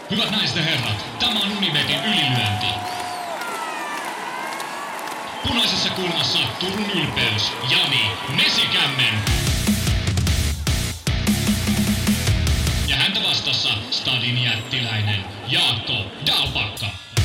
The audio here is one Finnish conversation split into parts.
Hyvät naiset ja herrat, tämä on Unibetin ylilyönti. Punaisessa kulmassa Turun ylpeys, Jani Mesikämmen. Ja häntä vastassa Stadin jättiläinen Jaakko Dalpakka.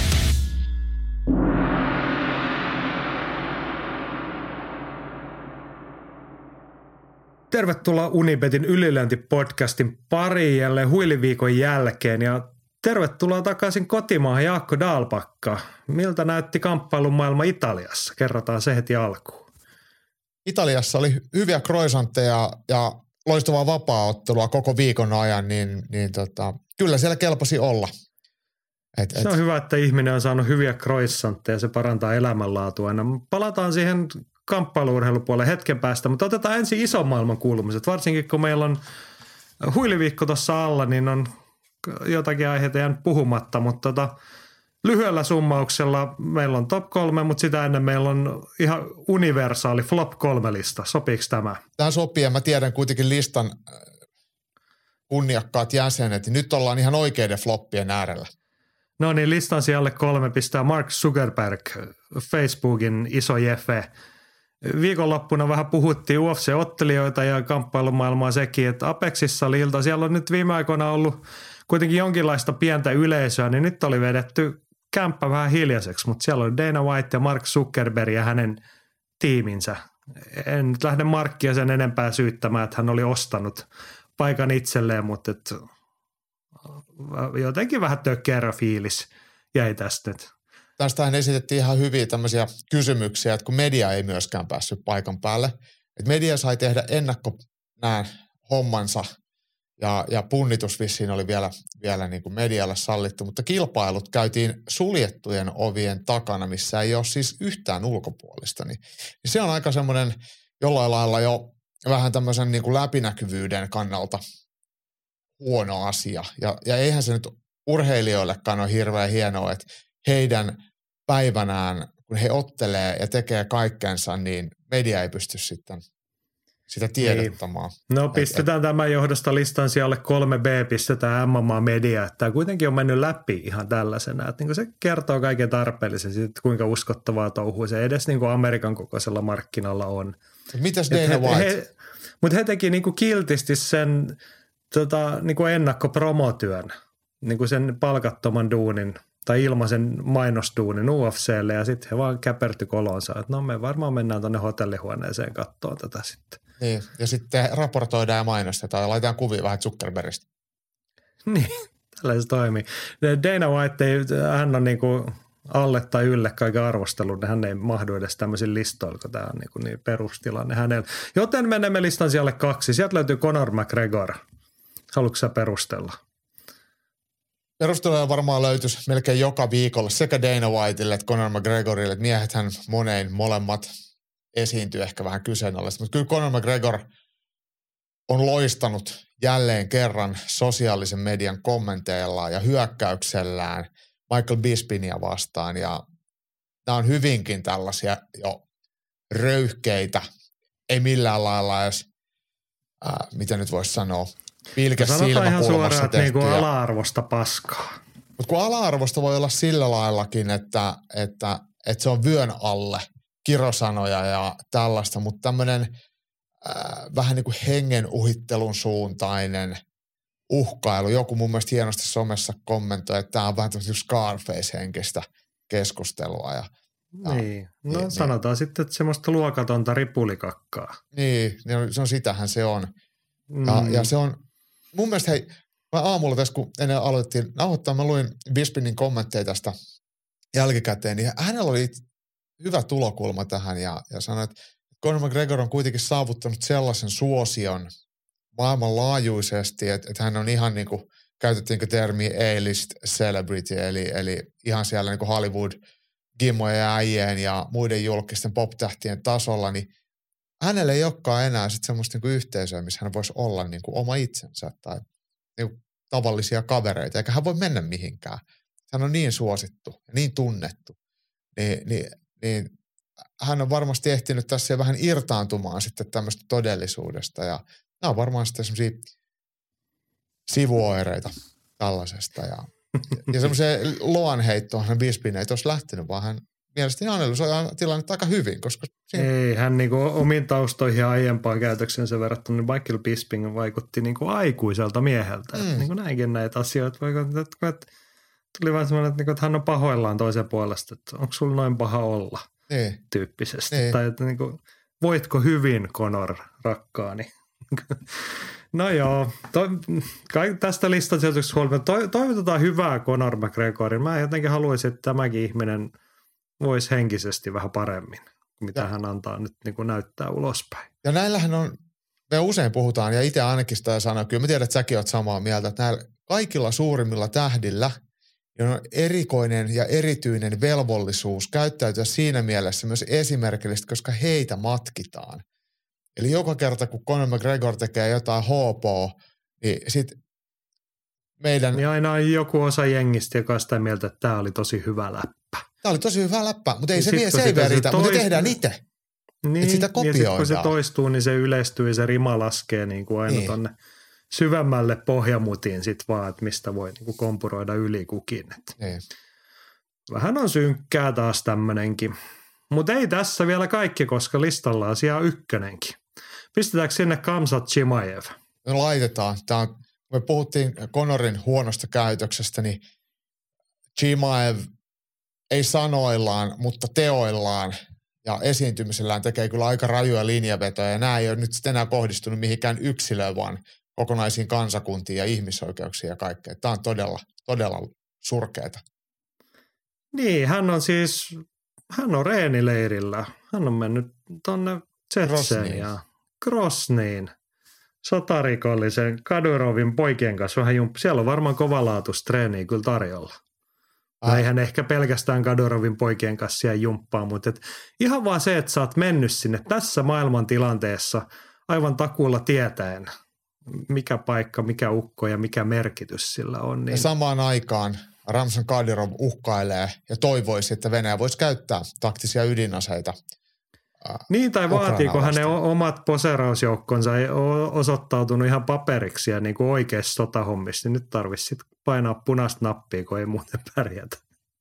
Tervetuloa Unibetin ylilyöntipodcastin pariin jälleen huiliviikon jälkeen ja tervetuloa takaisin kotimaahan Jaakko Dalpakka. Miltä näytti kamppailun maailma Italiassa? Kerrotaan se heti alkuun. Italiassa oli hyviä croissantteja ja loistavaa vapaaottelua koko viikon ajan, niin kyllä siellä kelpasi olla. Se on hyvä, että ihminen on saanut hyviä croissantteja, se parantaa elämänlaatua aina. Palataan siihen kamppailu-urheilupuoleen hetken päästä, mutta otetaan ensin ison maailman kuulumiset. Varsinkin kun meillä on huiliviikko tuossa alla, niin on jotakin aiheita jäänyt puhumatta, mutta lyhyellä summauksella meillä on top 3, mutta sitä ennen meillä on ihan universaali flop 3-lista. Sopiiko tämä? Tämä sopii ja mä tiedän kuitenkin listan kunniakkaat jäsenet. Nyt ollaan ihan oikeiden floppien äärellä. No niin, listan sijalle 3 pistää Mark Zuckerberg, Facebookin iso jefe. Viikonloppuna vähän puhuttiin UFC-ottelijoita ja kamppailumaailmaa sekin, että Apexissa oli ilta. Siellä on nyt viime aikoina ollut kuitenkin jonkinlaista pientä yleisöä, niin nyt oli vedetty kämppä vähän hiljaiseksi, mutta siellä oli Dana White ja Mark Zuckerberg ja hänen tiiminsä. En nyt lähde Markkia sen enempää syyttämään, että hän oli ostanut paikan itselleen, mutta jotenkin vähän tökkerä fiilis jäi tästä nyt. Tästähän esitettiin ihan hyviä tämmöisiä kysymyksiä, että kun media ei myöskään päässyt paikan päälle. Että media sai tehdä hommansa ja punnitus vissiin oli vielä niin kuin medialle sallittu, mutta kilpailut käytiin suljettujen ovien takana, missä ei ole siis yhtään ulkopuolista. Niin se on aika semmoinen jollain lailla jo vähän tämmöisen niin kuin läpinäkyvyyden kannalta huono asia. Ja eihän se nyt urheilijoillekaan ole hirveän hienoa, että heidän päivänään, kun he ottelee ja tekee kaikkensa, niin media ei pysty sitten sitä tiedottamaan. Niin. No pistetään tämän johdosta listan sijalle 3B, pistetään MMA Media. Tämä kuitenkin on mennyt läpi ihan tällaisena. Että niin se kertoo kaiken tarpeellisen siitä, kuinka uskottavaa touhua se edes niin kuin Amerikan kokoisella markkinalla on. Mitäs Dana White? Mutta he teki niin kuin kiltisti sen niin kuin ennakkopromotyön, niin kuin sen palkattoman duunin tai ilmaisen mainosduunin UFClle ja sitten he vaan käpertyi kolonsa, että no me varmaan mennään tuonne hotellihuoneeseen katsoa tätä sitten. Niin, ja sitten raportoidaan ja mainostetaan ja laitetaan kuvia vähän Zuckerbergistä. Niin, tällä se toimii. Dana White, hän on niinku alle tai ylle kaiken arvostelun, niin hän ei mahdu edes tämmöisiin listoilla, kun tämä on niin perustilanne hänellä. Joten menemme listan sijalle 2. Sieltä löytyy Conor McGregor. Haluatko sä perustella? Perusteluja varmaan löytyisi melkein joka viikolla sekä Dana Whiteille että Conor McGregorille, että miehethän molemmat esiintyy ehkä vähän kyseenalaisesti. Mutta kyllä Conor McGregor on loistanut jälleen kerran sosiaalisen median kommenteillaan ja hyökkäyksellään Michael Bispinia vastaan. Ja nämä on hyvinkin tällaisia jo röyhkeitä, ei millään lailla edes, mitä nyt voisi sanoa, pilkäs silmäkulmassa tehtyä. Niin kuin ala-arvosta paskaa. Mutta kun ala-arvosta voi olla sillä laillakin, että se on vyön alle kirosanoja ja tällaista, mutta tämmöinen vähän niin kuin hengen uhittelun suuntainen uhkailu. Joku mun mielestä hienosti somessa kommentoi, että tämä on vähän tämmöistä Scarface-henkistä keskustelua. Niin, sanotaan sitten, että semmoista luokatonta ripulikakkaa. Niin, sitähän se on. Ja se on, mun mielestä mä aamulla tässä, kun ennen aloitettiin nauhoittaa, mä luin Bispinin kommentteja tästä jälkikäteen, niin hänellä oli hyvä tulokulma tähän ja sanoi, että Conor McGregor on kuitenkin saavuttanut sellaisen suosion maailmanlaajuisesti, että hän on ihan niin kuin, käytettiinkö termiä A-list celebrity, eli ihan siellä niin kuin Hollywood-gimmojen ja äijien ja muiden julkisten pop-tähtien tasolla, niin hänellä ei olekaan enää sitten semmoista niinku yhteisöä, missä hän voisi olla niinku oma itsensä tai niinku tavallisia kavereita, eikä hän voi mennä mihinkään. Hän on niin suosittu ja niin tunnettu, niin hän on varmasti ehtinyt tässä vähän irtaantumaan sitten tämmöistä todellisuudesta ja nämä on varmaan sitten semmoisia sivuoireita tällaisesta. Ja semmoiseen loanheittoon hän Bispin ei tuossa lähtenyt, vaan hän mielestäni analysoi tilannetta aika hyvin, koska... Ei, hän niinku omiin taustoihin ja aiempaan käytöksensä verrattuna, niin Michael Bisping vaikutti niinku aikuiselta mieheltä. Niinku näinkin näitä asioita. Että tuli vaan semmoinen, että hän on pahoillaan toisen puolesta, että onko sulla noin paha olla tyyppisesti. Tai että niinku, voitko hyvin, Conor, rakkaani? No joo, tästä listasijoituksesta huolimatta toivotetaan hyvää Conor McGregorin. Mä jotenkin haluaisin, että tämäkin ihminen voisi henkisesti vähän paremmin, mitä hän antaa nyt niin kuin näyttää ulospäin. Ja näillähän on, me usein puhutaan, ja itse ainakin sitä sanoo, kyllä mä tiedän, että säkin oot samaa mieltä, että näillä kaikilla suurimmilla tähdillä on erikoinen ja erityinen velvollisuus käyttäytyä siinä mielessä myös esimerkillisesti, koska heitä matkitaan. Eli joka kerta, kun Conor McGregor tekee jotain HPOa, niin sitten meidän... Niin aina on joku osa jengistä, joka on sitä mieltä, että tämä oli tosi hyvä läppä. Tämä oli tosi hyvä läppä, mutta ei se vielä riitä, mutta tehdään itse. Niin, sitä ja sitten kun se toistuu, niin se yleistyy ja se rima laskee niin kuin aina tonne syvemmälle pohjamutiin sit vaan, että mistä voi niin kuin kompuroida yli kukin. Vähän on synkkää taas tämmönenkin. Mutta ei tässä vielä kaikki, koska listalla on siellä ykkönen,kin. Pistetäänkö sinne Khamzat Chimaev? Me laitetaan. Me puhuttiin Conorin huonosta käytöksestä, niin Chimaev ei sanoillaan, mutta teoillaan ja esiintymisellään tekee kyllä aika rajuja linjavetoja. Ja nämä ei ole nyt sitten enää kohdistunut mihinkään yksilöön, vaan kokonaisiin kansakuntiin ja ihmisoikeuksiin ja kaikkea. Tämä on todella, todella surkeata. Niin, hän on reenileirillä. Hän on mennyt tuonne Tsetseeniaan. Grozniin. Sotarikollisen Kadyrovin poikien kanssa vähän jumppi. Siellä on varmaan kovalaatuista treeniä kyllä tarjolla. Eihän ehkä pelkästään Kadyrovin poikien kanssa siellä jumppaa, mutta ihan vaan se, että sä oot mennyt sinne tässä maailman tilanteessa aivan takuulla tietäen, mikä paikka, mikä ukko ja mikä merkitys sillä on. Niin... Ja samaan aikaan Ramzan Kadyrov uhkailee ja toivoisi, että Venäjä voisi käyttää taktisia ydinaseita. Niin, tai vaatiiko hänen omat poseerausjoukkonsa ei ole osoittautunut ihan paperiksi ja niin kuin oikeassa sotahommissa, niin nyt tarvitsisi sitten painaa punaista nappia, kun ei muuten pärjätä.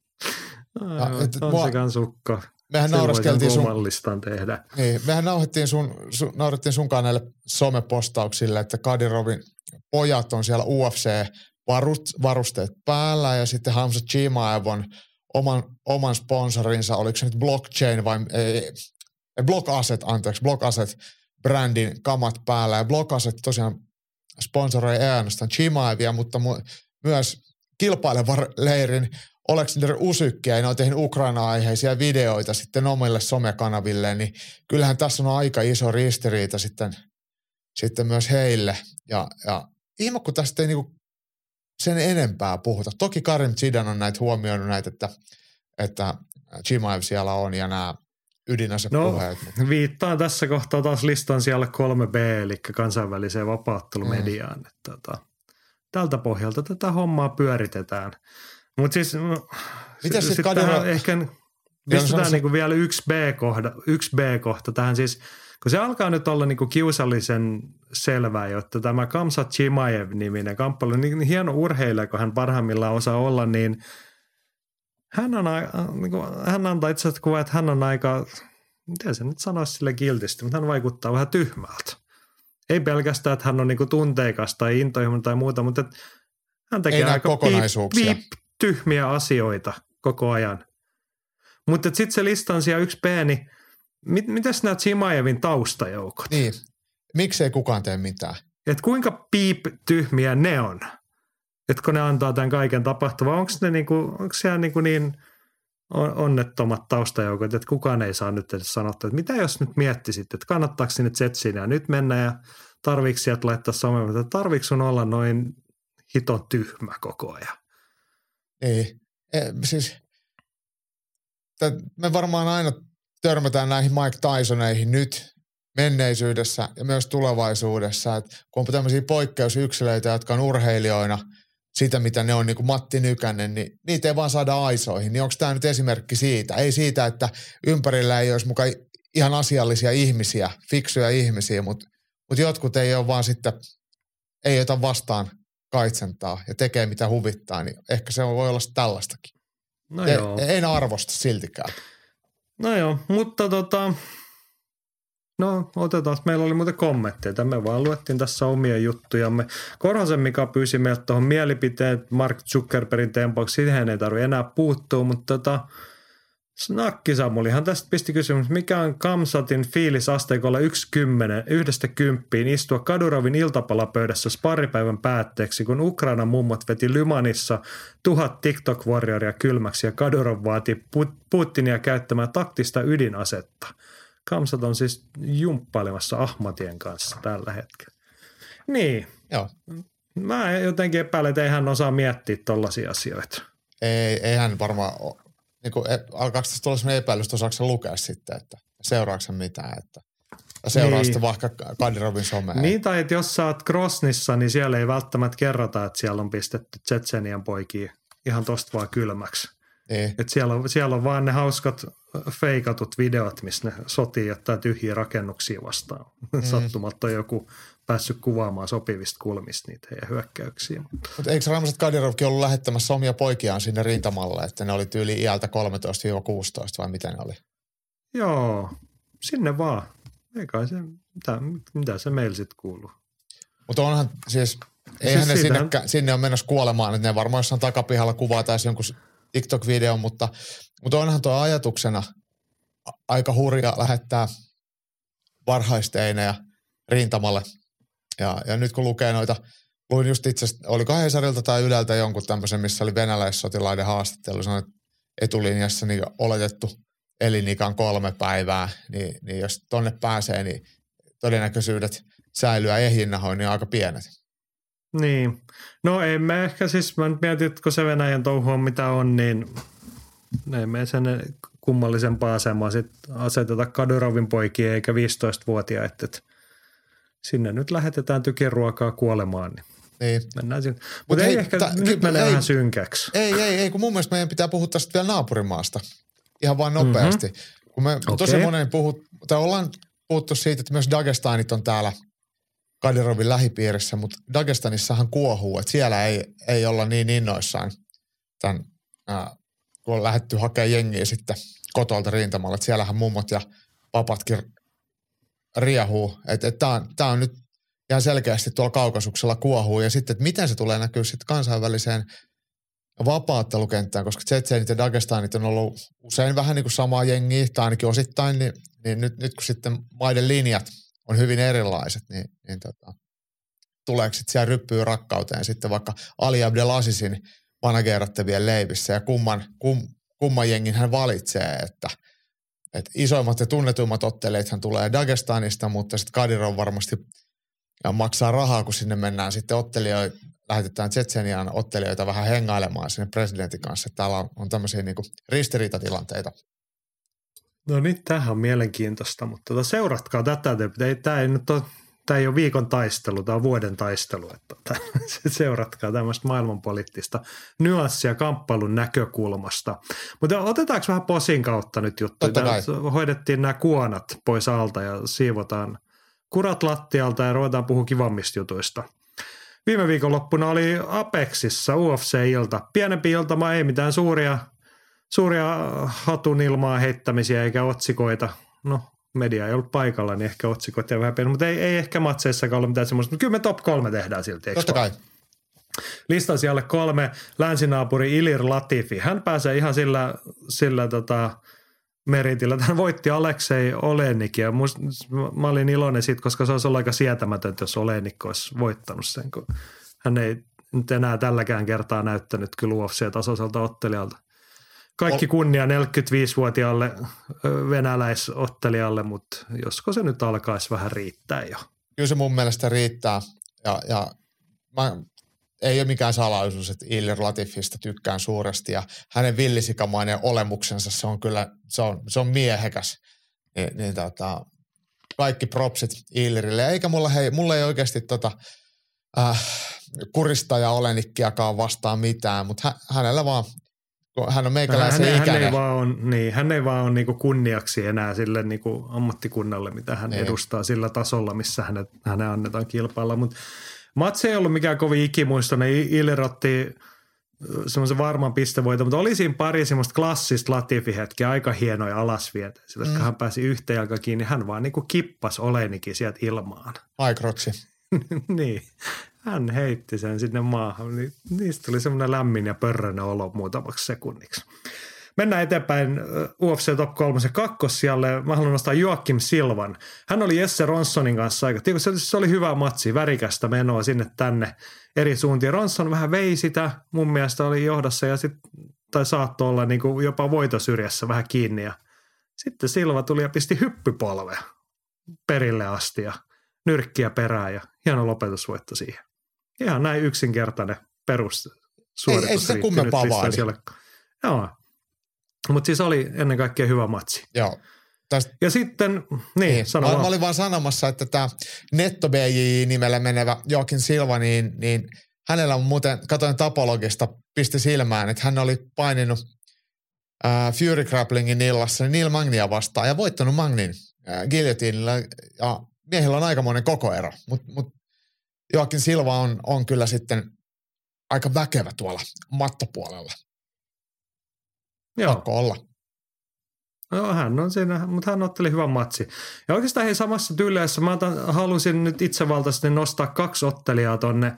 On se kans ukko. Mehän nauraskeltiin tehdä. Niin, mehän naurettiin sunkaan näille somepostauksille, että Kadyrovin pojat on siellä UFC-varusteet päällä ja sitten Khamzat Chimaev on oman sponsorinsa, oliko se nyt Blockchain vai Block Asset brändin kamat päällä. Ja Block Asset tosiaan sponsoroi ei ainoastaan Chimaevia, mutta myös kilpailevan leirin Oleksandr Usykkiä, ja ne on tehnyt Ukraina-aiheisia videoita sitten omille somekanavilleen, niin kyllähän tässä on aika iso ristiriita sitten myös heille. Ja ihme, kun tästä ei niinku sen enempää puhuta. Toki Karim Zidan on näitä huomioinut näitä, että Chimaev siellä on ja nämä ydinasepuheet. No, viittaan tässä kohtaa taas listan siellä 3B, eli kansainväliseen vapaattelumediaan. Tältä pohjalta tätä hommaa pyöritetään. Mutta siis sitten tähän ehkä pistetään niinku vielä yksi B-kohta tähän siis, kun se alkaa nyt olla niinku kiusallisen selvää, jotta tämä Khamzat Chimaev-niminen kamppailu, niin hieno urheilija, kun hän parhaimmillaan osaa olla, niin hän antaa itse asiassa kuvaa, että hän on aika, miten se nyt sanoisi sille kiltisti, mutta hän vaikuttaa vähän tyhmältä. Ei pelkästään, että hän on niinku tunteikas tai intoihminen tai muuta, mutta hän tekee aika tyhmiä asioita koko ajan. Mutta sitten se lista on siellä 1B, niin mitäs nämä Chimaevin taustajoukot? Niin, miksei kukaan tee mitään? Et kuinka tyhmiä ne on? Että kun ne antaa tämän kaiken tapahtuvan, onko siellä niin onnettomat taustajoukot, että kukaan ei saa nyt edes sanottua, että mitä jos nyt miettisit, että kannattaako sinne Tsetsinään nyt mennä ja tarviiko sieltä laittaa someen, että tarviiko sun olla noin hiton tyhmä koko ajan? Ei, siis me varmaan aina törmätään näihin Mike Tysoneihin nyt menneisyydessä ja myös tulevaisuudessa, että kun on tämmöisiä poikkeusyksilöitä, jotka on urheilijoina sitä, mitä ne on, niin kuin Matti Nykänen, niin niitä ei vaan saada aisoihin. Niin onko tämä nyt esimerkki siitä? Ei siitä, että ympärillä ei olisi mukaan ihan asiallisia ihmisiä, fiksuja ihmisiä, mutta jotkut ei ole vaan sitten, ei ota vastaan kaitsentaa ja tekee mitä huvittaa, niin ehkä se voi olla tällaistakin. No joo. En arvosta siltikään. No joo, mutta no otetaan, meillä oli muuten kommentteja. Me vaan luettiin tässä omia juttujamme. Korhosen Mika pyysi meiltä tuohon mielipiteet Mark Zuckerbergin tempauksi. Siihen ei tarvitse enää puuttua, mutta Snakki Samulihan tästä pisti kysymys, mikä on Kamsatin fiilis asteikolla 1-10 istua Kadurovin iltapalapöydässä sparripäivän päätteeksi, kun Ukrainan mummot veti Lymanissa 1000 TikTok-warrioria kylmäksi ja Kadurov vaati Putinia käyttämään taktista ydinasetta. Kamsat on siis jumppailemassa Ahmatien kanssa tällä hetkellä. Niin. Joo. Mä jotenkin epäilen, että ei hän osaa miettiä tollaisia asioita. Ei hän varmaan ole. Niin alkaako tässä tulla sellainen epäilys, että osaako lukea sitten, että seuraako se mitään, että seuraa niin. Sitten vaikka Kadirovin somea. Niin, tai että jos sä oot Grosnissa, niin siellä ei välttämättä kerrota, että siellä on pistetty Tsetsenian poikia ihan tosta vaan kylmäksi. Niin. Että siellä on vaan ne hauskat feikatut videot, missä ne sotii jotain tyhjiä rakennuksia vastaan. Sattumatta on joku päässyt kuvaamaan sopivista kulmista niitä heidän hyökkäyksiä. Mutta eikö Ramzan Kadirovkin ollut lähettämässä omia poikiaan sinne rintamalle, että ne oli tyyli iältä 13-16 vai mitä ne oli? Joo, sinne vaan. Eikä se, mitä se meillä sitten kuuluu. Mutta onhan siis, eihän siis ne sinne on menossa kuolemaan, että ne varmaan jossain takapihalla kuvaa taisi jonkun TikTok-videon, mutta onhan tuo ajatuksena aika hurja lähettää varhaisteinejä rintamalle. Ja nyt kun lukee noita, luin just itse asiassa, oliko Hesarilta tai Yleltä jonkun tämmöisen, missä oli venäläissotilaiden haastattelu, sanoi, että etulinjassa niin oletettu elinikä on 3 päivää, niin jos tonne pääsee, niin todennäköisyydet säilyä ehjinnähoin niin aika pienet. Niin. No ei me ehkä siis, mä nyt mietin, että kun se Venäjän touhu on mitä on, niin ei me sen kummallisempaa asemaa sitten aseteta Kadyrovin poikia eikä 15-vuotiaita, että sinne nyt lähetetään tykiruokaa kuolemaan, niin mennään sinne. Mutta ei ehkä, nyt menee vähän synkäksi. Ei, kun mun mielestä meidän pitää puhua tästä vielä naapurimaasta ihan vaan nopeasti. Kun me tosi monen ollaan puhuttu siitä, että myös Dagestanit on täällä Kadyrovin lähipiirissä, mutta Dagestanissahan kuohuu, että siellä ei olla niin innoissaan tämän, kun on lähdetty hakemaan jengiä sitten kotolta rintamalla, että siellähän mummot ja papatkin riehuu, että tämä on nyt ihan selkeästi tuolla Kaukasuksella kuohuu ja sitten, että miten se tulee näkyä sitten kansainväliseen vapaattelukenttään, koska Tsetsenit ja Dagestanit on ollut usein vähän niin kuin samaa jengiä, tai ainakin osittain, niin nyt kun sitten maiden linjat on hyvin erilaiset, niin tuleeko sitten siellä ryppyy rakkauteen sitten vaikka Ali Abdelazisin managerattavien leivissä ja kumman jengin hän valitsee, että isoimmat ja tunnetummat otteleethan tulee Dagestanista, mutta sitten Kadyrov varmasti maksaa rahaa, kun sinne mennään sitten ottelijoita, lähetetään Tsetsenian ottelijoita vähän hengailemaan sinne presidentin kanssa. Täällä on tämmöisiä niinku ristiriitatilanteita. No niin, tämähän on mielenkiintoista, mutta seuratkaa tätä. Tämä ei ole viikon taistelu, tämä on vuoden taistelu. Että seuratkaa tämmöistä maailmanpoliittista nyanssia kamppailun näkökulmasta. Mutta otetaanko vähän posin kautta nyt juttuja? Hoidettiin nämä kuonat pois alta ja siivotaan kurat lattialta ja ruvetaan puhua kivammista jutuista. Viime viikonloppuna oli Apexissa UFC-ilta. Pienempi iltama, ei mitään suuria hatun ilmaa heittämisiä eikä otsikoita. No, media ei ollut paikalla, niin ehkä otsikot ja vähän pieni, mutta ei ehkä matseissakaan ollut mitään semmoista. Mutta kyllä me top 3 tehdään silti. Totta kai. Listan siellä 3 länsinaapuri Ilir Latifi. Hän pääsee ihan sillä meritillä. Hän voitti Aleksei Olenikin ja mä olin iloinen siitä, koska se olisi ollut aika sietämätöntä, jos Olenik olisi voittanut sen, kun hän ei nyt enää tälläkään kertaa näyttänyt kyllä UFC-tasoiselta ottelijalta. Kaikki kunnia 45-vuotiaalle venäläisottelijalle, mutta josko se nyt alkaisi vähän riittää jo. Kyllä se mun mielestä riittää ja ei ole mikään salaisuus, että Ilir Latifista tykkään suuresti ja hänen villisikamainen olemuksensa, se on kyllä, se on miehekäs. Kaikki propsit Ilirille, eikä mulla ei oikeasti kuristaja Olenikkiakaan vastaan mitään, mutta hänellä vaan, hän on meikäläisen ikäinen. Hän ei vaan ole niinku kunniaksi enää sille niinku ammattikunnalle, mitä hän edustaa sillä tasolla, missä hänen annetaan kilpailla, mutta Matsi ei ollut mikään kovin ikimuistoinen. Ilir otti semmoisen varman pistevoiton, mutta oli siinä pari semmoista klassista Latifi-hetkiä, aika hienoja alasvietä. Sillä kun hän pääsi yhteen jalkaan kiinni, hän vaan niin kuin kippasi Olenikin sieltä ilmaan. Aikroksi. Niin, hän heitti sen sinne maahan. Niistä tuli semmoinen lämmin ja pörröinen olo muutamaksi sekunniksi. Mennään eteenpäin UFC Top 3 kakkossijalle. Mä haluan nostaa Joakim Silvan. Hän oli Jesse Ronsonin kanssa aika. Se oli hyvä matsi, värikästä menoa sinne tänne eri suuntiin. Ronson vähän vei sitä, mun mielestä oli johdossa ja tai saattoi olla niin kuin jopa voitosyrjässä vähän kiinni. Ja sitten Silva tuli ja pisti hyppypolvea perille asti ja nyrkkiä perään ja hieno lopetusvoitto siihen. Ihan näin yksinkertainen perussuoritus. Ei se kummempaa vaadi. Joo. Mutta siis oli ennen kaikkea hyvä matsi. Joo. Ja sitten, niin. Sano Mä olin vaan sanomassa, että tämä Netto BJ-nimellä menevä Joakim Silva, niin hänellä on muuten, katoin Tapologista, pisti silmään, että hän oli paininut Fury Grapplingin illassa Neil Magnia vastaan ja voittanut Magnin guillotinilla ja miehillä on aikamoinen kokoero, mutta Joakim Silva on kyllä sitten aika väkevä tuolla mattopuolella. Joo. Pakko olla. No hän on siinä, mutta hän otteli hyvän matsi. Ja oikeastaan hei samassa tyylissä mä halusin nyt itsevaltaisesti nostaa 2 ottelijaa tonne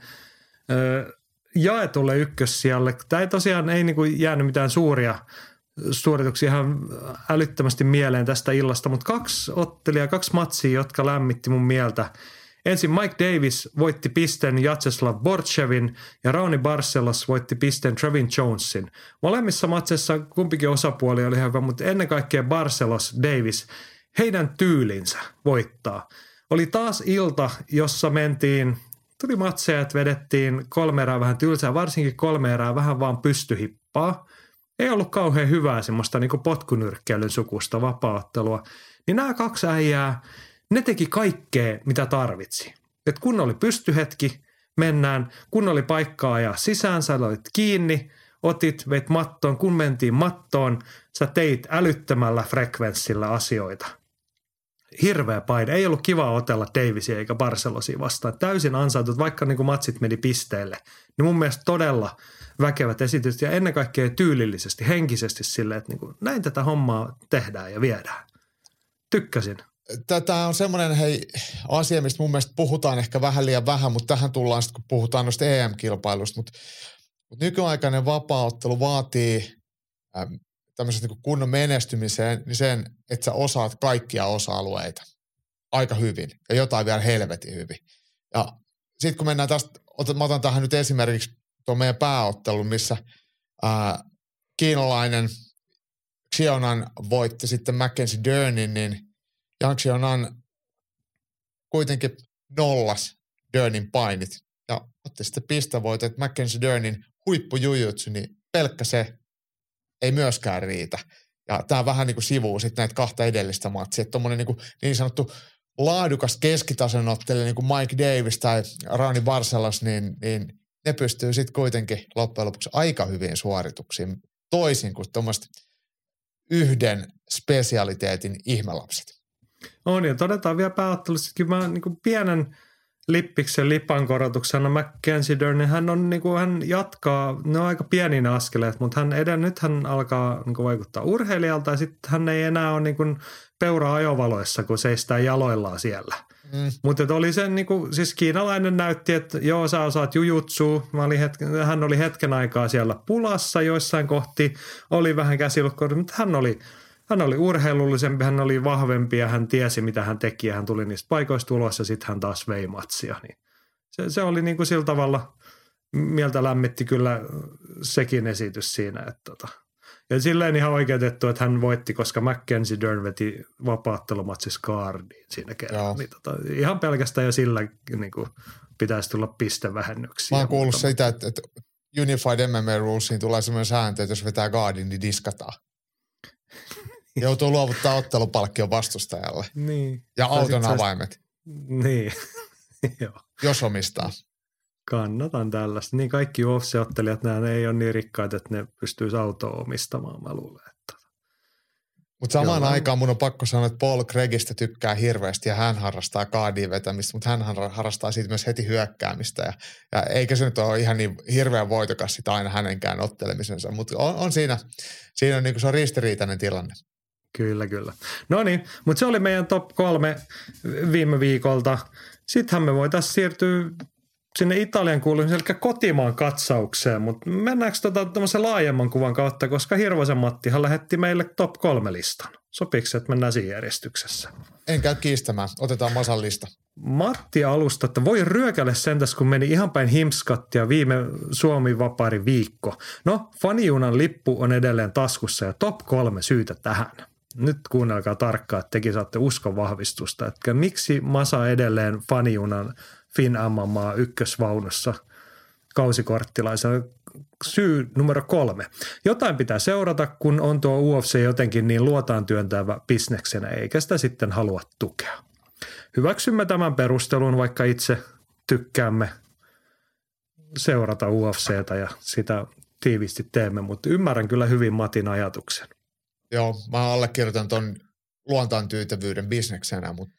jaetulle ykkössijalle. Tämä ei tosiaan niinku jäänyt mitään suuria suorituksia ihan älyttömästi mieleen tästä illasta, mutta 2 ottelijaa, 2 matsia, jotka lämmitti mun mieltä. Ensin Mike Davis voitti pisteen Jaceslav Borchevin ja Raoni Barcelos voitti pisteen Trevin Jonesin. Molemmissa matseissa kumpikin osapuoli oli hyvä, mutta ennen kaikkea Barcelos, Davis, heidän tyylinsä voittaa. Oli taas ilta, jossa tuli matseja, että vedettiin 3 erää vähän tylsää, varsinkin 3 erää vähän vaan pystyhippaa. Ei ollut kauhean hyvää semmoista niin kuin potkunyrkkeilyn sukusta vapaaottelua. Niin nämä 2 äijää, ne teki kaikkea, mitä tarvitsi. Et kun oli pystyhetki, mennään. Kun oli paikkaa ja sisään, sä olit kiinni, veit mattoon. Kun mentiin mattoon, sä teit älyttömällä frekvenssillä asioita. Hirveä paine. Ei ollut kiva otella Davisia eikä Barcelosia vastaan. Täysin ansaitut, vaikka niin kuin matsit meni pisteelle. Niin mun mielestä todella väkevät esitykset ja ennen kaikkea tyylillisesti, henkisesti silleen, että niin kuin näin tätä hommaa tehdään ja viedään. Tykkäsin. Tämä on semmoinen asia, mistä mun mielestä puhutaan ehkä vähän liian vähän, mutta tähän tullaan sitten, kun puhutaan noista EM-kilpailusta. Mutta nykyaikainen vapaaottelu vaatii tämmöisestä niin kunnon menestymiseen niin sen, että sä osaat kaikkia osa-alueita aika hyvin ja jotain vielä helvetin hyvin. Ja sitten kun mennään tästä, mä otan tähän nyt esimerkiksi tuon meidän pääottelun, missä kiinalainen Xiaonan voitti sitten Mackenzie Dernin, niin Yang Xiaonan kuitenkin nollas Dernin painit ja otti sitten pistävoitot, että Mackenzie Dernin huippujujutsu, niin pelkkä se ei myöskään riitä. Ja tämä vähän niin kuin sivuu sitten näitä 2 edellistä matsia, että tuommoinen niin sanottu laadukas keskitason ottelija niin kuin Mike Davis tai Raoni Barcelos, niin ne pystyy sitten kuitenkin loppujen lopuksi aika hyviin suorituksiin, toisin kuin tuommoista yhden spesialiteetin ihmelapset. On ja todetaan vielä pääottelussa, että mä niin kuin pienen lippiksen lipankorotuksena Mackenzie Dern, hän jatkaa, ne on aika pieninä askeleet, mutta nyt hän alkaa niin kuin vaikuttaa urheilijalta ja sitten hän ei enää ole niin kuin peura-ajovaloissa, kun seistää jaloillaan siellä. Mutta oli sen, niin kuin, siis kiinalainen näytti, että joo, sä osaat jujutsua. Hän oli hetken aikaa siellä pulassa joissain kohti, oli vähän käsilukkoa, mutta hän oli urheilullisempi, hän oli vahvempi ja hän tiesi, mitä hän teki ja hän tuli niistä paikoista ulos ja sitten hän taas vei matsia. Niin se oli niin kuin sillä tavalla, mieltä lämmitti kyllä sekin esitys siinä. Että ja silleen ihan oikeutettu, että hän voitti, koska Mackenzie Dern veti vapaattelumatsissa Guardiin siinä kerran. Niin ihan pelkästään jo sillä niin kuin pitäisi tulla pistevähennyksiä. Mä oon kuullut sitä, että Unified MMA Rulesiin tulee sellainen sääntö, että jos vetää Guardin, niin diskataan. Joutuu luovuttaa ottelupalkkion vastustajalle. Niin. Ja auton avaimet. Niin, joo. Jos omistaa. Kannatan tällaista. Niin kaikki UFC-ottelijat, nämä ei ole niin rikkaita, että ne pystyisi autoa omistamaan, mä luulen. Mutta samaan aikaan mun on pakko sanoa, että Paul Craigista tykkää hirveästi ja hän harrastaa kaadin vetämistä, mutta hän harrastaa siitä myös heti hyökkäämistä. Ja eikä se nyt ole ihan niin hirveän voitokas sitä aina hänenkään ottelemisensa, mutta on siinä on niin kuin se on ristiriitainen tilanne. Kyllä. No niin, mutta se oli meidän top 3 viime viikolta. Sittenhän me voitaisiin siirtyä sinne Italian kuulumiseen, eli kotimaan katsaukseen, mutta mennäänkö tämmöisen laajemman kuvan kautta, koska Hirvosen Mattihan lähetti meille top 3 listan. Sopiiko se, että mennään siinä järjestyksessä? En käy kiistämään. Otetaan Masan lista. Matti alusta, että voi ryökälle sentäs, kun meni ihan päin himskattia viime Suomi-vapaari viikko. No, fanijunan lippu on edelleen taskussa ja top 3 syytä tähän. Nyt kuunnelkaa tarkkaan, että tekin saatte uskon vahvistusta, että miksi Masa edelleen fanijunan Fin MMA ykkösvaunussa kausikorttilaisena. Syy numero 3. Jotain pitää seurata, kun on tuo UFC jotenkin niin luotaan työntävä bisneksenä, eikä sitä sitten halua tukea. Hyväksymme tämän perustelun, vaikka itse tykkäämme seurata UFCtä ja sitä tiiviisti teemme, mutta ymmärrän kyllä hyvin Matin ajatuksen. Joo, mä allekirjoitan ton luontaan tyytävyyden bisneksenä, mutta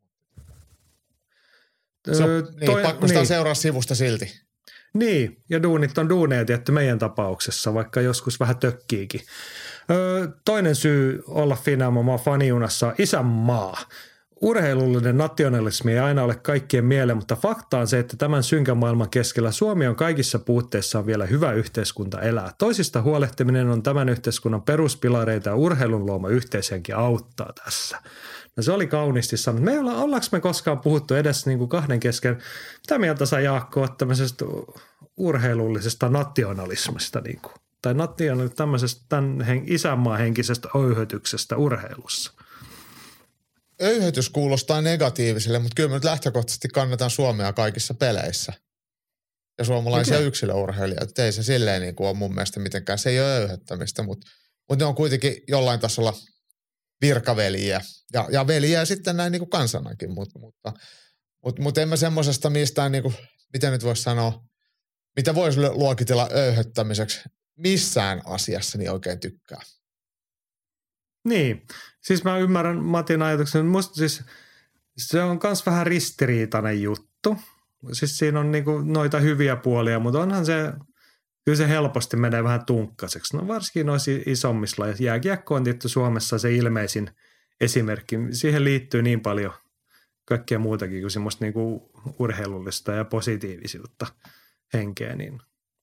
pakko sitä seuraa sivusta silti. Niin, ja duunit on duuneja tietty meidän tapauksessa, vaikka joskus vähän tökkiikin. Toinen syy olla Finama fanijunassa isänmaa. Urheilullinen nationalismi ei aina ole kaikkien mieleen, mutta fakta on se, että tämän synkän maailman keskellä Suomi on kaikissa puutteissaan vielä hyvä yhteiskunta elää. Toisista huolehtiminen on tämän yhteiskunnan peruspilareita ja urheilun luoma yhteishenki auttaa tässä. No se oli kauniisti sanottu. Ollaanko me koskaan puhuttu edes niin kuin kahden kesken? Mitä mieltä sä Jaakko oot tämmöisestä urheilullisesta nationalismista niin kuin? Tai tämmöisestä isänmaan henkisestä öyhötyksestä urheilussa? Öyhötys kuulostaa negatiiviselle, mutta kyllä mä nyt lähtökohtaisesti kannatan Suomea kaikissa peleissä. Ja suomalaisia yksilöurheilijoita. Ei se silleen niin kuin ole mun mielestä mitenkään. Se ei ole öyhöttämistä, mutta ne on kuitenkin jollain tasolla virkaveliä. Ja veliä sitten näin niin kuin kansanakin. Mutta en mä semmoisesta mistään, niin kuin, miten nyt voisi sanoa, mitä voisi luokitella öyhöttämiseksi missään asiassa niin oikein tykkää. Niin, siis mä ymmärrän Matin ajatuksen. Musta siis se on myös vähän ristiriitainen juttu. Siis siinä on niinku noita hyviä puolia, mutta onhan se, kyllä se helposti menee vähän tunkkaiseksi. No varsinkin noissa isommissa lajeissa. Jääkiekko on tietty Suomessa se ilmeisin esimerkki. Siihen liittyy niin paljon kaikkea muutakin kuin semmoista niinku urheilullista ja positiivisuutta henkeä. Niin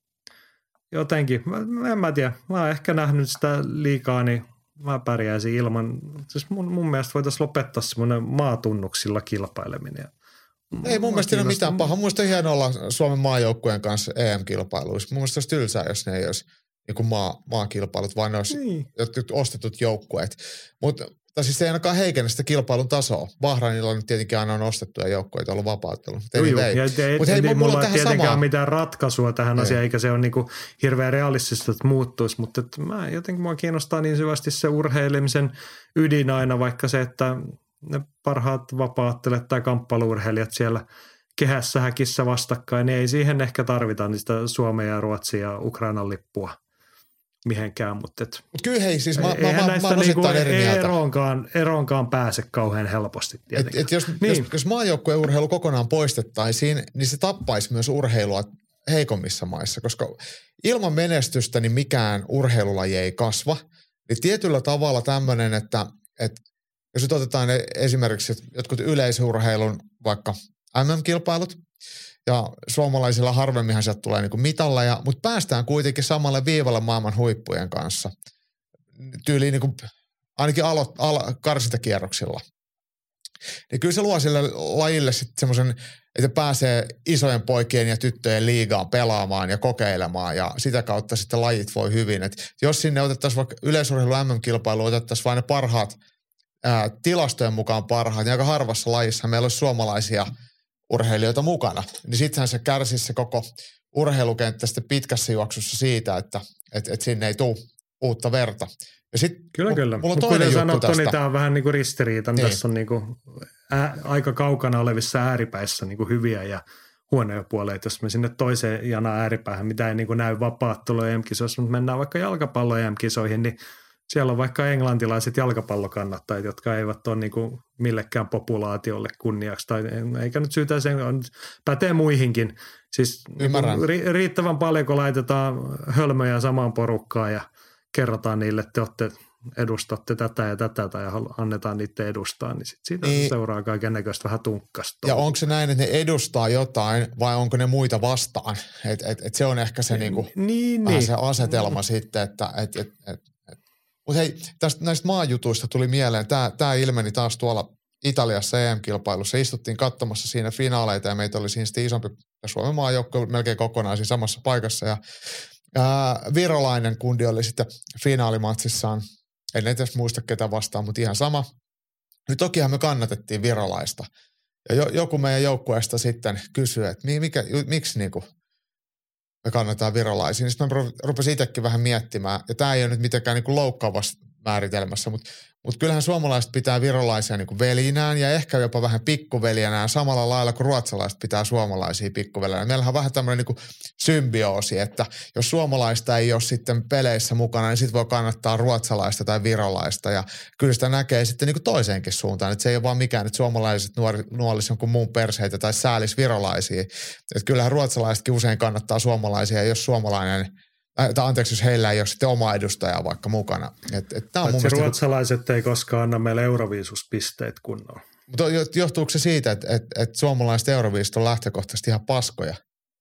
jotenkin, en mä tiedä, mä oon ehkä nähnyt sitä liikaa, niin mä pärjäisin ilman, siis mun mielestä voitaisiin lopettaa semmoinen maatunnuksilla kilpaileminen. Ei mun mielestä ei ole mitään pahaa. Mun mielestä on hienoa olla Suomen maajoukkueen kanssa EM-kilpailuissa. Mun mielestä olisi tylsää, jos ne ei olisi niin maakilpailut, vaan ne olisi jotkut ostetut joukkueet. Mutta siis ei ainakaan heikennä sitä kilpailun tasoa. Bahrainilla on nyt tietenkin aina on ostettuja joukkueita ollut vapauttelu. Mutta hei, mulla on tietenkään mitään ratkaisua tähän asiaan, eikä se ole niinku hirveän realistista, että muuttuisi. Mutta jotenkin mua kiinnostaa niin syvästi se urheilemisen ydin aina, vaikka se, että ne parhaat vapaattelijat tai kamppailuurheilijat siellä kehässä häkissä vastakkain, niin ei siihen ehkä tarvita niistä Suomen ja Ruotsin ja Ukrainan lippua mihinkään, mutta kyllä hei, siis mä niinku eri mieltä. Eroonkaan pääse kauhean helposti tietenkin. Jos maajoukkueurheilu kokonaan poistettaisiin, niin se tappaisi myös urheilua heikommissa maissa, koska ilman menestystä niin mikään urheilulaji ei kasva. Niin tietyllä tavalla tämmöinen, että jos nyt otetaan esimerkiksi jotkut yleisurheilun vaikka MM-kilpailut, ja suomalaisilla harvemminhan sieltä tulee niinku mitalleja, mutta päästään kuitenkin samalle viivalle maailman huippujen kanssa. Tyyliin niinku, ainakin karsintakierroksilla. Niin kyllä se luo sille lajille sitten semmoisen, että pääsee isojen poikien ja tyttöjen liigaan pelaamaan ja kokeilemaan ja sitä kautta sitten lajit voi hyvin. Et jos sinne otettaisiin vaikka yleisurheilu MM-kilpailu, otettaisiin vain ne parhaat, tilastojen mukaan parhaat, niin aika harvassa lajissa meillä olisi suomalaisia urheilijoita mukana, niin sittenhän se kärsisi se koko urheilukenttä sitten pitkässä juoksussa siitä, että sinne ei tule uutta verta. Ja kyllä. Mulla on toinen juttu tästä. Niin tämä on vähän niin kuin ristiriita. Niin. Tässä on niin kuin aika kaukana olevissa ääripäissä niin kuin hyviä ja huonoja puolia. Jos me sinne toiseen jana ääripäähän, mitä ei niin kuin näy vapaattelu EM-kisoissa, mutta mennään vaikka jalkapallo EM-kisoihin, niin Siellä on vaikka englantilaiset jalkapallokannattajat, jotka eivät ole niin kuin millekään populaatiolle kunniaksi. Tai eikä nyt syytä sen, pätee muihinkin. Siis riittävän paljon, kun laitetaan hölmöjä samaan porukkaan ja kerrotaan niille, että te edustatte tätä ja tätä tai annetaan niiden edustaa, niin siitä seuraa kaiken näköistä vähän tunkkasta. Ja onko se näin, että ne edustaa jotain vai onko ne muita vastaan? Et se on ehkä se, se asetelma sitten, että mutta hei, näistä maajutuista tuli mieleen, tämä ilmeni taas tuolla Italiassa EM-kilpailussa. Istuttiin katsomassa siinä finaaleita ja meitä oli siinä sitten isompi Suomen maajoukkue melkein kokonaan siinä samassa paikassa. Ja virolainen kundi oli sitten finaalimatsissaan, en edes muista ketä vastaan, mutta ihan sama. Nyt tokihan me kannatettiin virolaista. Ja joku meidän joukkueesta sitten kysyi, että miksi niinku me kannataan virolaisia. Niin sitten mä rupesin itsekin vähän miettimään, ja tämä ei ole nyt mitenkään niinku loukkaavassa määritelmässä, mutta kyllähän suomalaiset pitää virolaisia niinku velinään ja ehkä jopa vähän pikkuveljenään samalla lailla kuin ruotsalaiset pitää suomalaisia pikkuveljenään. Meillähän on vähän tämmöinen niinku symbioosi, että jos suomalaista ei ole sitten peleissä mukana, niin sitten voi kannattaa ruotsalaista tai virolaista ja kyllä sitä näkee sitten niinku toiseenkin suuntaan, että se ei ole vaan mikään, että suomalaiset nuolisi jonkun muun perseitä tai säälisi virolaisia. Että kyllähän ruotsalaisetkin usein kannattaa suomalaisia, jos suomalainen jos heillä ei ole sitten oma edustaja vaikka mukana. Tämä on mun mielestä ruotsalaiset ei koskaan anna meille Euroviisuspisteet kunnolla. Mutta johtuuko se siitä, että suomalaiset Euroviisut on lähtökohtaisesti ihan paskoja?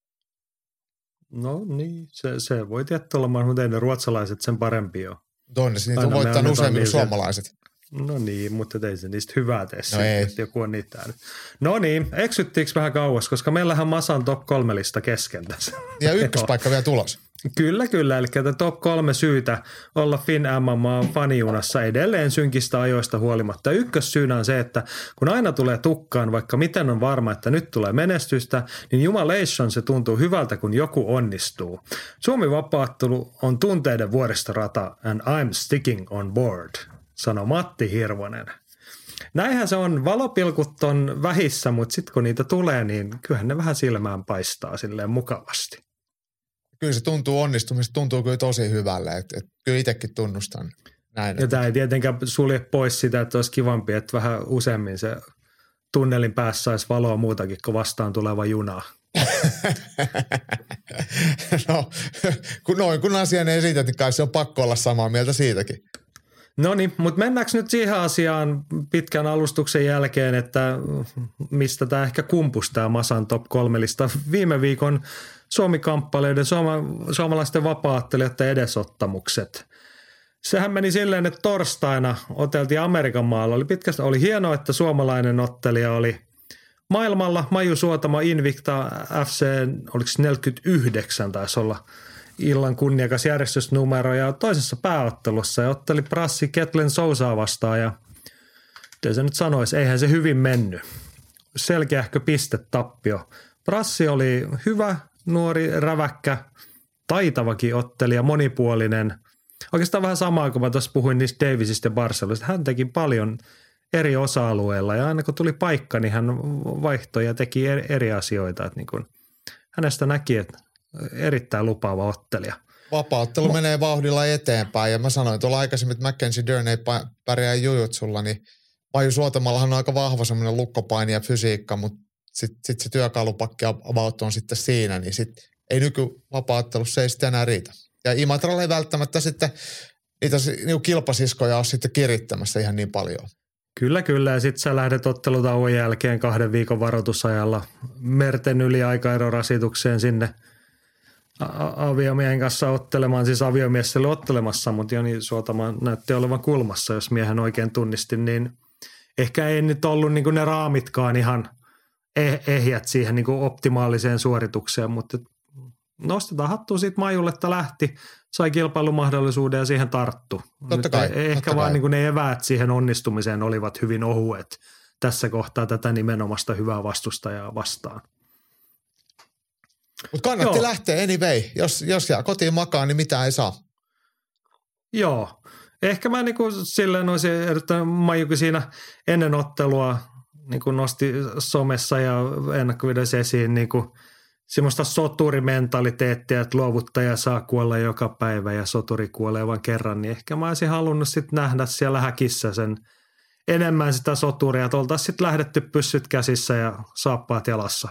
No niin, se voi tietty olla, mutta ei ne ruotsalaiset sen parempi ole. Niitä on voittanut useammin kuin suomalaiset. No niin, mutta ei se niistä hyvää tee että joku on niitä nyt. No niin, eksyttiinkö vähän kauas, koska meillähän Masan top 3 lista kesken tässä. Ja ykköspaikka vielä tulos. Kyllä, eli top 3 syytä olla Finn MMA fanijunassa edelleen synkistä ajoista huolimatta. Ykkössyynä on se, että kun aina tulee tukkaan, vaikka miten on varma, että nyt tulee menestystä, niin jumalation se tuntuu hyvältä, kun joku onnistuu. Suomi-vapaattelu on tunteiden vuoristorata and I'm sticking on board, sanoi Matti Hirvonen. Näinhän se on, valopilkut on vähissä, mutta sitten kun niitä tulee, niin kyllähän ne vähän silmään paistaa silleen mukavasti. Kyllä se tuntuu onnistumista, tuntuu kyllä tosi hyvälle, että kyllä itsekin tunnustan näin. Ja tämä ei tietenkään sulje pois sitä, että olisi kivampi, että vähän useammin se tunnelin päässä olisi valoa muutakin kuin vastaan tuleva juna. No, kun asian esität, niin kai se on pakko olla samaa mieltä siitäkin. No niin, mutta mennäänkö nyt siihen asiaan pitkän alustuksen jälkeen, että mistä tämä ehkä kumpusi tämä Masan top 3 lista viime viikon Suomi-kamppailuiden suomalaisten vapaattelijoiden edesottamukset. Sehän meni silleen, että torstaina oteltiin Amerikan maalla. Oli hienoa, että suomalainen ottelija oli maailmalla. Maiju Suotamo Invicta FC, oliko 49 taisi olla illan kunniakas järjestysnumero ja toisessa pääottelussa ja otteli Prassi Ketlen Sousaa vastaan ja miten se nyt sanoisi, eihän se hyvin mennyt. Selkeähkö pistetappio. Prassi oli hyvä, nuori, räväkkä, taitavakin ottelija, monipuolinen. Oikeastaan vähän samaa kuin mä tuossa puhuin niistä Davisista ja Barcelonista. Hän teki paljon eri osa-alueilla ja aina kun tuli paikka, niin hän vaihtoi ja teki eri asioita. Että niin kuin hänestä näki, että erittäin lupaava ottelija. Vapaaottelu menee vauhdilla eteenpäin ja mä sanoin tuolla aikaisemmin, että Mackenzie Dern ei pärjää jujutsulla, niin Maiju Suotamallahan on aika vahva semmoinen lukkopaini ja fysiikka, mutta sitten se työkalupakki about on sitten siinä, niin sitten ei nykyvapaattelussa ei sitten enää riitä. Ja Imatralla ei välttämättä sitten niitä kilpasiskoja ole sitten kirittämässä ihan niin paljon. Kyllä. Ja sitten sä lähdet ottelutauon jälkeen 2 viikon varoitusajalla merten yli aikaerorasitukseen sinne aviomiehen kanssa ottelemaan. Siis aviomies oli ottelemassa, mutta Joni Suotama näytti olevan kulmassa, jos miehen oikein tunnistin. Niin ehkä ei nyt ollut niin kuin ne raamitkaan ihan ehjät siihen niin kuin optimaaliseen suoritukseen, mutta nostetaan hattua siitä Maijulle, että lähti, sai kilpailumahdollisuuden ja siihen tarttu. Totta kai. Ehkä vaan niin kuin ne eväät siihen onnistumiseen olivat hyvin ohuet tässä kohtaa tätä nimenomaista hyvää vastustajaa vastaan. Mutta kannatti lähteä anyway. Jos jää kotiin makaan, niin mitään ei saa. Joo. Ehkä mä niin kuin silleen olisin erittäin Maijukin siinä ennen ottelua niin kuin nosti somessa ja ennakkovideossa esiin niin kuin semmoista soturimentaliteettia, että luovuttaja saa kuolla joka päivä ja soturi kuolee vain kerran, niin ehkä mä olisin halunnut sitten nähdä siellä häkissä sen enemmän sitä soturia, että oltaisiin sitten lähdetty pyssyt käsissä ja saappaat jalassa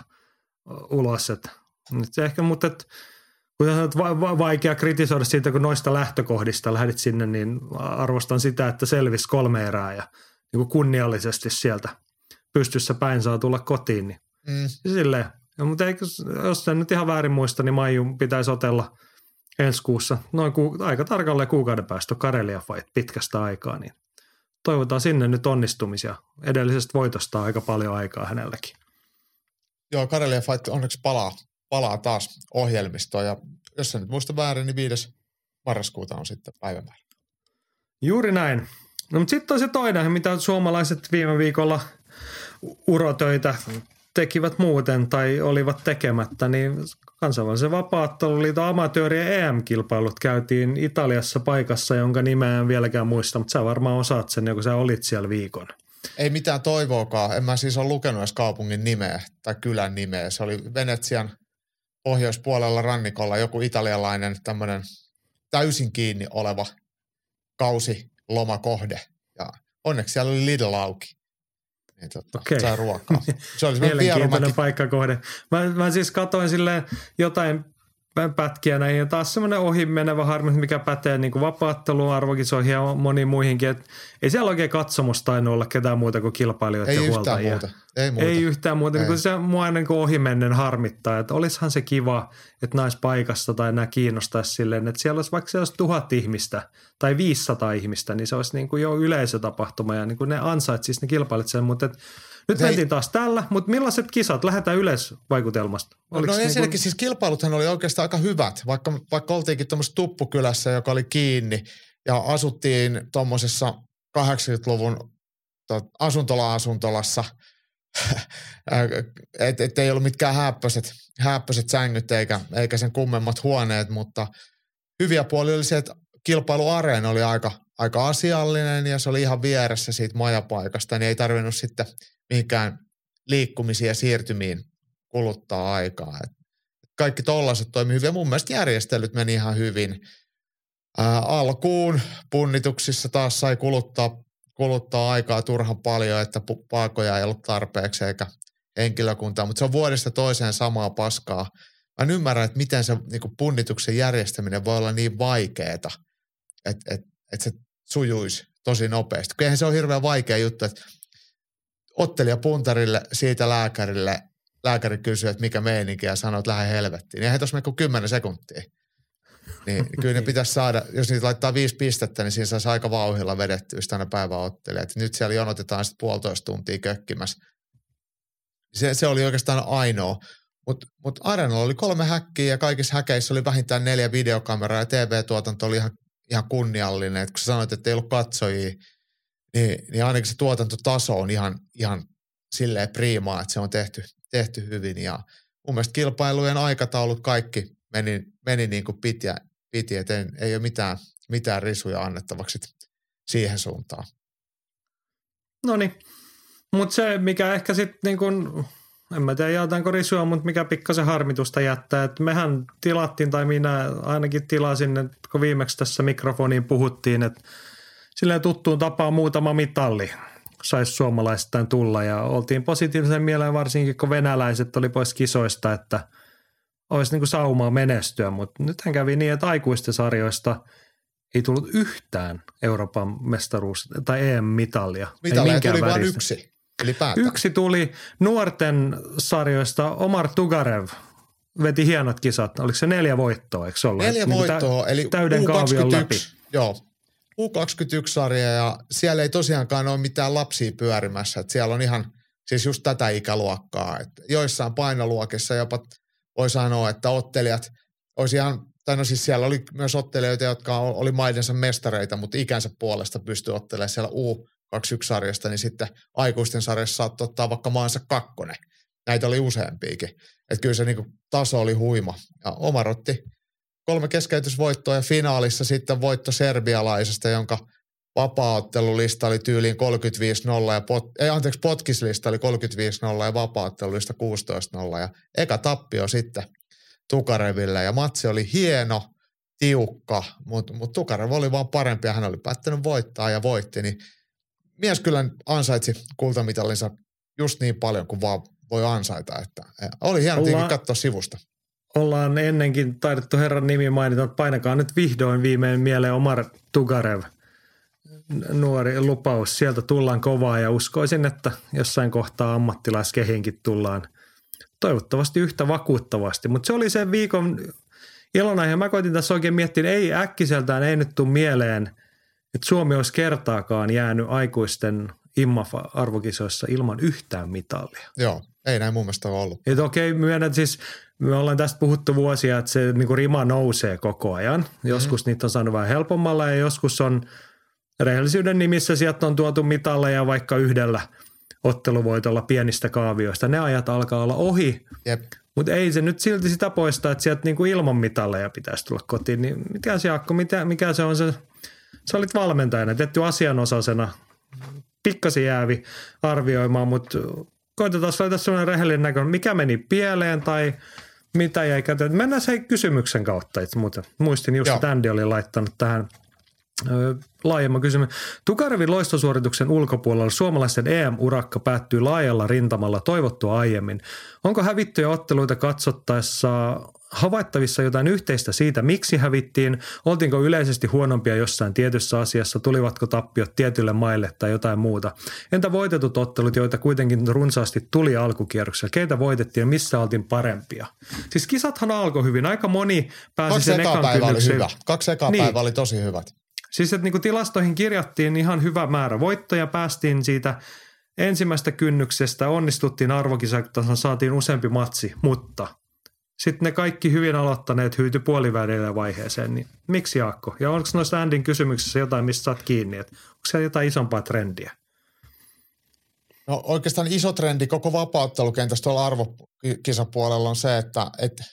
ulos. Nyt ehkä, mutta kun on vaikea kritisoida siitä, kun noista lähtökohdista lähdit sinne, niin arvostan sitä, että selvisi 3 erää ja niin kuin kunniallisesti sieltä pystyssä päin saa tulla kotiin. Niin silleen. Mutta jos en nyt ihan väärin muista, niin Maijun pitäisi otella ensi kuussa noin aika tarkalleen kuukauden päästä Karelia Fight pitkästä aikaa, niin toivotaan sinne nyt onnistumisia. Edellisestä voitosta aika paljon aikaa hänelläkin. Joo, Karelia Fight onneksi palaa taas ohjelmistoon ja jos en nyt muista väärin, niin 5. marraskuuta on sitten päivämäärä. Juuri näin. No mutta sitten on se toinen, mitä suomalaiset viime viikolla urotöitä tekivät muuten tai olivat tekemättä, niin kansainvälisen vapaa-otteluliiton amatöörien EM-kilpailut käytiin Italiassa paikassa, jonka nimeä en vieläkään muista, mutta sä varmaan osaat sen, kun sä olit siellä viikon. Ei mitään toivoakaan. En mä siis ole lukenut edes kaupungin nimeä tai kylän nimeä. Se oli Venetsian pohjoispuolella rannikolla joku italialainen tämmöinen täysin kiinni oleva kausilomakohde. Ja onneksi siellä oli Lidl auki. Niin sai ruokaa. Se oli mielenkiintoinen paikkakohde. Mä siis katsoin silleen jotain pätkiä näihin ja taas semmoinen ohimenevä harmi, mikä pätee niin kuin vapaa-otteluun, arvokisoihin ja moniin muihinkin. Et ei siellä oikein katsomusta tainnut olla ketään muuta kuin kilpailijoita ja huoltajia. Ei yhtään muuta. Ei. Niin se mua niin kuin ohimennen harmittaa, että olisihan se kiva, että naispaikasta tai nämä kiinnostaisi silleen, että siellä olisi vaikka 1000 ihmistä tai 500 ihmistä, niin se olisi niin kuin jo yleisötapahtuma ja niin kuin ne ansaitsisi ne kilpailijat sen, mutta nyt mentiin taas tällä, mutta millaiset kisat? Lähdetään yleisvaikutelmasta. No ensinnäkin siis kilpailuthan oli oikeastaan aika hyvät, vaikka oltiinkin tuommoisessa tuppukylässä, joka oli kiinni ja asuttiin tuommoisessa 80-luvun asuntolassa, että ei ollut mitkään hääppöiset sängyt eikä sen kummemmat huoneet, mutta hyviä puolia oli se, että kilpailuareena oli aika asiallinen ja se oli ihan vieressä siitä majapaikasta, niin ei tarvinnut sitten mihinkään liikkumisiin ja siirtymiin kuluttaa aikaa. Et kaikki tollaiset toimi hyvin ja mun mielestä järjestelyt meni ihan hyvin. Alkuun punnituksissa taas sai kuluttaa aikaa turhan paljon, että paakoja ei ollut tarpeeksi eikä henkilökuntaa, mutta se on vuodesta toiseen samaa paskaa. Mä en ymmärrä, että miten se niin kuin punnituksen järjestäminen voi olla niin vaikeeta, että se sujuisi tosi nopeasti. Eihän se ole hirveän vaikea juttu, että ottelija puntarille siitä lääkäri kysyy, että mikä meininki ja sanoo, että lähde helvettiin. Eihän tuossa mene kuin 10 sekuntia. Niin kyllä ne pitäisi saada, jos niitä laittaa 5 pistettä, niin siinä saisi aika vauhdilla vedettyä sitä aina päivän ottelija. Nyt siellä jonotetaan sitten 1,5 tuntia kökkimässä. Se oli oikeastaan ainoa. Mutta areenalla oli 3 häkkiä ja kaikissa häkeissä oli vähintään 4 videokameraa ja TV-tuotanto oli ihan kunniallinen. Et kun sä sanoit, että ei ollut katsojia, niin ainakin se tuotantotaso on ihan silleen priimaa, että se on tehty hyvin. Ja mun mielestä kilpailujen aikataulut kaikki meni niin kuin piti, että ei ole mitään risuja annettavaksi siihen suuntaan. No niin, mutta se mikä ehkä sitten niin kuin, en mä tiedä jaetaanko risuja, mutta mikä pikkasen harmitusta jättää, että mehän tilattiin tai minä ainakin tilasin, että kun viimeksi tässä mikrofoniin puhuttiin, että silleen tuttuun tapaan muutama mitalli saisi suomalaisittain tulla ja oltiin positiivisen mieleen varsinkin, kun venäläiset oli pois kisoista, että olisi niin kuin saumaa menestyä, mutta nythän kävi niin, että aikuisten sarjoista ei tullut yhtään Euroopan mestaruus- tai EM-mitallia. Mitalleja tuli vain yksi ylipäätään. Yksi tuli nuorten sarjoista, Omar Tugarev veti hienot kisat. Oliko se 4 voittoa, eikö se ollut? 4 voittoa, eli täyden kaavion läpi. Joo, U21-sarja ja siellä ei tosiaankaan ole mitään lapsia pyörimässä. Että siellä on ihan siis just tätä ikäluokkaa. Että joissain painoluokissa jopa voi sanoa, että ottelijat olisi ihan, tai no siis siellä oli myös ottelijoita, jotka oli maidensa mestareita, mutta ikänsä puolesta pystyi ottelemaan siellä U21-sarjasta, niin sitten aikuisten sarjassa saattoi ottaa vaikka maansa 2. Näitä oli useampiakin. Että kyllä se niinku taso oli huima. Ja Omar otti 3 keskeytysvoittoa ja finaalissa sitten voitto serbialaisesta, jonka vapaa-ottelulista oli tyyliin 35-0 ja potkislista oli 35-0 ja vapaa-ottelulista 16-0 ja eka tappio sitten Tukareville ja matsi oli hieno, tiukka, mutta Tukarev oli vaan parempi ja hän oli päättänyt voittaa ja voitti, niin mies kyllä ansaitsi kultamitalinsa just niin paljon kuin vaan voi ansaita, että oli hieno tietenkin katsoa sivusta. Ollaan ennenkin taidettu herran nimi mainita, että painakaa nyt vihdoin viimein mieleen Omar Tukarev, nuori lupaus. Sieltä tullaan kovaa ja uskoisin, että jossain kohtaa ammattilaiskehinkin tullaan toivottavasti yhtä vakuuttavasti. Mutta se oli sen viikon ilonaihe. Mä koitin tässä oikein miettiä, ei äkkiseltään ei nyt tule mieleen, että Suomi olisi kertaakaan jäänyt aikuisten IMMAF-arvokisoissa ilman yhtään mitalia. Joo, ei näin mun mielestä ole ollut. Että okei, myönnän siis, me ollaan tästä puhuttu vuosia, että se niin kuin rima nousee koko ajan. Joskus niitä on saanut vähän helpommalla ja joskus on rehellisyyden nimissä sieltä on tuotu mitalleja vaikka yhdellä otteluvoitolla pienistä kaavioista. Ne ajat alkaa olla ohi, mutta ei se nyt silti sitä poista, että sieltä niin kuin ilman mitalleja pitäisi tulla kotiin. Niin mikä se Jaakko, mikä se on se, sä olit valmentajana, tehty asianosaisena, pikkasen jäävi arvioimaan, mutta koitetaan laittaa sellainen rehellinen näkökulma, mikä meni pieleen tai mitä jäi käteen. Mennään se kysymyksen kautta itse muuten. Muistin just, että Andy oli laittanut tähän laajemman kysymyksen. Tukarevin loistosuorituksen ulkopuolella suomalaisten EM-urakka päättyy laajalla rintamalla toivottua aiemmin. Onko hävittyjä otteluita katsottaessa havaittavissa jotain yhteistä siitä, miksi hävittiin? Oltiinko yleisesti huonompia jossain tietyssä asiassa? Tulivatko tappiot tietylle maille tai jotain muuta? Entä voitetut ottelut, joita kuitenkin runsaasti tuli alkukierroksella? Keitä voitettiin ja missä oltiin parempia? Siis kisathan alkoi hyvin. Aika moni pääsi sen ekan kynnykseen. 2 ekaa päivää oli tosi hyvät. Siis että niinku tilastoihin kirjattiin ihan hyvä määrä voittoja, päästiin siitä ensimmäistä kynnyksestä, onnistuttiin arvokisatason, saatiin useampi matsi, mutta sitten ne kaikki hyvin aloittaneet hyytyi puolivälillä vaiheeseen, niin miksi Jaakko? Ja onko noissa Andyn kysymyksissä jotain, mistä saat kiinni, että onko siellä jotain isompaa trendiä? No oikeastaan iso trendi koko vapauttelukentässä tuolla arvokisapuolella on se, että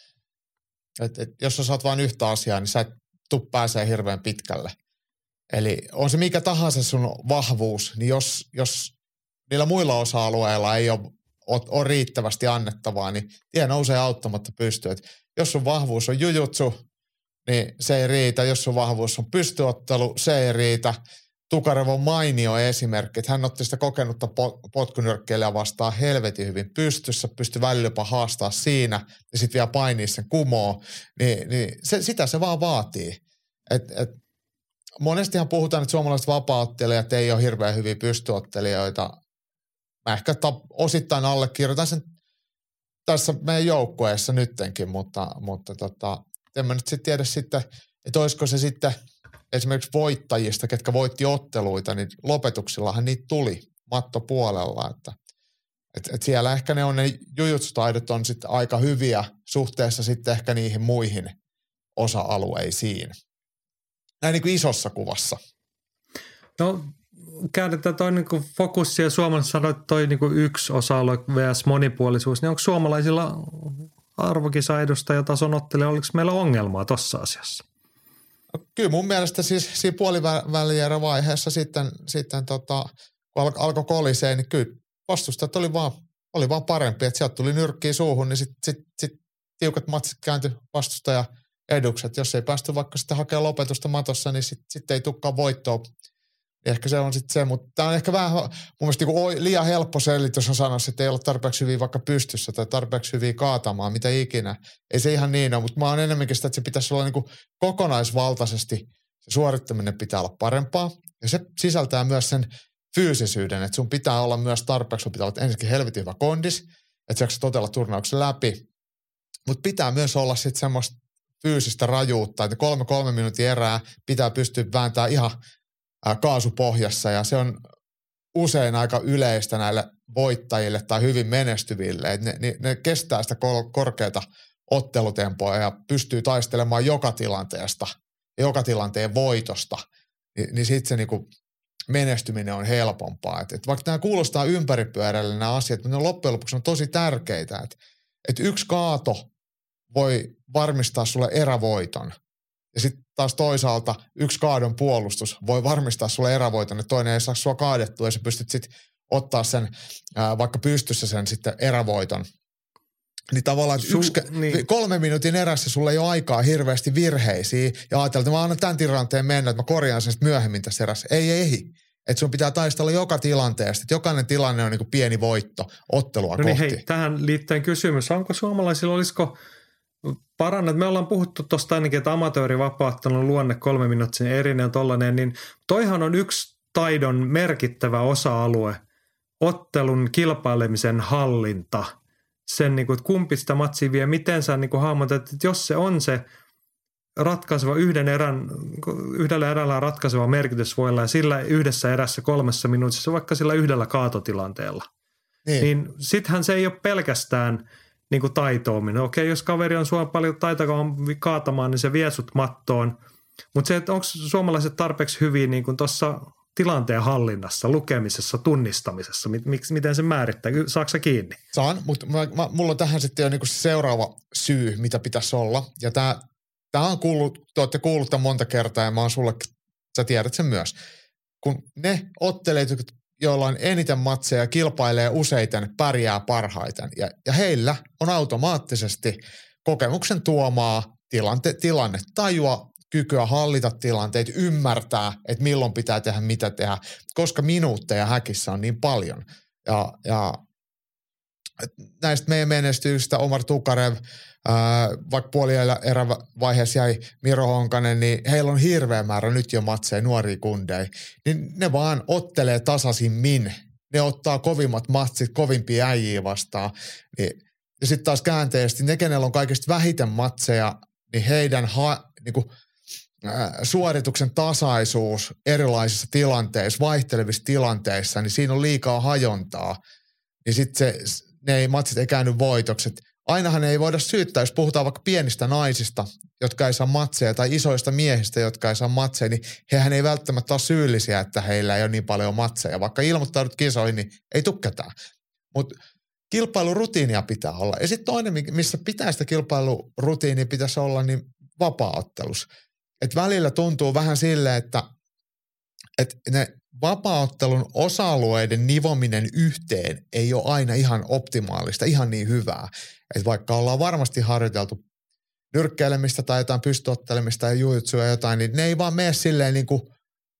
jos sä saat vain yhtä asiaa, niin sä et tuu pääsee hirveän pitkälle. Eli on se mikä tahansa sun vahvuus, niin jos niillä muilla osa-alueilla ei ole riittävästi annettavaa, niin tie nousee auttamatta pystyyn. Et jos sun vahvuus on jujutsu, niin se ei riitä. Jos sun vahvuus on pystyottelu, se ei riitä. Tukarev on mainio esimerkki, että hän otti sitä kokenutta potkunyrkkeilijää vastaan helvetin hyvin pystyssä, pystyi välillä jopa haastaa siinä ja sitten vielä painii sen kumoon. Niin sitä se vaan vaatii. Monestihan puhutaan, että suomalaiset vapaa-ottelijat ei ole hirveän hyviä pystyottelijoita. Mä ehkä osittain allekirjoitan sen tässä meidän joukkueessa nyttenkin, mutta en mä nyt sitten tiedä sitten, että olisiko se sitten esimerkiksi voittajista, ketkä voitti otteluita, niin lopetuksillahan niitä tuli mattopuolella, että siellä ehkä ne jujutsutaidot on sitten aika hyviä suhteessa sitten ehkä niihin muihin osa-alueisiin. Näin niin kuin isossa kuvassa. No käännetään toi niin fokussi ja suomalaiset sanoit toi niin yksi osa-alue vs. monipuolisuus, niin onko suomalaisilla arvokisaedustajatason ottelijoilla, oliko meillä ongelmaa tuossa asiassa? No, kyllä mun mielestä siis siinä puolivälierä-vaiheessa sitten kun alkoi koliseen, niin kyllä vastustajat oli vaan parempi, että sieltä tuli nyrkkiä suuhun, niin sitten tiukat matsit kääntyi vastustaja edukset. Jos ei päästy vaikka sitten hakemaan lopetusta matossa, niin sitten ei tulekaan voittoa. Ehkä se on sitten se, mutta tämä on ehkä vähän mun mielestä niin liian helppo selitys, jos sanoisi, että ei ole tarpeeksi hyviä vaikka pystyssä tai tarpeeksi hyviä kaatamaan, mitä ikinä. Ei se ihan niin ole, mutta mä oon enemmänkin sitä, että se pitäisi olla niin kuin kokonaisvaltaisesti, se suorittaminen pitää olla parempaa. Ja se sisältää myös sen fyysisyyden, että sun pitää olla myös tarpeeksi, sun pitää olla ensinnäkin helvetin hyvä kondis, että saako totella turnauksen läpi. Mutta pitää myös olla sitten semmoista fyysistä rajuutta, että 3 minuutin erää pitää pystyä vääntämään ihan kaasupohjassa ja se on usein aika yleistä näille voittajille tai hyvin menestyville, että ne kestää sitä korkeata ottelutempoa ja pystyy taistelemaan joka tilanteesta ja joka tilanteen voitosta, niin sitten se niinku menestyminen on helpompaa. Et vaikka nämä kuulostaa ympäripyörälle nämä asiat, mutta ne loppujen lopuksi on tosi tärkeitä, että yksi kaato voi varmistaa sulle erävoiton. Ja sitten taas toisaalta yksi kaadon puolustus voi varmistaa sulle erävoiton, että toinen ei saa sua kaadettua ja sä pystyt sitten ottaa sen vaikka pystyssä sen sitten erävoiton Niin tavallaan, että 3 minuutin erässä sulla ei ole aikaa hirveästi virheisiä ja ajatella, että mä annan tämän tilanteen mennä, että mä korjaan sen myöhemmin tässä erässä. Ei. Että sun pitää taistella joka tilanteesta, että jokainen tilanne on niin kuin pieni voitto ottelua kohti. Hei, tähän liittyen kysymys, onko suomalaisilla, olisiko parannut, me ollaan puhuttu tuosta ainakin, että amatöörivapaattelun luonne 3 minuutin erinen ja tollainen, niin toihan on yksi taidon merkittävä osa-alue, ottelun kilpailemisen hallinta, sen niin kuin, että kumpi sitä matsia vie, miten sä niin kuin hahmotat, että jos se on se ratkaiseva yhdellä erällä ratkaiseva merkitys voi olla ja sillä yhdessä erässä 3 minuutissa, vaikka sillä yhdellä kaatotilanteella, niin sittenhän se ei ole pelkästään niin kuin taitoaminen. Okei, jos kaveri on sua paljon taitakaan kaatamaan, niin se vie sut mattoon, mutta se, että onko suomalaiset tarpeeksi hyviä niin kuin tuossa tilanteen hallinnassa, lukemisessa, tunnistamisessa, miten se määrittää? Saatko sä kiinni? Saan, mutta mulla on tähän sitten jo niin kuin seuraava syy, mitä pitäisi olla. Ja tämä on kuullut, te olette kuullut tämän monta kertaa ja mä oon sullekin, sä tiedät sen myös. Kun ne ottelijat, joilla on eniten matseja, kilpailee useiten, pärjää parhaiten. Ja heillä on automaattisesti kokemuksen tuomaa tilanne, tajua, kykyä hallita tilanteet, ymmärtää, että milloin pitää tehdä, mitä tehdä, koska minuutteja häkissä on niin paljon. Ja näistä meidän menestyksistä Omar Tukarev, vaikka puolierävaiheessa jäi Miro Honkanen, niin heillä on hirveä määrä nyt jo matseja, nuoria kundeja. Niin ne vaan ottelee tasaisimmin. Ne ottaa kovimmat matsit, kovimpia äijiä vastaan. Ja sitten taas käänteisesti, ne kenellä on kaikista vähiten matseja, niin heidän suorituksen tasaisuus erilaisissa tilanteissa, vaihtelevissa tilanteissa, niin siinä on liikaa hajontaa. Niin sitten ne matsit ei käynyt voitokset. Ainahan ei voida syyttää, jos puhutaan vaikka pienistä naisista, jotka ei saa matseja, tai isoista miehistä, jotka ei saa matseja, niin hehän ei välttämättä ole syyllisiä, että heillä ei ole niin paljon matseja. Vaikka ilmoittaudut kisoihin, niin ei tule ketään. Mutta kilpailurutiinia pitää olla. Ja sitten toinen, missä pitää sitä kilpailurutiinia pitäisi olla, niin vapaaottelus. Et välillä tuntuu vähän silleen, että ne vapaaottelun osa-alueiden nivominen yhteen ei ole aina ihan optimaalista, ihan niin hyvää. Et vaikka ollaan varmasti harjoiteltu nyrkkeilemistä tai jotain pystyottelemista ja jujutsuja ja jotain, niin ne ei vaan mene silleen niin kuin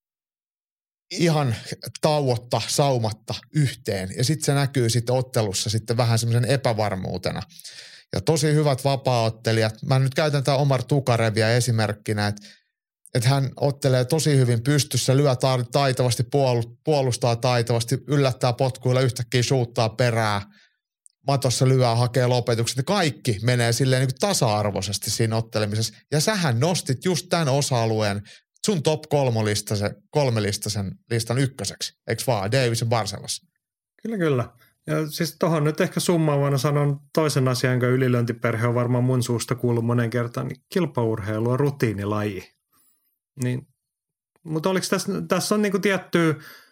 ihan tauotta, saumatta yhteen. Ja sitten se näkyy sitten ottelussa sitten vähän semmoisen epävarmuutena. Ja tosi hyvät vapaaottelijat. Mä nyt käytän tämän Omar Tukarevia esimerkkinä, että hän ottelee tosi hyvin pystyssä, lyö taitavasti, puolustaa taitavasti, yllättää potkuilla, yhtäkkiä suuttaa perää, matossa lyö, hakee lopetukset. Kaikki menee silleen niin kuin tasa-arvoisesti siinä ottelemisessa. Ja sähän nostit just tämän osa-alueen sun top 3 listasen listan ykköseksi, eikö vaan, Davis ja Barcelos? Kyllä. Ja siis tuohon nyt ehkä summaavana sanon toisen asian, jonka ylilöintiperhe on varmaan mun suusta kuullut monen kertaan, niin kilpaurheilu on rutiinilaji. Niin, mutta oliko tässä on niinku tiettyä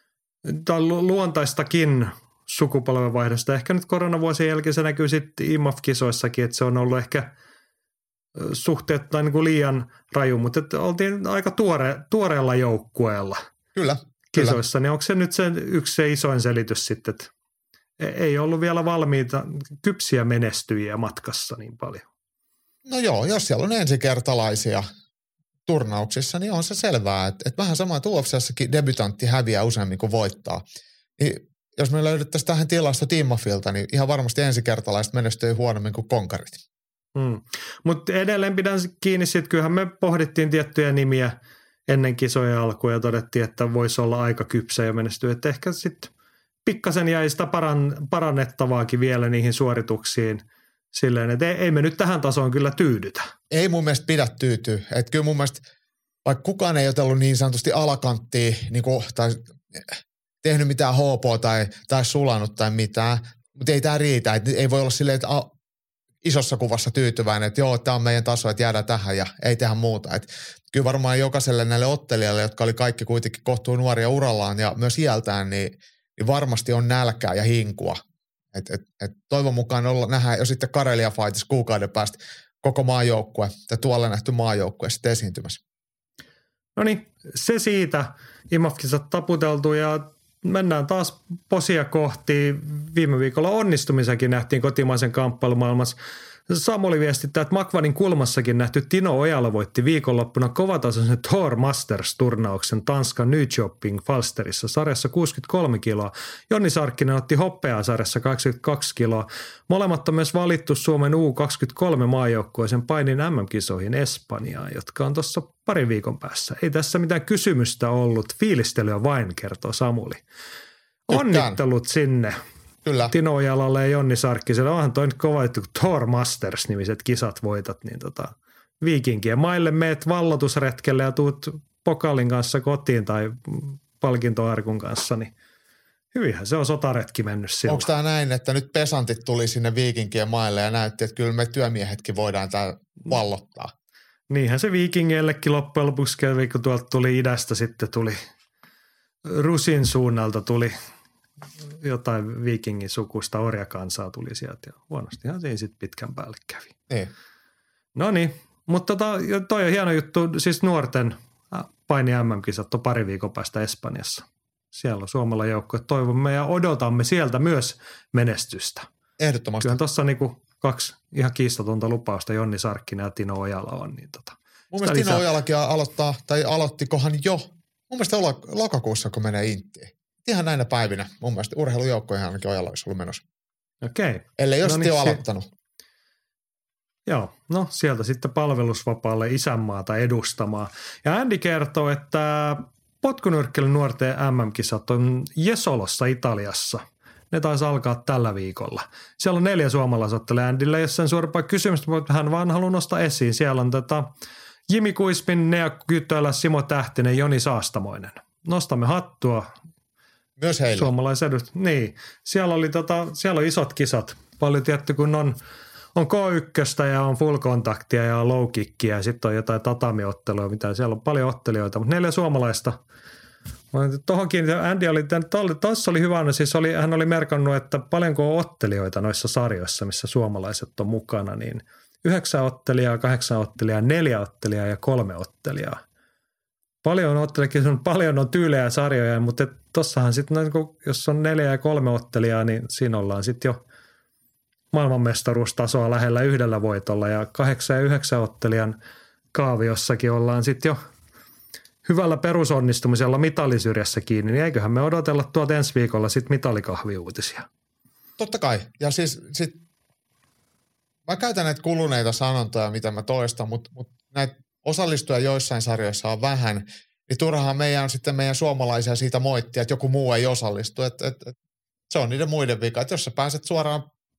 luontaistakin sukupolvenvaihdosta. Ehkä nyt koronavuosien jälkeen se näkyy sitten IMAF-kisoissakin, että se on ollut ehkä suhteettain niinku liian raju, mutta oltiin aika tuoreella joukkueella kisoissa. Niin onko se nyt se isoin selitys sitten, että ei ollut vielä valmiita kypsiä menestyjiä matkassa niin paljon? No joo, jos siellä on ensikertalaisia turnauksissa, niin on se selvää, että vähän sama, että UFC:ssäkin debutantti häviää useammin kuin voittaa. Niin jos me löydettäisiin tähän tilasta Timmafilta, niin ihan varmasti ensikertalaiset menestyy huonommin kuin konkarit. Mutta edelleen pidän kiinni siitä, kyllähän me pohdittiin tiettyjä nimiä ennen kisojen alkua ja todettiin, että voisi olla aika kypsä ja menestyä. Että ehkä sitten pikkasen jäi sitä parannettavaakin vielä niihin suorituksiin silleen, että ei me nyt tähän tasoon kyllä tyydytä. Ei mun mielestä pidä tyytyä. Että kyllä mun mielestä, vaikka kukaan ei otellut niin sanotusti alakanttia niin kuin, tai tehnyt mitään HP:a tai sulanut tai mitään, mutta ei tämä riitä. Että ei voi olla silleen, että isossa kuvassa tyytyväinen, että joo, tämä on meidän taso, että jäädään tähän ja ei tehdä muuta. Että kyllä varmaan jokaiselle näille ottelijalle, jotka oli kaikki kuitenkin kohtuu nuoria urallaan ja myös iältään, niin varmasti on nälkää ja hinkua. Et toivon mukaan nähdään jo sitten Karelia Fightissa kuukauden päästä koko maajoukkue, tai tuolla nähty maajoukkue sitten esiintymässä. No niin, se siitä IMAF-kisat taputeltu ja mennään taas posia kohti. Viime viikolla onnistumisenkin nähtiin kotimaisen kamppailumaailmassa. Samuli viestittää, että Makvanin kulmassakin nähty Tino Ojala voitti viikonloppuna kovatasoisen Thor Masters-turnauksen Tanskan Nyköping Falsterissa sarjassa 63 kiloa. Jonni Sarkkinen otti hoppeaa sarjassa 22 kiloa. Molemmat on myös valittu Suomen U23-maajoukkueisen painin MM-kisoihin Espanjaan, jotka on tuossa parin viikon päässä. Ei tässä mitään kysymystä ollut, fiilistelyä vain, kertoo Samuli. Onnittelut sinne. Kyllä. Tino Ojalalle ja Jonni Sarkkiselle. Onhan toi nyt kova, että kun Thor Masters-nimiset kisat voitat, niin Viikinkien maille meet vallotusretkelle ja tuut pokalin kanssa kotiin tai palkintoarkun kanssa, niin hyvinhän se on sotaretki mennyt silloin. Onko tämä näin, että nyt pesantit tuli sinne Viikinkien maille ja näytti, että kyllä me työmiehetkin voidaan tää vallottaa? Niinhän se Viikingeillekin loppujen lopuksi kävi, kun tuolta tuli idästä, sitten tuli Rusin suunnalta tuli jotain viikingin sukusta orjakansaa tuli sieltä ja huonostihan siinä sitten pitkän päälle kävi. Ei. No niin, mutta toi on hieno juttu, siis nuorten paini MM-kisat on pari viikon päästä Espanjassa. Siellä on Suomella joukko, toivomme ja odotamme sieltä myös menestystä. Ehdottomasti. Kyllähän tuossa niinku 2 ihan kiistatonta lupausta Jonni Sarkkinen ja Tino Ojala on. Niin mun mielestä Tino Ojalakin aloittikohan jo, mun mielestä lokakuussa, kun menee Inttiin. Ihan näinä päivinä. Mun mielestä urheilujoukkoihin ainakin Ojala olisi ollut menossa. Okei. Ellei jos niin, aloittanut. Joo, no sieltä sitten palvelusvapaalle isänmaata edustamaan. Ja Andy kertoo, että potkunyrkkeilyn nuorten MM-kisat on Jesolossa Italiassa. Ne taisi alkaa tällä viikolla. Siellä on 4 suomalaisottelua Andylle, jos sen suurempaa kysymystä, mutta hän vaan haluaa nostaa esiin. Siellä on Jimi Kuismin, Nea Kytölä, Simo Tähtinen, Joni Saastamoinen. Nostamme hattua. Myös heille. Suomalaisedut. Niin. Siellä on isot kisat. Paljon tietty, kun on K1 ja on full kontaktia ja on low kickia ja sitten on jotain tatamiottelua, mitä siellä on paljon ottelijoita, mutta 4 suomalaista. Tuohonkin Andy tuossa oli hyvä, siis hän oli merkannut, että paljonko on ottelijoita noissa sarjoissa, missä suomalaiset on mukana, niin 9 ottelijaa, 8 ottelijaa, 4 ottelijaa ja 3 ottelijaa. Paljon on tyylejä sarjoja, mutta tossahan sitten, jos on 4 ja 3 ottelijaa, niin siinä ollaan sitten jo maailmanmestaruustasoa lähellä 1 voitolla ja 8 ja 9 ottelijan kaaviossakin ollaan sitten jo hyvällä perusonnistumisella mitalisyrjässä kiinni, niin eiköhän me odotella tuolta ensi viikolla sitten mitalikahviuutisia. Totta kai. Ja siis mä käytän näitä kuluneita sanontoja, mitä mä toistan, mutta näitä osallistujia joissain sarjoissa on vähän, niin turhaan meidän suomalaisia siitä moittia, että joku muu ei osallistu. Se on niiden muiden vika. Että jos sä pääset suoraan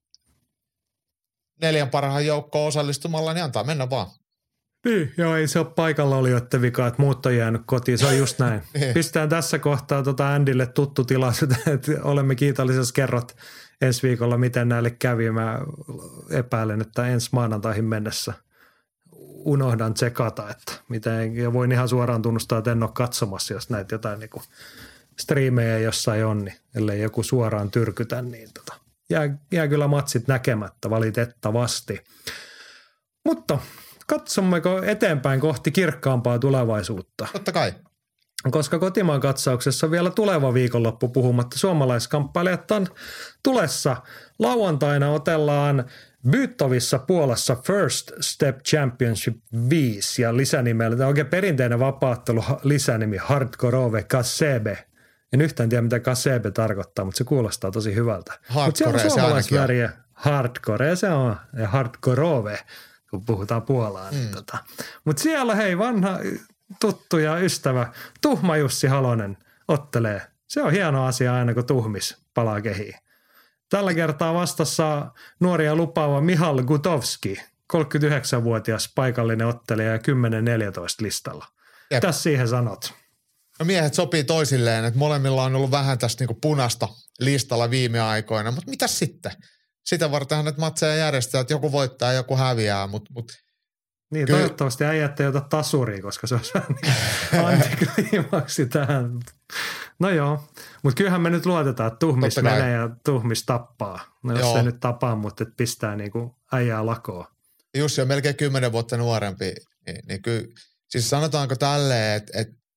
4 parhaan joukkoon osallistumalla, niin antaa mennä vaan. Niin, joo, ei se ole paikalla olijoiden vika, että muut on jäänyt kotiin. Se on just näin. Pistään tässä kohtaa Andylle tuttu tilaisuus, että olemme kiitollisia, kerrot ensi viikolla, miten näille kävi. Mä epäilen, että ensi maanantaihin mennessä unohdan tsekata, että miten, ja voin ihan suoraan tunnustaa, että en ole katsomassa, jos näitä jotain niin striimejä jossain on, niin ellei joku suoraan tyrkytä, niin jää kyllä matsit näkemättä valitettavasti. Mutta katsommeko eteenpäin kohti kirkkaampaa tulevaisuutta? Totta kai. Koska kotimaan katsauksessa vielä tuleva viikonloppu puhumatta suomalaiskamppailijat on tulessa. Lauantaina otellaan Bytovissa Puolassa First Step Championship 5 ja lisänimellä, tämä on oikein perinteinen vapaattelu lisänimi Hardkorove Kasebe. En yhtään tiedä, mitä Kasebe tarkoittaa, mutta se kuulostaa tosi hyvältä. Hardcore se ainakin on. Hardcore se on ja Hardkorove, kun puhutaan Puolaa. Mutta siellä hei vanha tuttu ja ystävä Tuhma Jussi Halonen ottelee. Se on hieno asia aina, kun tuhmis palaa kehiin. Tällä kertaa vastassa nuoria lupaava Mihal Gutovski, 39-vuotias paikallinen ottelija ja 10-14 listalla. Jep. Tässä siihen sanot? No miehet sopii toisilleen, että molemmilla on ollut vähän tästä niinku punasta listalla viime aikoina, mutta mitäs sitten? Sitä vartenhan näitä matseja järjestetään, että joku voittaa ja joku häviää, mutta niin, toivottavasti äijät ei ota tasuria, koska se olisi vähän antikliimaksi tähän. No joo, mutta kyllähän me nyt luotetaan, että tuhmis menee ja tuhmis tappaa. No jos se nyt tapaa, mutta et pistää niinku äijää lakoon. Jussi on melkein 10 vuotta nuorempi, niin kyllä, siis sanotaanko tälleen, että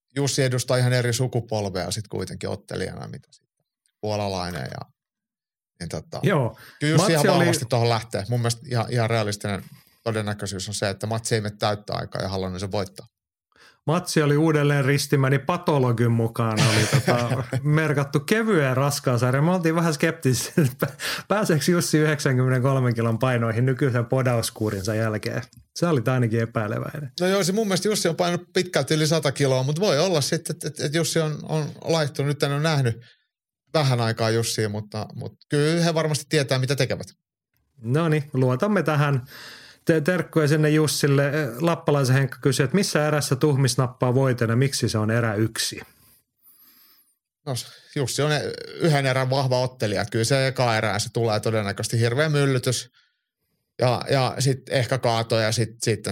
Jussi edustaa ihan eri sukupolvea sitten kuitenkin ottelijana, mitä sitten puolalainen ja niin Joo. Kyllä Jussi ihan vahvasti tuohon lähtee. Mun mielestä ihan realistinen todennäköisyys on se, että matsi ei mene täyttä aikaa ja Halonen se voittaa. Matsi oli uudelleen ristimäni patologin mukaan, oli merkattu kevyen raskaan sarjan. Me oltiin vähän skeptisiä, että pääseekö Jussi 93 kilon painoihin nykyisen podauskuurinsa jälkeen. Se oli ainakin epäileväinen. No joo, se mun mielestä Jussi on painanut pitkälti yli 100 kiloa, mutta voi olla sitten, että Jussi on laihtunut. Nyt en ole nähnyt vähän aikaa Jussia, mutta kyllä he varmasti tietää, mitä tekevät. No niin, luotamme tähän. Terkkuja sinne Jussille. Lappalaisen Henkka kysyi, että missä erässä Tuhmis nappaa voiton ja miksi se on erä 1? No Jussi on yhden erän vahva ottelija. Kyllä se eka erään se tulee todennäköisesti hirveä myllytys ja sitten ehkä kaato ja sitten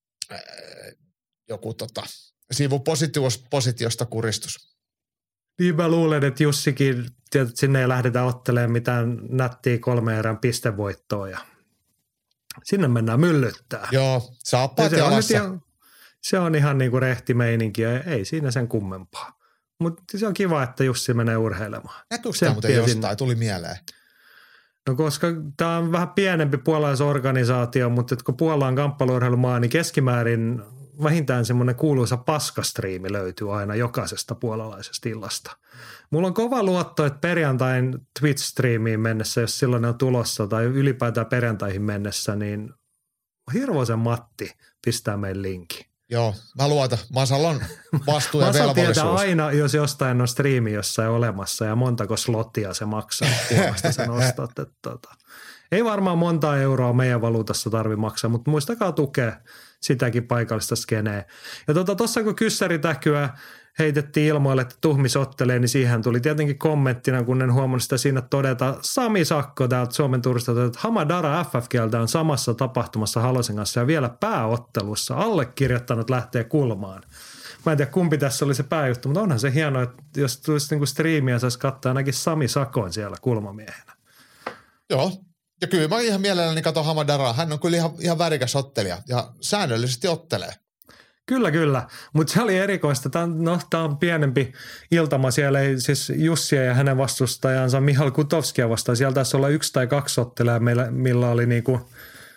joku sivupositiosta kuristus. Niin mä luulen, että Jussikin, tietysti sinne ei lähdetä ottelemaan mitään nättiä 3 erän pistevoittoa ja sinne mennään myllyttää. Joo, saappaat jalassa. Se on ihan niin kuin rehtimeininki ja ei siinä sen kummempaa. Mutta se on kiva, että Jussi menee urheilemaan. Näkyykö tämä muuten jostain? Tuli mieleen. No koska tämä on vähän pienempi puolalaisorganisaatio, mutta kun Puola on kamppailuurheilumaa, niin keskimäärin vähintään semmoinen kuuluisa paskastriimi löytyy aina jokaisesta puolalaisesta illasta. Mulla on kova luotto, että perjantain Twitch-striimiin mennessä, jos silloin on tulossa tai ylipäätään perjantaihin mennessä, niin Hirvosen Matti pistää meidän linkin. Joo, mä luotan. Masalla on vastuu ja velvollisuus. Masa tietää aina, jos jostain on striimi jossain olemassa ja montako slottia se maksaa, puolesta sen ostat. Ei varmaan monta euroa meidän valuutassa tarvitse maksaa, mutta muistakaa tukea sitäkin paikallista skeneä. Ja tuossa kun kyssäritäkyä heitettiin ilmoille, että Tuhmis ottelee, niin siihen tuli tietenkin kommenttina, kun en huomannut sitä siinä todeta. Sami Sakko täältä Suomen Turusta, että Hamadara FFGltä on samassa tapahtumassa Halosen kanssa ja vielä pääottelussa. Allekirjoittanut lähtee kulmaan. Mä en tiedä, kumpi tässä oli se pääjuttu, mutta onhan se hienoa, että jos tulisi niinku striimiä, saisi katsoa ainakin Sami Sakon siellä kulmamiehenä. Joo. Ja kyllä mä ihan mielelläni katson Hamadaraa. Hän on kyllä ihan värikäs ottelija ja säännöllisesti ottelee. Kyllä. Mutta se oli erikoista. Tämä on pienempi iltama. Siellä ei siis Jussia ja hänen vastustajansa Mihal Kutovskia vastaan. Siellä taisi olla 1 tai 2 ottelijaa, millä oli niin kuin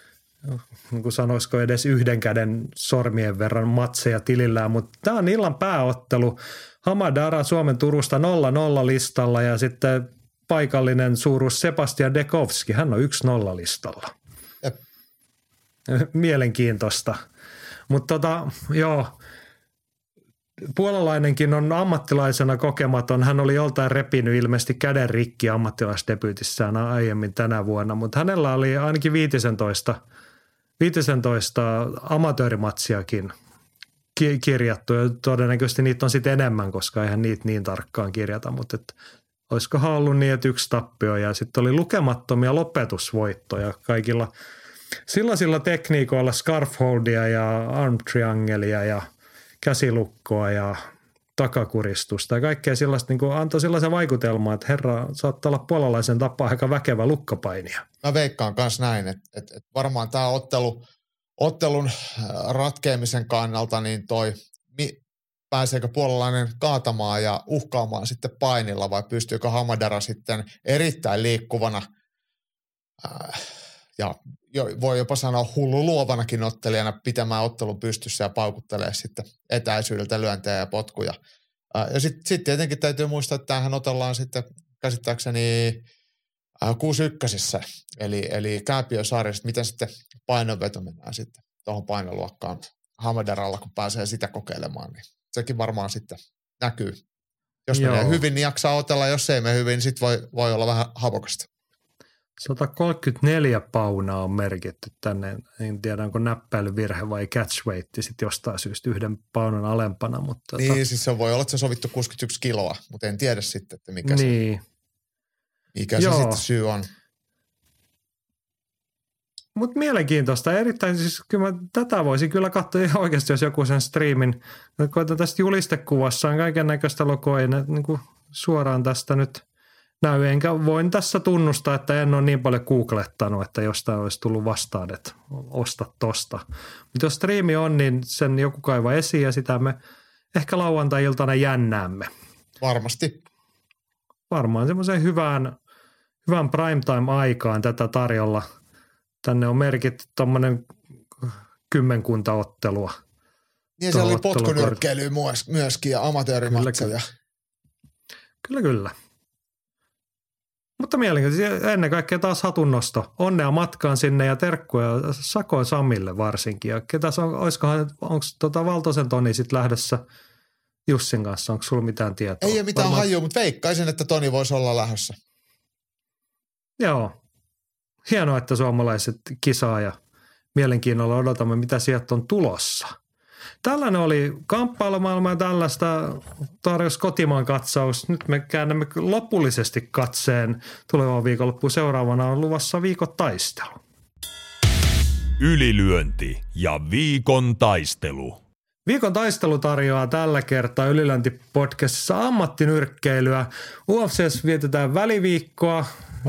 sanoisiko edes yhden käden sormien verran matseja tilillään. Mutta tämä on illan pääottelu. Hamadara Suomen Turusta 0-0 listalla ja sitten paikallinen suuruus Sebastian Dekovski. Hän on 1-0 listalla. Jep. Mielenkiintoista. Mutta joo, puolalainenkin on ammattilaisena kokematon. Hän oli joltain repinyt ilmeisesti käden rikki ammattilaisdebyytissään aiemmin tänä vuonna, mutta hänellä oli ainakin 15 amatöörimatsiakin kirjattu ja todennäköisesti niitä on sitten enemmän, koska eihän niitä niin tarkkaan kirjata, mutta olisikohan ollut niin, että 1 tappio ja sitten oli lukemattomia lopetusvoittoja kaikilla sellaisilla tekniikoilla scarfholdia ja arm triangelia ja käsilukkoa ja takakuristusta ja kaikkea sellaista niin kuin antoi sellaisen vaikutelman, että herra saattaa olla puolalaisen tapaa aika väkevä lukkopainija. Mä veikkaan myös näin, että varmaan tämä ottelun ratkeamisen kannalta niin pääseekö puolalainen kaatamaan ja uhkaamaan sitten painilla vai pystyykö Hamadara sitten erittäin liikkuvana ja voi jopa sanoa hullu luovanakin ottelijana pitämään ottelun pystyssä ja paukuttelee sitten etäisyydeltä lyöntejä ja potkuja. Ja sitten tietenkin täytyy muistaa, että tämähän otellaan sitten käsittääkseni 6-1, eli Kääpiö-sarjasta, miten sitten painonveto mennään sitten tuohon painoluokkaan Hamadaralla, kun pääsee sitä kokeilemaan, niin sekin varmaan sitten näkyy. Jos menee hyvin, niin jaksaa otella, jos ei mene hyvin, niin sitten voi olla vähän havokasta. 134 paunaa on merkitty tänne. En tiedä, onko näppäilyvirhe vai catch weight sitten jostain syystä 1 paunan alempana. Mutta niin, siis se voi olla, että se on sovittu 61 kiloa, mutta en tiedä sitten, että mikä se sitten syy on. Mutta mielenkiintoista. Erittäin siis kyllä tätä voisi kyllä katsoa ihan oikeasti, jos joku sen striimin. Koitan tästä julistekuvassa on kaiken näköistä logoa, ei niin kuin suoraan tästä nyt näy. Enkä voin tässä tunnustaa, että en ole niin paljon googlettanut, että jostain olisi tullut vastaan, että osta tosta. Mutta jos striimi on, niin sen joku kaiva esiin ja sitä me ehkä lauantai-iltana jännäämme. Varmasti. Varmaan semmoisen hyvään primetime-aikaan tätä tarjolla. Tänne on merkitty tommoinen 10 ottelua. Niin siellä oli potkunyrkkeilyä myöskin ja amatöörimatseja. Kyllä. Mutta mielenkiintoista. Ennen kaikkea taas hatunnosto. Onnea matkaan sinne ja terkkuja Sako Samille varsinkin. Ja onko Valtosen Toni sitten lähdössä Jussin kanssa? Onko sulla mitään tietoa? Ei ole mitään hajua, mutta veikkaisin, että Toni voisi olla lähdössä. Joo. Hienoa, että suomalaiset kisaa ja mielenkiinnolla odotamme, mitä sieltä on tulossa. Tällainen oli kamppailumaailma ja tällaista tarjosi kotimaan katsaus. Nyt me käännämme lopullisesti katseen tulevaan viikonloppuun. Seuraavana on luvassa viikon taistelu. Ylilyönti ja viikon taistelu. Viikon taistelu tarjoaa tällä kertaa Ylilyönti-podcastissa ammattinyrkkeilyä. UFC:ssä vietetään väliviikkoa.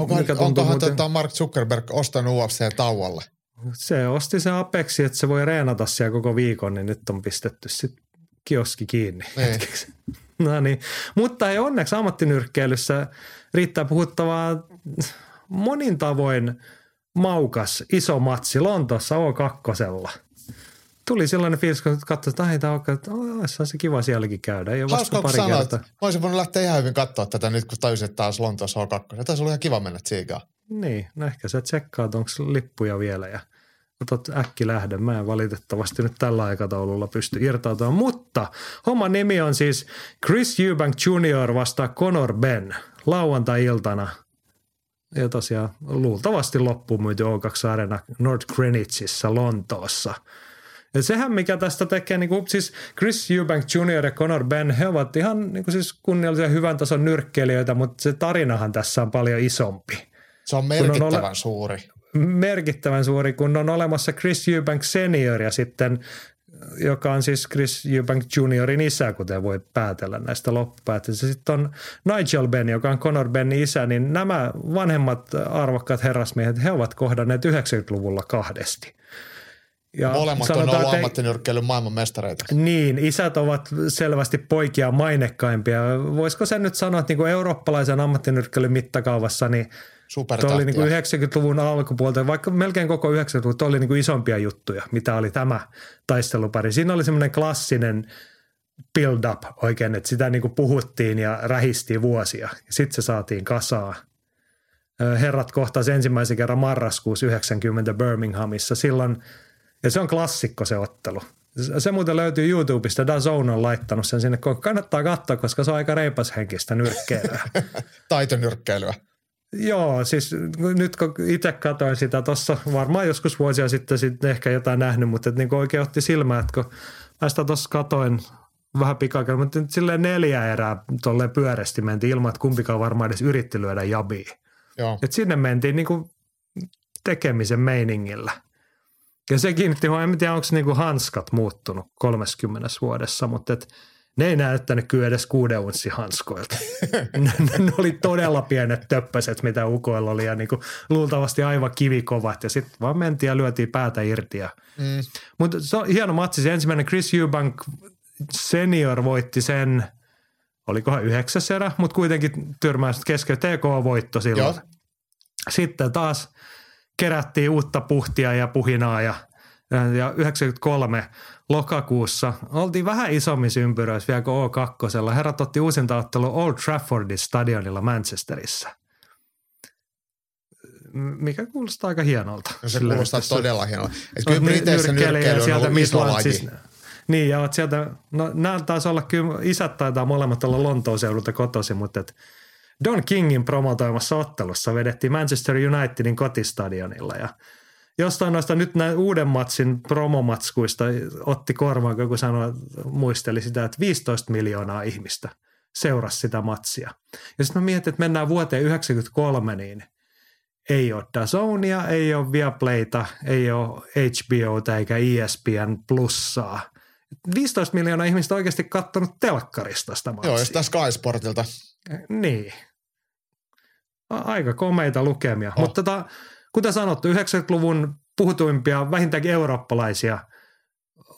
Onkohan Mark Zuckerberg ostanut UFC-tauolle? Se osti sen Apexi, että se voi reenata siellä koko viikon, niin nyt on pistetty sitten kioski kiinni hetkeksi. No niin, mutta ei onneksi ammattinyrkkeilyssä riittää puhuttavaa monin tavoin maukas iso matsi Lontoossa O2:lla. Tuli sellainen fiilis, kun katsoin, että olisi se kiva sielläkin käydä. Ei ole vasta pari kertaa. Mä olisin voinut lähteä ihan hyvin katsoa tätä nyt, kun tajusin, että taas Lontoossa O2. Taisi olla ihan kiva mennä siikaan. Niin, no ehkä sä tsekkaat, onko lippuja vielä ja otat äkkilähdön. Mä en valitettavasti nyt tällä aikataululla pysty irtautumaan, mutta homman nimi on siis Chris Eubank Jr. vastaa Conor Benn lauantai-iltana. Ja tosiaan luultavasti loppuun myyty O2 Arena North Greenwichissä Lontoossa. Ja sehän, mikä tästä tekee, niin kuin, siis Chris Eubank Jr. ja Conor Benn, he ovat ihan niin kuin siis kunniallisia hyvän tason nyrkkeilijöitä, mutta se tarinahan tässä on paljon isompi. Se on merkittävän suuri. Merkittävän suuri, kun on olemassa Chris Eubank Senior ja sitten, joka on siis Chris Eubank Juniorin isä, kuten voi päätellä näistä loppupäätöistä. Sitten on Nigel Benn, joka on Conor Bennin isä, niin nämä vanhemmat arvokkaat herrasmiehet, he ovat kohdanneet 90-luvulla kahdesti. Ja molemmat on ollut ammattinyrkkeilyn maailmanmestareita. Niin, isät ovat selvästi poikia mainekkaimpia. Voisiko sen nyt sanoa, että niin kuin eurooppalaisen ammattinyrkkeilyn mittakaavassa, niin tuo oli niin kuin 90-luvun alkupuolta, vaikka melkein koko 90-luvun, oli niin kuin isompia juttuja, mitä oli tämä taistelupari. Siinä oli semmoinen klassinen build-up oikein, että sitä niin kuin puhuttiin ja rähistiin vuosia. Sitten se saatiin kasaan. Herrat kohtasi ensimmäisen kerran marraskuussa 90 Birminghamissa silloin. Ja se on klassikko se ottelu. Se muuten löytyy YouTubesta. DAZN on laittanut sen sinne. Kannattaa katsoa, koska se on aika reipashenkistä nyrkkeilyä. Taitonyrkkeilyä. Joo, siis nyt kun itse katsoin sitä tuossa, varmaan joskus vuosia sitten ehkä jotain nähnyt, mutta niin oikein otti silmää, että kun mä sitä tuossa katoin vähän pikakaan, mutta nyt silleen 4 erää tolleen pyöreästi mentiin ilman, että kumpikaan varmaan edes yritti lyödä jabia. Joo. Et sinne mentiin niin kuin tekemisen meiningillä. Ja se kiinnitti huomioon, en tiedä onko niinku hanskat muuttunut 30 vuodessa, mutta ne ei näyttänyt kyllä edes 6 unssin hanskoilta. Ne oli todella pienet töppöset, mitä ukoilla oli ja niinku luultavasti aivan kivikovat ja sitten vaan mentiin ja lyötiin päätä irti. Mutta se on hieno matsi. Se ensimmäinen Chris Eubank Senior voitti sen, olikohan 9. erä, mutta kuitenkin tyrmäys keskellä TK-voitto silloin. Joo. Sitten taas kerättiin uutta puhtia ja puhinaa ja 93 lokakuussa oltiin vähän isommissa ympyröissä vielä kuin O2. Herrat otti uusinta ottelua Old Traffordin stadionilla Manchesterissa. Mikä kuulostaa aika hienolta. No se kuulostaa todella hienolta. Kyllä Briteissä nyrkkeily on ollut iso laji. Niin ja oot sieltä, no nämä taisi olla kyllä, isät taitaa molemmat olla Lontoon seudulta kotoisin, mutta Don Kingin promotoimassa ottelussa vedettiin Manchester Unitedin kotistadionilla ja jostain noista nyt näin uuden matsin promomatskuista otti korvaan, kun muisteli sitä, että 15 miljoonaa ihmistä seurasi sitä matsia. Ja sitten mä mietin, että mennään vuoteen 1993, niin ei ole DAZNia, ei ole Viaplayta, ei ole HBOta eikä ESPN Plussaa. 15 miljoonaa ihmistä oikeasti katsonut telkkarista sitä matsia. Joo, jostain Sky Sportilta. Niin. Aika komeita lukemia. Mutta kuten sanottu, 90-luvun puhutuimpia, vähintäänkin eurooppalaisia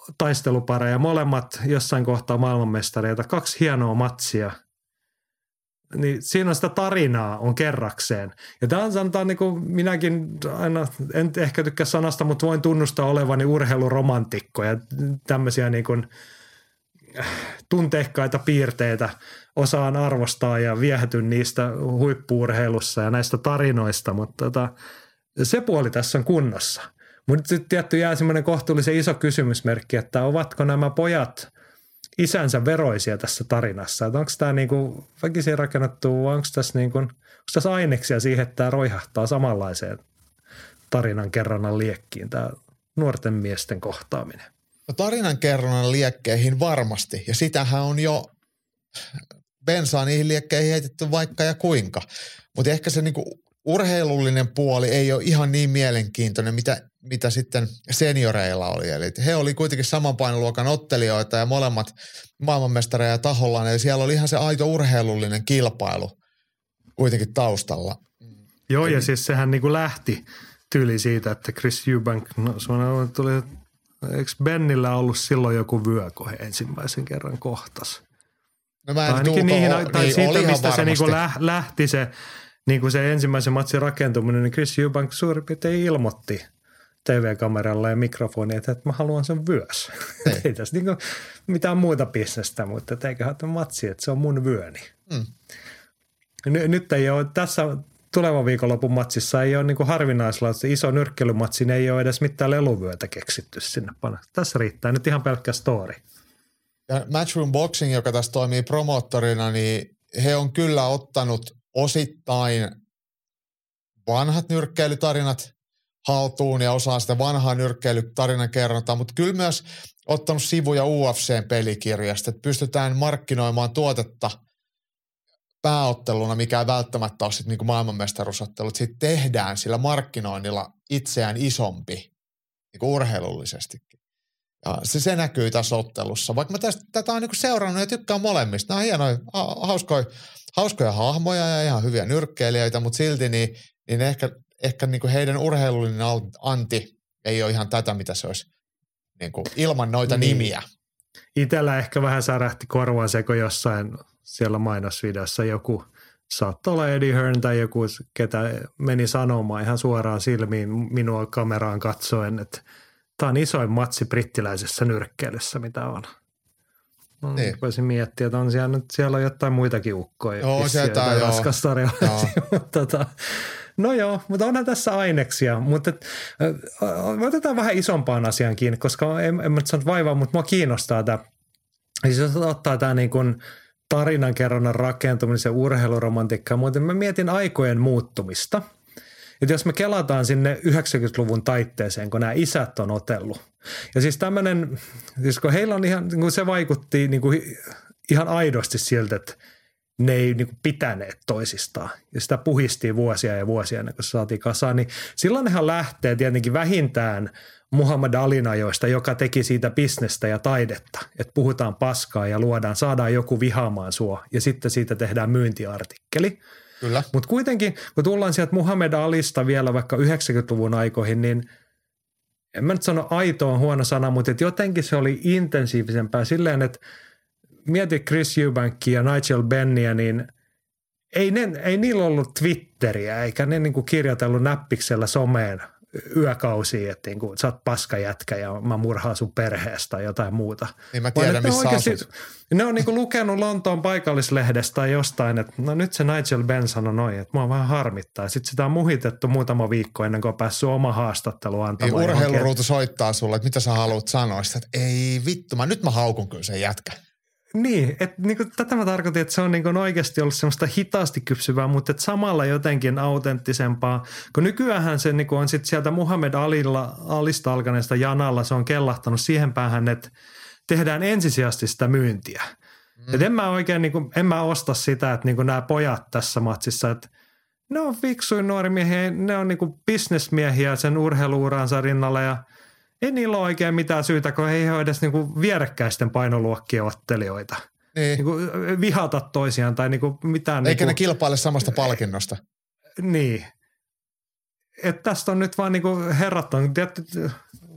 taistelupareja, molemmat jossain kohtaa maailmanmestareita, 2 hienoa matsia. Niin siinä on sitä tarinaa on kerrakseen. Ja tämä on sanotaan niin kuin minäkin aina, en ehkä tykkää sanasta, mutta voin tunnustaa olevani urheiluromantikko ja tämmöisiä niin kuin tunteikkaita piirteitä osaan arvostaa ja viehätyn niistä huippu-urheilussa ja näistä tarinoista, mutta se puoli tässä on kunnossa. Mutta sitten tietty jää semmoinen kohtuullisen iso kysymysmerkki, että ovatko nämä pojat isänsä veroisia tässä tarinassa? Että onko tämä niinku väkisin rakennettu vai onko tässä aineksia siihen, että tämä roihahtaa samanlaiseen tarinankerronnan liekkiin, tämä nuorten miesten kohtaaminen? No tarinankerronnan liekkeihin varmasti ja sitähän on jo bensaa niihin liekkeihin heitetty vaikka ja kuinka. Mutta ehkä se niinku urheilullinen puoli ei ole ihan niin mielenkiintoinen, mitä sitten senioreilla oli. Eli he oli kuitenkin saman painoluokan ottelijoita ja molemmat maailmanmestareja tahollaan. Eli siellä oli ihan se aito urheilullinen kilpailu kuitenkin taustalla. Joo, ja siis sehän niinku lähti tyyli siitä, että Chris Eubank, eikö Bennillä ollut silloin joku vyö, kun he ensimmäisen kerran kohtas? No mä en ainakin siitä, mistä se niinku lähti se niin kuin se ensimmäisen matsin rakentuminen, niin Chris Eubank suurin piirtein ilmoitti TV-kameralla ja mikrofoni, että mä haluan sen vyös. Ei tässä niin kuin mitään muuta bisnestä, mutta eiköhän tämä matsi, että se on mun vyöni. Nyt ei ole, tässä tulevan viikonlopun matsissa ei ole niin kuin harvinaisella, se iso nyrkkeilymatsi, ei ole edes mitään leluvyötä keksitty sinne panna. Tässä riittää nyt ihan pelkkä story. Ja Matchroom Boxing, joka tässä toimii promoottorina, niin he on kyllä ottanut osittain vanhat nyrkkeilytarinat haltuun ja osaa sitä vanhaa nyrkkeilytarinan kerrontaa, mutta kyllä myös ottanut sivuja UFC:n pelikirjasta, että pystytään markkinoimaan tuotetta pääotteluna, mikä ei välttämättä ole sitten niin kuin maailmanmestaruusottelu, että sitten tehdään sillä markkinoinnilla itseään isompi niin kuin urheilullisestikin. Ja se näkyy tässä ottelussa. Vaikka mä tätä on niin kuin seurannut ja tykkään molemmista. Nämä on hienoja, hauskoja hahmoja ja ihan hyviä nyrkkeilijöitä, mutta silti niin ehkä niin kuin heidän urheilullinen anti ei ole ihan tätä, mitä se olisi niin kuin ilman noita nimiä. Itellä ehkä vähän särähti korvaan se, kun jossain siellä mainosvideossa joku saattoi olla Eddie Hearn tai joku, ketä meni sanomaan ihan suoraan silmiin minua kameraan katsoen, että tämä on isoin matsi brittiläisessä nyrkkeilyssä, mitä on. Niin. Voisin miettiä, että siellä on jotain muitakin ukkoja. Joo, sieltä no joo, mutta onhan tässä aineksia. Mutta otetaan vähän isompaan asiaan kiinni, koska en mä sano vaivaa, mutta mua kiinnostaa tämä. Siis jos ottaa tämä niin kuin tarinankerronnan rakentuminen, se urheiluromantiikka, mutta mä mietin aikojen muuttumista. Että jos me kelataan sinne 90-luvun taitteeseen, kun nämä isät on otellut. Ja siis tämmöinen, siis kun heillä on ihan, niin se vaikutti niin kuin ihan aidosti siltä, että ne ei niin kuin pitäneet toisistaan. Ja sitä puhistiin vuosia ja vuosia ennen kuin se saatiin kasaan. Niin silloin nehän lähtee tietenkin vähintään Muhammad Alin ajoista, joka teki siitä bisnestä ja taidetta. Että puhutaan paskaa ja saadaan joku vihaamaan sua ja sitten siitä tehdään myyntiartikkeli. Kyllä. Mutta kuitenkin, kun tullaan sieltä Muhammad Alista vielä vaikka 90-luvun aikoihin, niin en mä nyt sano aito on huono sana, mutta jotenkin se oli intensiivisempää silleen, että mieti Chris Eubankia ja Nigel Benniä, niin ei niillä ollut Twitteriä, eikä ne niinku kirjoitellut näppiksellä someen yökausiin, että niinku, sä oot paskajätkä ja mä murhaan sun perheestä tai jotain muuta. Niin mä tiedän, missä asut. Ne on niinku lukenut Lontoon paikallislehdestä tai jostain, että no nyt se Nigel Benn sanoi noin, että mua vähän harmittaa. Sitten sitä on muhitettu muutama viikko ennen kuin on päässyt oma haastattelu antamaan. Niin urheiluruutu soittaa sulle, että mitä sä haluat sanoa. Sitten, että ei vittu, nyt mä haukun kyllä sen jätkä. Niin, että niinku, tätä mä tarkoitin, että se on niinku oikeasti ollut semmoista hitaasti kypsyvää, mutta että samalla jotenkin autenttisempaa. Kun nykyäänhän se niinku on sitten sieltä Muhammad Alista alkaneesta janalla, se on kellahtanut siihen päähän, että tehdään ensisijaisesti sitä myyntiä. Että en mä oikein, niinku, en mä osta sitä, että niinku nämä pojat tässä matsissa, että ne on fiksuin nuori miehiä, ne on niinku bisnesmiehiä sen urheiluuransa rinnalla ja ei niillä ole oikein mitään syytä, kun ei ole edes niinku vierekkäisten painoluokkien ottelijoita. Niin. Niinku vihata toisiaan tai niinku mitään. Eikä niinku, ne kilpaile samasta palkinnosta. Niin. Että tästä on nyt vaan niinku herrat on,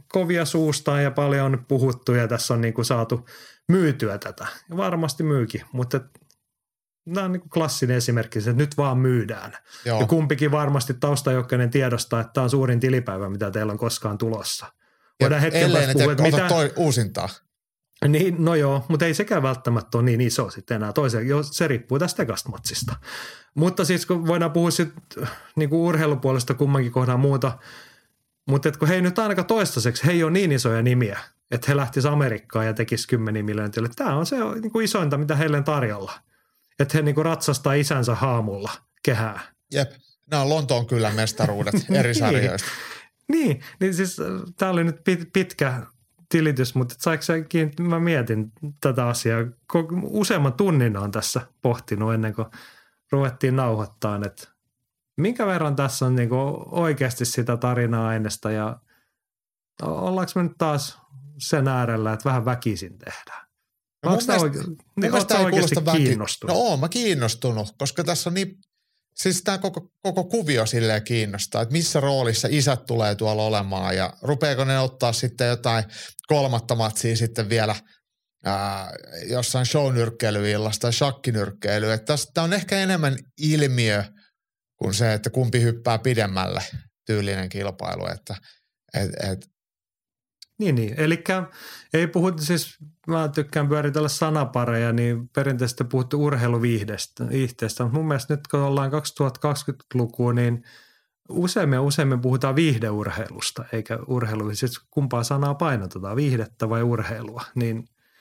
kovia suustaan ja paljon on nyt puhuttu ja tässä on niin kuin saatu myytyä tätä. Ja varmasti myykin, mutta nämä on niin kuin klassinen esimerkki, että nyt vaan myydään. Joo. Ja kumpikin varmasti taustajoukkainen tiedostaa, että tämä on suurin tilipäivä, mitä teillä on koskaan tulossa. Voidaan hetken päästä puhua, että mitä uusintaa. Niin, no joo, mutta ei sekään välttämättä ole niin iso sitten enää toiseen. Se riippuu tästä ekasta matsista. Mutta siis kun voidaan puhua sitten niin kuin urheilupuolesta kummankin kohdaan muuta, mutta kun he ei nyt ainakaan toistaiseksi, he ei ole niin isoja nimiä, että he lähtisivät Amerikkaan ja tekisivät 10 miljoonaa. Tämä on se niin kuin isointa, mitä heille on tarjolla. Että he niin kuin ratsastaa isänsä haamulla kehää. Jep, nämä on Lontoon kyllä mestaruudet eri sarjoista. Niin siis tämä oli nyt pitkä tilitys, mutta saiko säkin, mä mietin tätä asiaa. Useamman tunnin on tässä pohtinut ennen kuin ruvettiin nauhoittamaan, että minkä verran tässä on niinku oikeasti sitä tarinaa-aineesta ja ollaanko me nyt taas sen äärellä, että vähän väkisin tehdään? No onko tämä oikeasti kiinnostunut? No oon mä kiinnostunut, koska tässä on niin, siis tämä koko kuvio silleen kiinnostaa, että missä roolissa isät tulee tuolla olemaan ja rupeeko ne ottaa sitten jotain kolmatta matsia sitten vielä jossain show-nyrkkeilyillassa tai shakkinyrkkeilyä. Että tämä on ehkä enemmän ilmiö kuin se, että kumpi hyppää pidemmälle tyylinen kilpailu. Niin. Eli ei puhuta siis, mä tykkään pyöritellä sanapareja, niin perinteisesti puhuttu urheiluviihteestä. Mutta mun mielestä nyt kun ollaan 2020-lukua, niin useimmin puhutaan viihdeurheilusta, eikä urheilu. Siis kumpaa sanaa painotetaan, viihdettä vai urheilua. Niin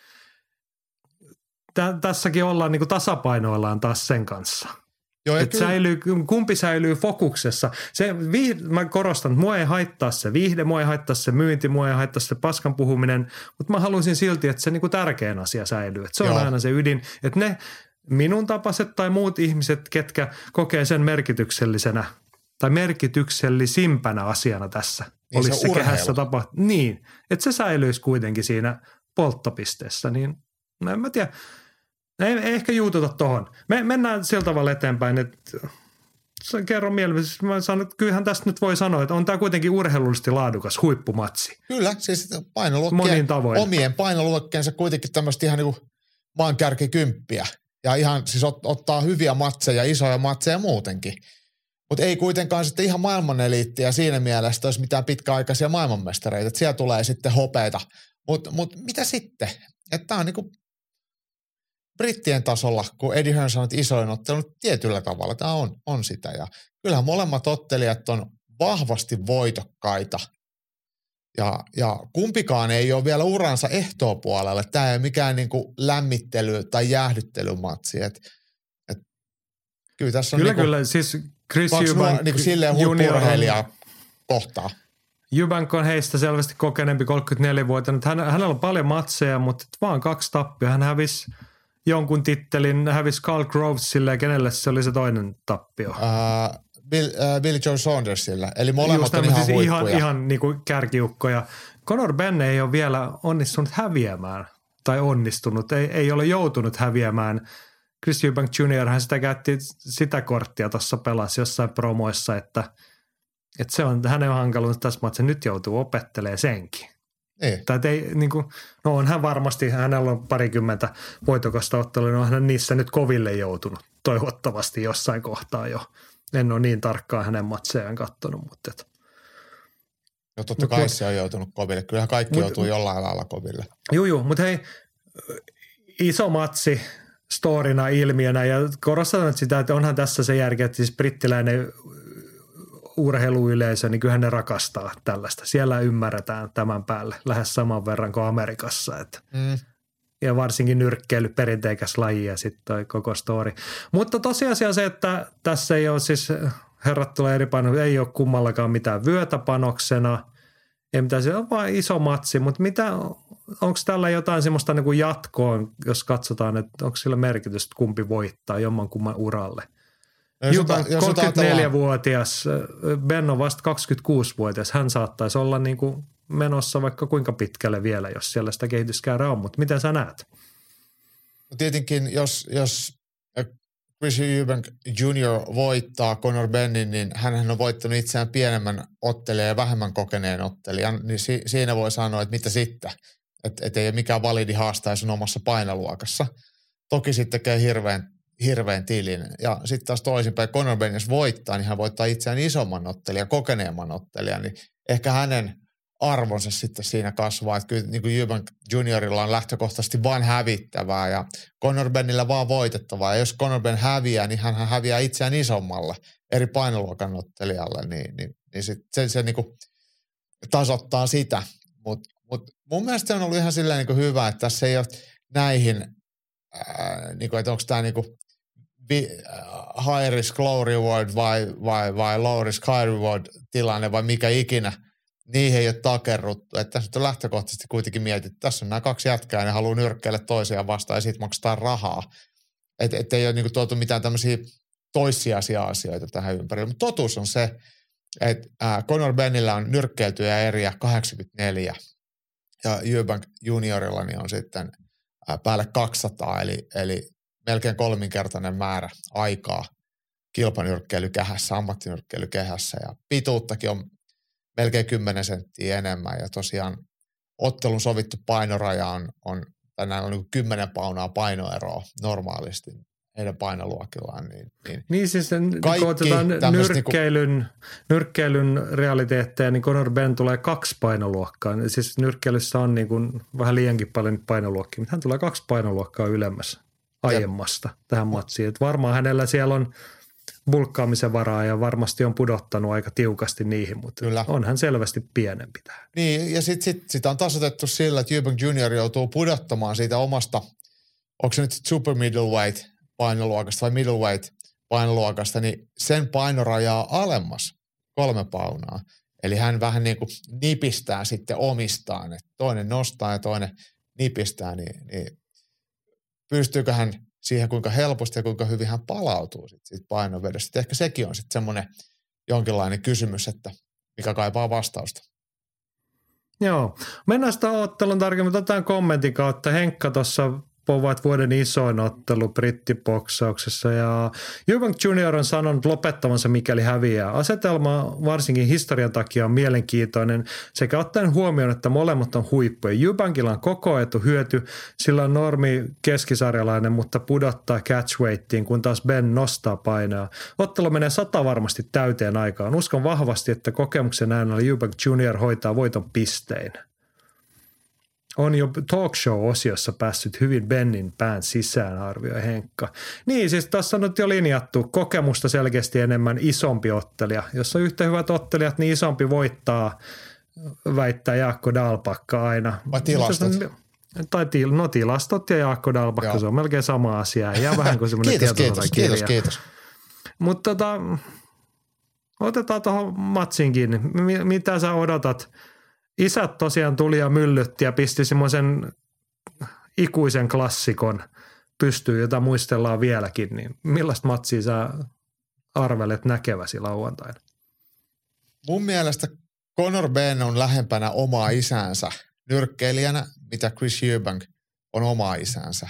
tässäkin ollaan niin kuin tasapainoillaan taas sen kanssa. Joo, kumpi säilyy fokuksessa. Mä korostan, että mua ei haittaa se viihde, mua ei haittaa se myynti, mua ei haittaa se paskan puhuminen, mutta mä haluaisin silti, että se niinku tärkein asia säilyy. Että se on aina se ydin, että ne minun tapaiset tai muut ihmiset, ketkä kokee sen merkityksellisenä tai merkityksellisimpänä asiana tässä, niin olisi se kehässä tapahtunut. Niin, että se säilyisi kuitenkin siinä polttopisteessä, niin en mä tiedä. Ei ehkä juututa tohon. Me mennään sillä tavalla eteenpäin, että kerro mielessä. Mä sanon, että kyllähän tästä nyt voi sanoa, että on tämä kuitenkin urheilullisesti laadukas huippumatsi. Kyllä, siis omien painoluokkeensa kuitenkin tämmöistä ihan niin kuin maankärkikymppiä. Ja ihan siis ottaa hyviä matseja, isoja matseja muutenkin. Mutta ei kuitenkaan sitten ihan maailman eliittiä siinä mielessä, että olisi mitään pitkäaikaisia maailmanmestareita. Että siellä tulee sitten hopeita. Mutta mitä sitten? Että tämä on niin kuin brittien tasolla, kun Eddie Hearn sanoi, että isoin ottelu tietyllä tavalla, tämä on sitä. Ja kyllähän molemmat ottelijat on vahvasti voitokkaita. Ja kumpikaan ei ole vielä uransa ehtoopuolelle. Tämä ei ole mikään niin kuin lämmittely- tai jäähdyttelymatsi. Kyllä tässä on kyllä. Siis Chris Eubank niin silleen huippu-urheilijaa kohtaa. Eubank on heistä selvästi kokeneempi 34-vuotiaana. Hänellä on paljon matseja, mutta vaan 2 tappia. Hän hävisi jonkun tittelin, hävisi Carl Grovesille ja kenelle se oli se toinen tappio? Billy Joe Saundersille. Eli molemmat on ihan huippuja. Ihan niin kuin kärkiukkoja. Conor Benn ei ole vielä onnistunut häviämään tai onnistunut. Ei ole joutunut häviämään. Chris Eubank Jr. hän sitä käytti sitä korttia tuossa pelasi jossain promoissa, että se on hänen hankaluus tässä maassa, nyt joutuu opettelemaan senkin. Ei, niin kuin, no on hän varmasti, hänellä on 20 voitokasta ottelua, niin on hän niissä nyt koville joutunut toivottavasti jossain kohtaa jo. En ole niin tarkkaan hänen matsejaan katsonut, mutta no totta kai se on joutunut koville. Kyllähän kaikki joutuu jollain lailla koville. Joo, mutta hei, iso matsi storina ilmiönä ja korostan sitä, että onhan tässä se järkeä, että siis brittiläinen urheiluyleisö, niin kyllähän ne rakastaa tällaista. Siellä ymmärretään tämän päälle lähes saman verran kuin Amerikassa. Ja varsinkin nyrkkeily, perinteikäs laji ja sitten toi koko story. Mutta tosiasia on se, että tässä ei ole siis, herrat tulee eri paino, ei ole kummallakaan mitään vyötä panoksena. Ei mitään, se on vain iso matsi, mutta onko tällä jotain semmoista niin kuin jatkoon, jos katsotaan, että onko sillä merkitystä, että kumpi voittaa jommankumman uralle? Eubank 34-vuotias, Ben on vasta 26-vuotias. Hän saattaisi olla niin kuin menossa vaikka kuinka pitkälle vielä, jos siellä sitä kehityskäyrää on. Mutta miten sä näet? No tietenkin, jos Chris Eubank Jr. voittaa Conor Bennin, niin hänhän on voittanut itseään pienemmän ottelijan ja vähemmän kokeneen ottelijan, niin siinä voi sanoa, että mitä sitten, että ei ole mikään validi haastaja sun omassa painoluokassa. Toki sitten tekee hirveän tilin. Ja sitten taas toisinpäin, Conor Benn, jos voittaa, niin hän voittaa itseään isomman ottelijan, kokeneemman ottelijan, niin ehkä hänen arvonsa sitten siinä kasvaa, että kyllä niin kuin Eubank Juniorilla on lähtökohtaisesti vain hävittävää ja Conor Bennillä vaan voitettavaa. Ja jos Conor Benn häviää, niin hän häviää itseään isommalle eri painoluokan ottelijalle, niin sit se niin kuin tasoittaa sitä. Mut mun mielestä se on ollut ihan silleen niin kuin hyvä, että tässä ei ole näihin, niin kuin, että onko tämä niin kuin high risk low reward vai low risk high reward tilanne vai mikä ikinä. Niihin ei ole takerruttu. Että tässä on lähtökohtaisesti kuitenkin mietitty. Tässä on nämä kaksi jätkää ja ne haluaa nyrkkeille toisiaan vastaan ja siitä maksetaan rahaa. Että ei ole niinku tuotu mitään tämmöisiä toissijaisia asioita tähän ympärille. Mutta totuus on se, että Conor Bennillä on nyrkkeiltyjä eriä 84 ja Eubank Juniorilla niin on sitten päälle 200 eli melkein 3-kertainen määrä aikaa kilpanyrkkeilykehässä, ammattinyrkkeilykehässä ja pituuttakin on melkein 10 senttiä enemmän ja tosiaan ottelun sovittu painoraja on tänään on niin 10 paunaa painoeroa normaalisti heidän painoluokillaan. Niin siis kun otetaan nyrkkeilyn realiteetteja, niin Conor Benn tulee 2 painoluokkaa. Siis nyrkkeilyssä on niin kuin vähän liiankin paljon painoluokkia, mutta hän tulee 2 painoluokkaa ylemmäs aiemmasta tähän matsiin. Et varmaan hänellä siellä on bulkkaamisen varaa ja varmasti on pudottanut aika tiukasti niihin, mutta kyllä. On hän selvästi pienempi tähän. Niin, ja sitä on tasoitettu sillä, että Eubank Jr. joutuu pudottamaan siitä omasta, onko se nyt super middleweight painoluokasta vai middleweight painoluokasta, niin sen painorajaa alemmas 3 paunaa. Eli hän vähän niin kuin nipistää sitten omistaan, että toinen nostaa ja toinen nipistää, niin pystyykö hän siihen, kuinka helposti ja kuinka hyvin hän palautuu siitä painovedosta. Ehkä sekin on sitten semmoinen jonkinlainen kysymys, että mikä kaipaa vastausta. Joo. Mennään sitä ottelun tarkemmin. Otetaan kommentin kautta. Henkka tuossa povait vuoden isoin ottelu brittiboksauksessa ja Eubank Jr. on sanonut lopettavansa mikäli häviää. Asetelma varsinkin historian takia on mielenkiintoinen sekä ottaen huomioon, että molemmat on huippuja. Eubankilla on koko etu hyöty, sillä on normi keskisarjalainen, mutta pudottaa catchweightiin, kun taas Ben nostaa painoa. Ottelu menee 100 varmasti täyteen aikaan. Uskon vahvasti, että kokemuksen äänellä Eubank Jr. hoitaa voiton pistein. On jo talk show-osiossa päässyt hyvin Bennin pään sisään, arvioi Henkka. Niin, siis tässä on nyt jo linjattu kokemusta selkeästi enemmän isompi ottelija. Jos on yhtä hyvät ottelijat, niin isompi voittaa, väittää Jaakko Dalpakka aina. Vai tilastot? Tilastot ja Jaakko Dalpakka, joo. Se on melkein sama asia. Ja vähän kuin semmoinen tietosanakirja. Kiitos. Mutta otetaan tuohon matsiin kiinni. Mitä sä odotat? Isät tosiaan tuli ja myllytti ja pisti semmoisen ikuisen klassikon pystyyn, jota muistellaan vieläkin. Niin millaista matsia sä arvelet näkeväsi lauantaina? Mun mielestä Conor Benn on lähempänä omaa isäänsä nyrkkeilijänä, mitä Chris Eubank on omaa isäänsä.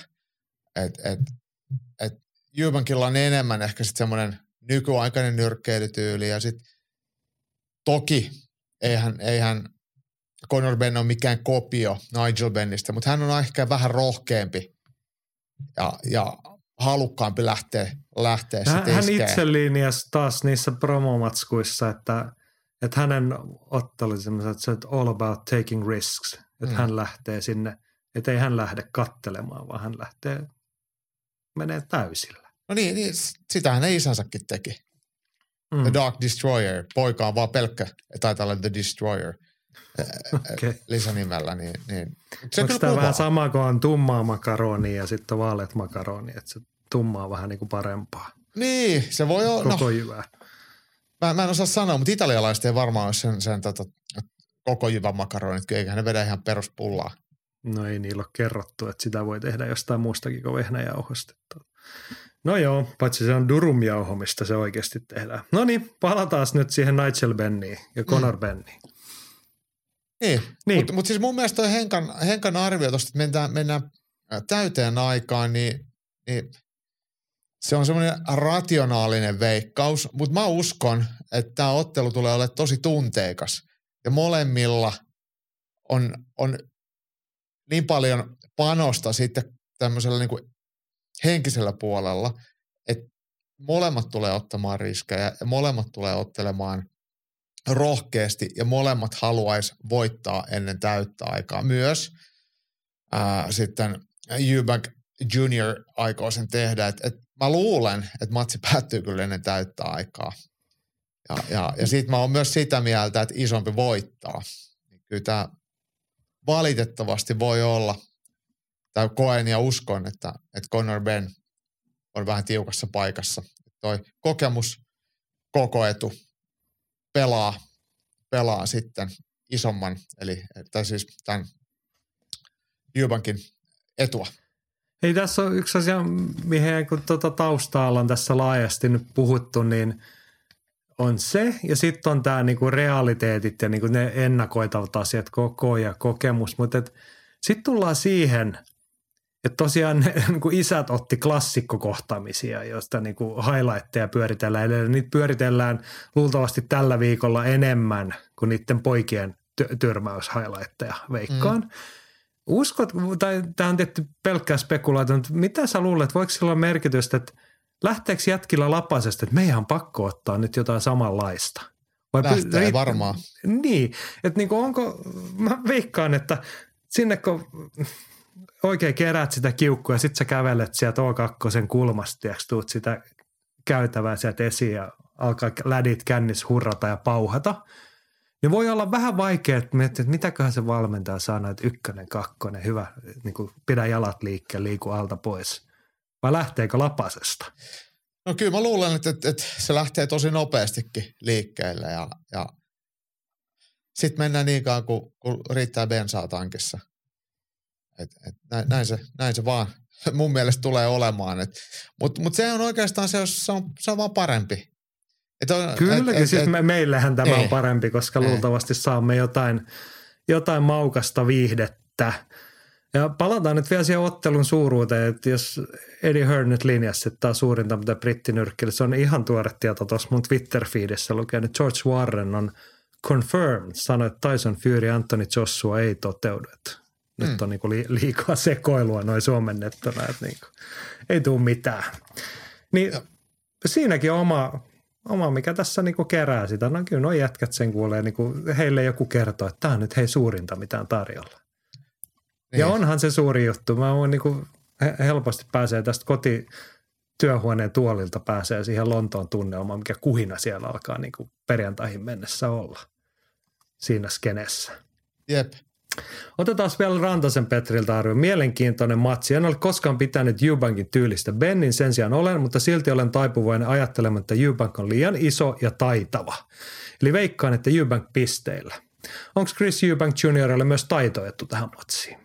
Et Eubankilla on enemmän ehkä sitten semmoinen nykyaikainen nyrkkeilytyyli ja sitten toki eihän Conor Benn on mikään kopio Nigel Bennistä, mutta hän on ehkä vähän rohkeampi ja halukkaampi lähteä sitten hän itse linjasi taas niissä promomatskuissa, että hänen otteli semmoiset, että se on all about taking risks, että hän lähtee sinne, että ei hän lähde kattelemaan, vaan hän menee täysillä. No niin sitähän ne isänsäkin teki. The Dark Destroyer, poika on vaan pelkkä, taitaa olla The Destroyer. Okay. Lisänimellä, niin se onko tämä vähän sama kuin on tummaa makaronia ja sitten vaaleat makaroni, että se tummaa vähän niin kuin parempaa? Niin, se voi olla. Koko jyvää. Mä en osaa sanoa, mutta italialaiset ei varmaan ole sen koko jyvän makaronit, eikä ne vedä ihan peruspullaa. No ei niillä ole kerrottu, että sitä voi tehdä jostain muustakin kuin vehnäjauhosta. No joo, paitsi se on durumjauho, mistä se oikeasti tehdään. No niin, palataan nyt siihen Nigel Benniin ja Conor Benniin. Niin. Mutta siis mun mielestä toi Henkan arvio tuosta, että mennään täyteen aikaan, niin Se on semmoinen rationaalinen veikkaus, mutta mä uskon, että tämä ottelu tulee olemaan tosi tunteikas. Ja molemmilla on niin paljon panosta sitten tämmöisellä niin kuin henkisellä puolella, että molemmat tulee ottamaan riskejä ja molemmat tulee ottelemaan rohkeasti ja molemmat haluaisi voittaa ennen täyttä aikaa. Myös sitten Eubank Junior aikoo sen tehdä, että mä luulen, että matsi päättyy kyllä ennen täyttä aikaa. Ja sitten mä oon myös sitä mieltä, että isompi voittaa. Kyllä tämä valitettavasti voi olla, tai koen ja uskon, että Conor Benn on vähän tiukassa paikassa. Toi kokemus, koko etu pelaa sitten isomman, tai siis tämän Eubankin etua. Ei, tässä on yksi asia, mihin kun taustalla on tässä laajasti nyt puhuttu, niin on se, ja sitten on tämä niinku realiteetit ja niinku ne ennakoitavat asiat, koko ja kokemus, mutta sitten tullaan siihen, että tosiaan ne niinku isät otti klassikkokohtaamisia, joista niinku highlightteja pyöritellään, eli niitä pyöritellään luultavasti tällä viikolla enemmän kuin niiden poikien tyrmäyshighlightteja, veikkaan. Uskot, tai tämä on tietty pelkkää spekulaatio, mutta mitä sä luulet, voiko sillä olla merkitystä, että lähteekö jätkillä lapasesta, että meidän on pakko ottaa nyt jotain samanlaista? Lähtee varmaan. Niin, että niinku onko, mä veikkaan, että sinne kun oikein keräät sitä kiukkua ja sit sä kävelet sieltä O2 kulmasta ja tuut sitä käytävää sieltä esiin ja alkaa lädit kännis hurrata ja pauhata, niin voi olla vähän vaikea, että miettiä, että mitäköhän se valmentaja sanoo, että 1, 2, hyvä, niin kuin pidä jalat liikkeen, liiku alta pois. Vai lähteekö lapasesta? No kyllä mä luulen, että se lähtee tosi nopeastikin liikkeelle ja sitten mennään niin kauan, kun riittää bensaa tankissa. Näin se vaan mun mielestä tulee olemaan. Mutta se on oikeastaan se on vaan parempi. Kylläkin siis meillähän tämä on parempi, koska luultavasti saamme jotain maukasta viihdettä. Ja palataan nyt vielä siihen ottelun suuruuteen, että jos Eddie Hearn nyt linjasi, että tämä on suurinta, mitä brittinyrkkeli, se on ihan tuore tieto tuossa mun Twitter-feedissä lukenut. George Warren on confirmed, sanoi, että Tyson Fury Anthony Joshua ei toteudu. Nyt on niinku liikaa sekoilua noin suomennettuna, että niinku, ei tule mitään. Niin siinäkin on oma, mikä tässä niinku kerää sitä. No kyllä nuo jätkät sen kuulee, niinku heille joku kertoo, että tämä on nyt hei suurinta mitään tarjolla. Niin. Ja onhan se suuri juttu. Mä voin niinku helposti pääsee tästä kotityöhuoneen tuolilta pääsee siihen Lontoon tunnelmaan, mikä kuhina siellä alkaa niinku perjantaihin mennessä olla siinä skenessä. Jep. Otetaan vielä Rantasen Petriltä arvio. Mielenkiintoinen matsi. En ole koskaan pitänyt Eubankin tyylistä. Bennin sen sijaan olen, mutta silti olen taipuvainen ajattelemaan, että Eubank on liian iso ja taitava. Eli veikkaan, että Eubank pisteillä. Onko Chris Eubank Juniorille myös taitoettu tähän matsiin?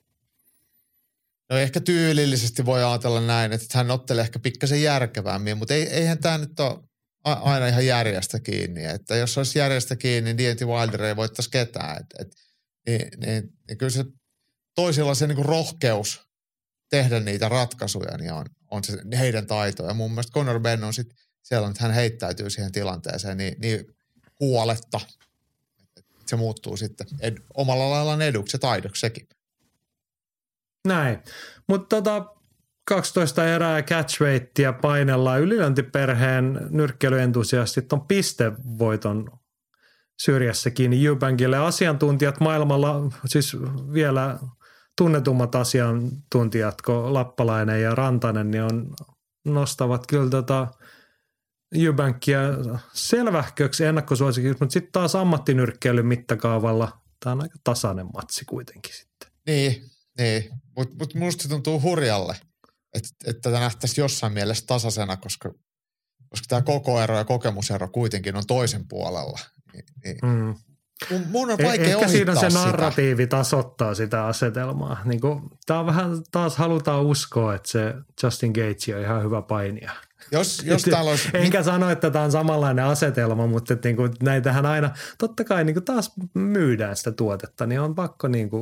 No ehkä tyylillisesti voi ajatella näin, että hän ottelee ehkä pikkasen järkevämmin, mutta eihän tämä nyt ole aina ihan järjestä kiinni. Että jos olisi järjestä kiinni, niin Deontay Wilder ei voittaisi ketään. Niin kyllä se toisilla se niinku rohkeus tehdä niitä ratkaisuja niin on se heidän taito. Ja mun mielestä Conor Benn on sitten sellainen, että hän heittäytyy siihen tilanteeseen niin huoletta. Se muuttuu sitten omalla laillaan eduksi ja taidoksi sekin. Näin. Mutta 12 erää catchweightia painellaan. Ylilöntiperheen nyrkkeilyentusiastit on pistevoiton syrjässä kiinni Eubankille. Asiantuntijat maailmalla, siis vielä tunnetummat asiantuntijat kuin Lappalainen ja Rantanen, niin nostavat kyllä Eubankia selvähköksi ennakkosuosikiksi, mutta sitten taas ammattinyrkkeilyn mittakaavalla tämä on aika tasainen matsi kuitenkin sitten. Niin. Mutta minusta se tuntuu hurjalle, että tätä nähtäisiin jossain mielessä tasaisena, koska tämä kokoero ja kokemusero kuitenkin on toisen puolella. Mun on vaikea ehkä siinä ohittaa se narratiivi tasoittaa sitä asetelmaa. Niin tämä on vähän taas halutaan uskoa, että se Justin Gaethje on ihan hyvä painija. Jos täällä olisi... Enkä sano, että tämä on samanlainen asetelma, mutta näitähän aina, totta kai taas myydään sitä tuotetta, niin on pakko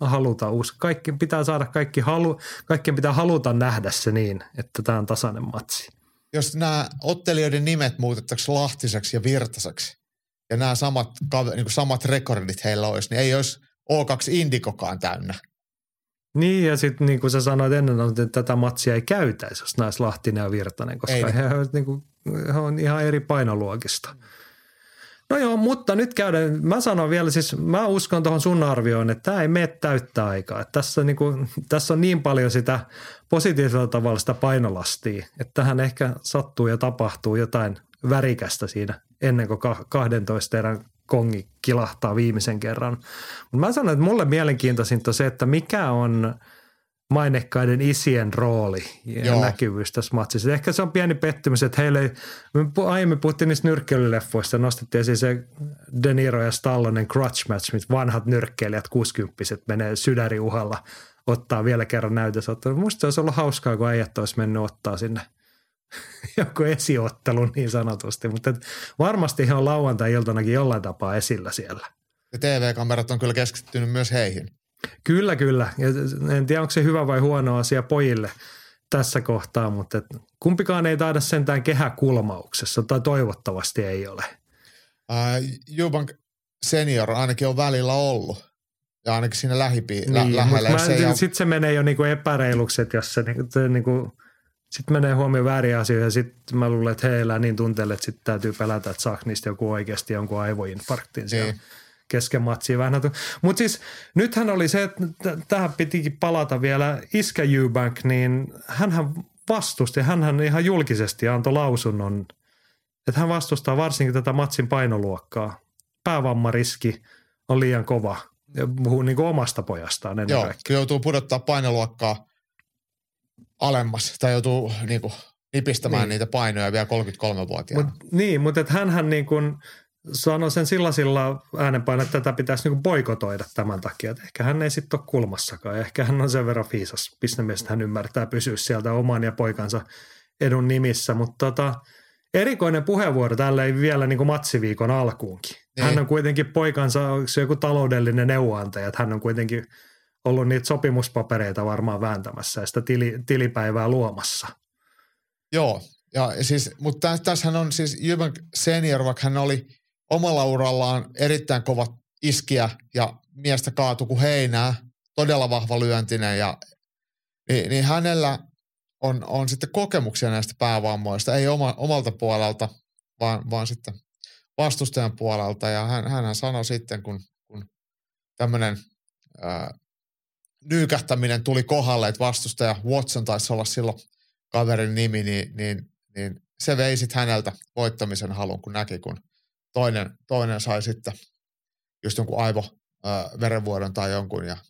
haluta kaikki pitää saada kaikkien pitää haluta nähdä se niin, että tämä on tasainen matsi. Jos nämä ottelijoiden nimet muutettaisiin Lahtiseksi ja Virtaseksi ja nämä samat rekordit heillä olisi, niin ei olisi O2 Indigokaan täynnä. Niin ja sitten niin kuin sä sanoit ennen, että tätä matsia ei käytäisi, jos näis Lahtinen ja Virtanen, koska he on ihan eri painoluokista. No joo, mutta nyt käydään, mä sanon vielä siis, mä uskon tuohon sun arvioon, että tämä ei mene täyttä aikaa. Että tässä on niin paljon sitä positiivisella tavalla sitä painolastia, että tähän ehkä sattuu ja tapahtuu jotain värikästä siinä ennen kuin 12 erän kongi kilahtaa viimeisen kerran. Mutta mä sanon, että mulle mielenkiintoisinta on se, että mikä on mainekkaiden isien rooli ja näkyvyys tässä matsissa. Ehkä se on pieni pettymys, että heille me aiemmin puhuttiin niistä nyrkkeilyleffoista, nostettiin esiin se De Niro ja Stallonen Crutch Match, mit vanhat nyrkkeilijät 60-vuotiaat menee sydäriuhalla ottaa vielä kerran näytösottelun. Musta se olisi ollut hauskaa, kun äijät olisi mennyt ottaa sinne joku esiottelu niin sanotusti, mutta varmasti he on lauantai-iltanakin jollain tapaa esillä siellä. Ja TV-kamerat on kyllä keskittynyt myös heihin. Kyllä. Ja en tiedä, onko se hyvä vai huono asia pojille tässä kohtaa, mutta kumpikaan ei taida sentään kehäkulmauksessa, tai toivottavasti ei ole. Eubank senior ainakin on välillä ollut, ja ainakin siinä niin, lähellä. Sitten se menee jo niinku epäreiluksi, että jos se niinku sitten menee huomioon väärin asioita ja sitten mä luulen, että he elää niin tunteelle, että sitten täytyy pelätä, että saako niistä joku oikeasti jonkun aivoinfarktin siellä kesken matsia vähän. Mutta siis nythän oli se, että tähän pitikin palata vielä Iskä Eubank, niin hänhän vastusti, hänhän ihan julkisesti antoi lausunnon, että hän vastustaa varsinkin tätä matsin painoluokkaa. Päävammariski on liian kova ja puhuu niin kuin omasta pojastaan ennen kaikkea. Joutuu pudottaa painoluokkaa alemmas tai joutuu niinku nipistämään niitä painoja vielä 33-vuotiaana. Mutta että hänhän niin kuin sanoi sen sillä äänenpaino, että tätä pitäisi niin kuin boikotoida tämän takia. Että ehkä hän ei sitten ole kulmassakaan. Ehkä hän on sen verran viisas bisnemies, että hän ymmärtää pysyä sieltä oman ja poikansa edun nimissä. Mutta erikoinen puheenvuoro tällä ei vielä niin kuin matsiviikon alkuunkin. Niin. Hän on kuitenkin poikansa, onko se joku taloudellinen neuvoantaja, että hän on kuitenkin ollut niitä sopimuspapereita varmaan vääntämässä ja sitä tilipäivää luomassa. Joo, ja siis, mutta tässähän on siis Eubank senior, vaikka hän oli omalla urallaan erittäin kova iskiä ja miestä kaatu kuin heinää, todella vahva lyöntinen ja niin hänellä on sitten kokemuksia näistä päävammoista, ei omalta puolelta, vaan sitten vastustajan puolelta ja hän sanoi sitten, kun tämmöinen nyykähtäminen tuli kohdalle, että vastustaja Watson taisi olla silloin kaverin nimi, niin se vei sitten häneltä voittamisen halun, kun näki, kun toinen sai sitten just jonkun aivoverenvuodon tai jonkun ja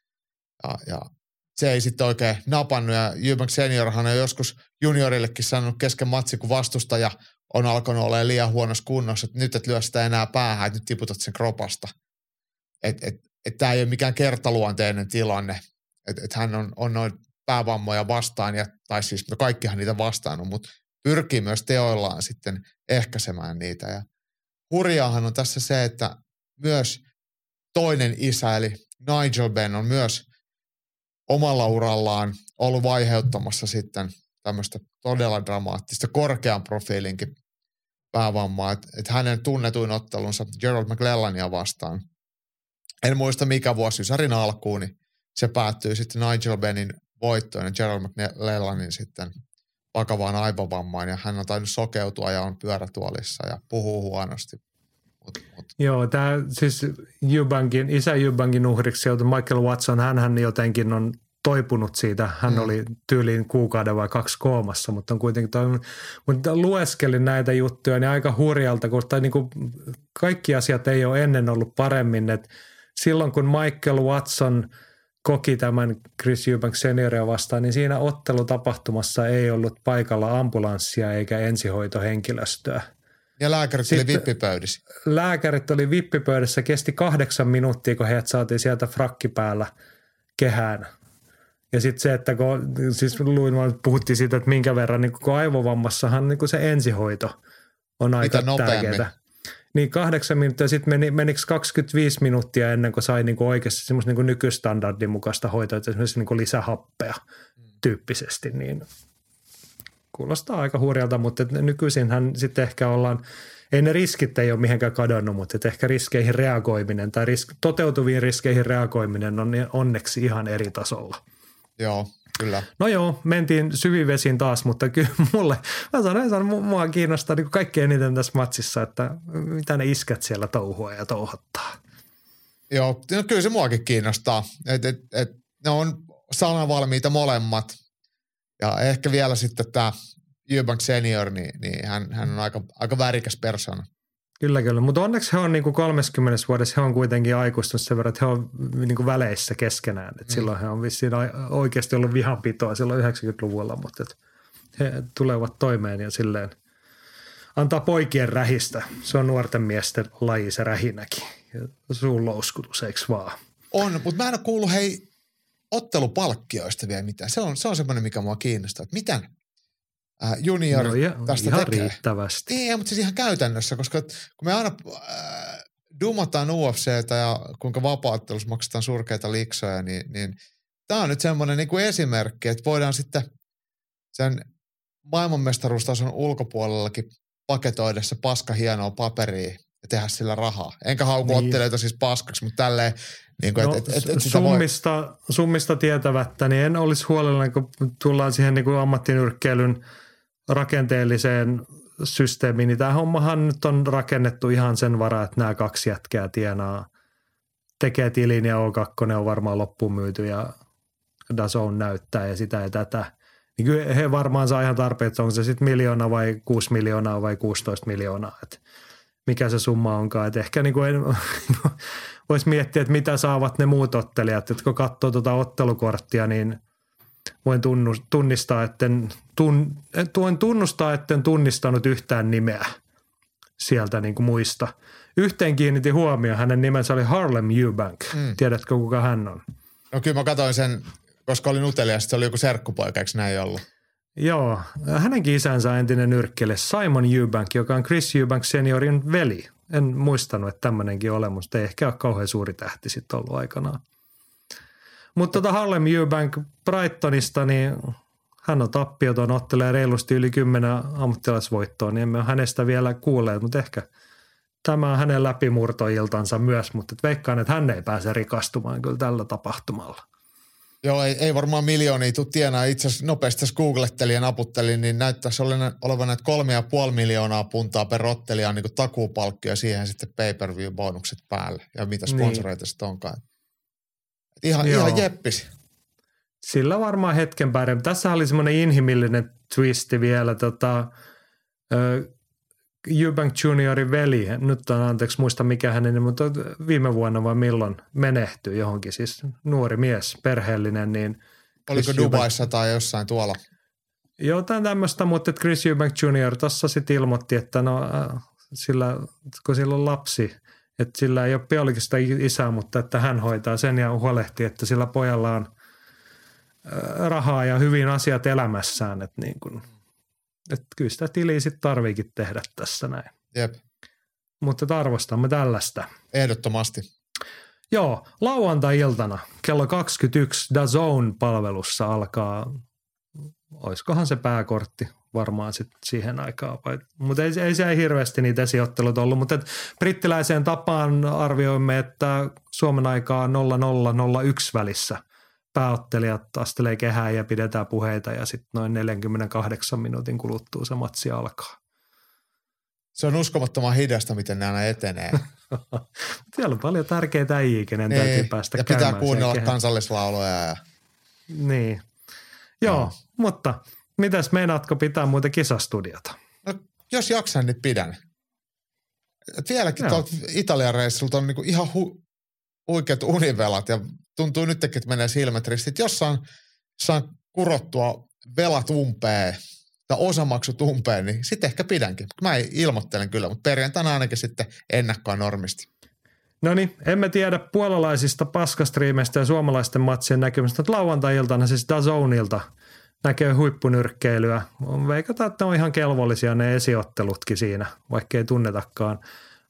se ei sitten oikein napannut ja Eubank seniorhan on joskus juniorillekin sanonut kesken matsi, kun vastustaja on alkanut olemaan liian huonossa kunnossa, että nyt et lyö sitä enää päähän, että nyt tiputat sen kropasta. Että tämä ei ole mikään kertaluonteinen tilanne, että hän on noin päävammoja vastaan, tai siis kaikkihan niitä vastaan on, mutta pyrkii myös teoillaan sitten ehkäisemään niitä. Ja hurjaahan on tässä se, että myös toinen isä, eli Nigel Benn, on myös omalla urallaan ollut vaiheuttamassa sitten tämmöistä todella dramaattista korkean profiilinkin päävammaa, että hänen tunnetuin ottelunsa Gerald McLellania vastaan. En muista mikä vuosi Ysärin alkuun, niin se päättyy sitten Nigel Bennin voittoon ja Gerald McLellanin sitten vakavaan aivovammaan ja hän on tainnut sokeutua ja on pyörätuolissa ja puhuu huonosti. Joo, tämä siis isä Eubankin uhriksi joutui Michael Watson, hänhän jotenkin on toipunut siitä. Hän oli tyyliin kuukauden vai 2 koomassa, mutta on kuitenkin toiminut. Mutta lueskelin näitä juttuja niin aika hurjalta, koska niin kuin kaikki asiat ei ole ennen ollut paremmin. Et silloin kun Michael Watson koki tämän Chris Eubank senioria vastaan, niin siinä ottelutapahtumassa ei ollut paikalla ambulanssia eikä ensihoitohenkilöstöä. Ja lääkärit oli vippipöydissä. Lääkärit oli vippipöydässä, kesti 8 minuuttia, kun heidät saatiin sieltä frakki päällä kehään. Ja sitten se, että kun siis puhuttiin siitä, että minkä verran niin kun aivovammassahan niin kun se ensihoito on aika tärkeää. Niin 8 minuuttia, sitten menikö 25 minuuttia ennen kuin sai niin kuin oikeasti semmoista niin kuin nykystandardin mukaista hoitoa, esimerkiksi niin kuin lisähappea tyyppisesti, niin kuulostaa aika hurjalta, mutta nykyisinhän sitten ehkä ei ne riskit ei ole mihinkään kadonnut, mutta ehkä riskeihin reagoiminen tai toteutuviin riskeihin reagoiminen on onneksi ihan eri tasolla. Joo, kyllä. No joo, mentiin syvivesiin taas, mutta kyllä mä sanon, mua kiinnostaa niin kaikkein eniten tässä matsissa, että mitä ne iskät siellä touhua ja touhottaa. Joo, no kyllä se muakin kiinnostaa, että ne on salavalmiita molemmat. Ja ehkä vielä sitten tämä Eubank Senior, niin hän on aika värikäs persona. Kyllä, mutta onneksi he on niin kuin 30 vuodessa, he on kuitenkin aikuistunut sen verran, että he on niin kuin väleissä keskenään. Et silloin he on vissiin oikeasti ollut vihanpitoa silloin 90-luvulla, mutta he tulevat toimeen ja silleen antaa poikien rähistä. Se on nuorten miesten laji se rähinäkin. Suun louskutus, eikö vaan? On, mutta mä en ole kuullut ottelupalkkioista vielä mitään. Se on semmoinen, mikä mua kiinnostaa. Että miten junior tästä ihan tekee? Riittävästi. Ei, mutta siis ihan käytännössä, koska kun me aina dumataan UFCtä ja kuinka vapaa-ottelussa maksetaan surkeita liksoja, niin tämä on nyt semmoinen niin kuin esimerkki, että voidaan sitten sen maailmanmestaruustason ulkopuolellakin paketoida se paska hienoa paperia ja tehdä sillä rahaa. Enkä hauku otteleita siis paskaksi, mutta tälleen niin kuin, summista tietävättä, niin en olisi huolellinen, kun tullaan siihen niin kuin ammattinyrkkeilyn rakenteelliseen systeemiin, niin tämä hommahan nyt on rakennettu ihan sen varaa, että nämä kaksi jätkää tienaa, tekee tilin ja O2 on varmaan loppuun myyty ja DAZN näyttää ja sitä ja tätä. Niin kyllä he varmaan saa ihan tarpeeksi, onko se sitten 1 miljoonaa vai 6 miljoonaa vai 16 miljoonaa, että mikä se summa onkaan. Että ehkä niin kuin voisi miettiä, että mitä saavat ne muut ottelijat. Että kun katsoo tuota ottelukorttia, niin voin tunnustaa, etten tunnistanut yhtään nimeä sieltä niin kuin muista. Yhteen kiinnitin huomioon, hänen nimensä oli Harlem Eubank. Tiedätkö, kuka hän on? No kyllä mä katsoin sen, koska olin utelias, se oli joku serkkupoika, eikö näin ollut? Joo, hänenkin isänsä on entinen nyrkkeilijä Simon Eubank, joka on Chris Eubank seniorin veli. En muistanut, että tämmöinenkin ole, mutta ei ehkä ole kauhean suuri tähti sitten ollut aikanaan. Mutta Harlem Eubank Brightonista, niin hän on tappioton, ottelee reilusti yli 10 ammattilaisvoittoa, niin emme ole hänestä vielä kuulleet, mutta ehkä tämä on hänen läpimurtoiltansa myös, mutta veikkaan, että hän ei pääse rikastumaan kyllä tällä tapahtumalla. Joo, ei varmaan miljoonia tule tienaa. Itse asiassa nopeasti tässä googlettelin ja naputtelin, niin näyttäisi olevan näitä 3,5 miljoonaa puntaa per ottelija niin kuin takuupalkki ja siihen sitten pay-per-view-bonukset päälle. Ja mitä sponsoreita sitten onkaan. Ihan jeppis. Sillä varmaan hetken päälle. Tässä oli semmoinen inhimillinen twisti vielä. Eubank Juniorin veli, nyt on anteeksi muista mikä hänen, mutta viime vuonna vai milloin menehtyi johonkin, siis nuori mies, perheellinen. Niin oliko Dubaissa tai jossain tuolla? Jotain tämmöistä, mutta Chris Eubank Junior tuossa sitten ilmoitti, että kun sillä on lapsi, että sillä ei ole biologista isää, mutta että hän hoitaa sen ja huolehtii, että sillä pojalla on rahaa ja hyvin asiat elämässään, että niin kuin että kyllä sitä tiliä sitten tarviikin tehdä tässä näin. Jep. Mutta arvostamme tällaista. Ehdottomasti. Joo, lauantai-iltana kello 21 DAZN-palvelussa alkaa, olisikohan se pääkortti varmaan sitten siihen aikaan. Mutta ei se hirveästi niitä esiottelut ollut, mutta brittiläiseen tapaan arvioimme, että Suomen aikaa 00:01 välissä pääottelijat astelee kehää ja pidetään puheita ja sitten noin 48 minuutin kuluttua se matsi alkaa. Se on uskomattoman hidasta, miten nämä etenee. Siellä on paljon tärkeitä äijiä, kenen täytyy päästä ja käymään. Ja pitää kuunnella kansallislauluja. Ja niin. Joo, mutta mitäs meinaatko pitää muuten kisastudiota? No, jos jaksan, niin pidän. Vieläkin tuolta Italian reissulta on niinku ihan huikeat univelat ja tuntuu nytkin, että menee silmät ristit. Jos saan kurottua velat umpeen tai osamaksut umpeen, niin sitten ehkä pidänkin. Mä ilmoittelen kyllä, mutta perjantaina ainakin sitten ennakkoa normisti. No niin, emme tiedä puolalaisista paskastriimeistä ja suomalaisten matsien näkymistä, mutta lauantai-iltana siis DAZNilta näkee huippunyrkkeilyä. Veikataan, että on ihan kelvollisia ne esiottelutkin siinä, vaikka ei tunnetakaan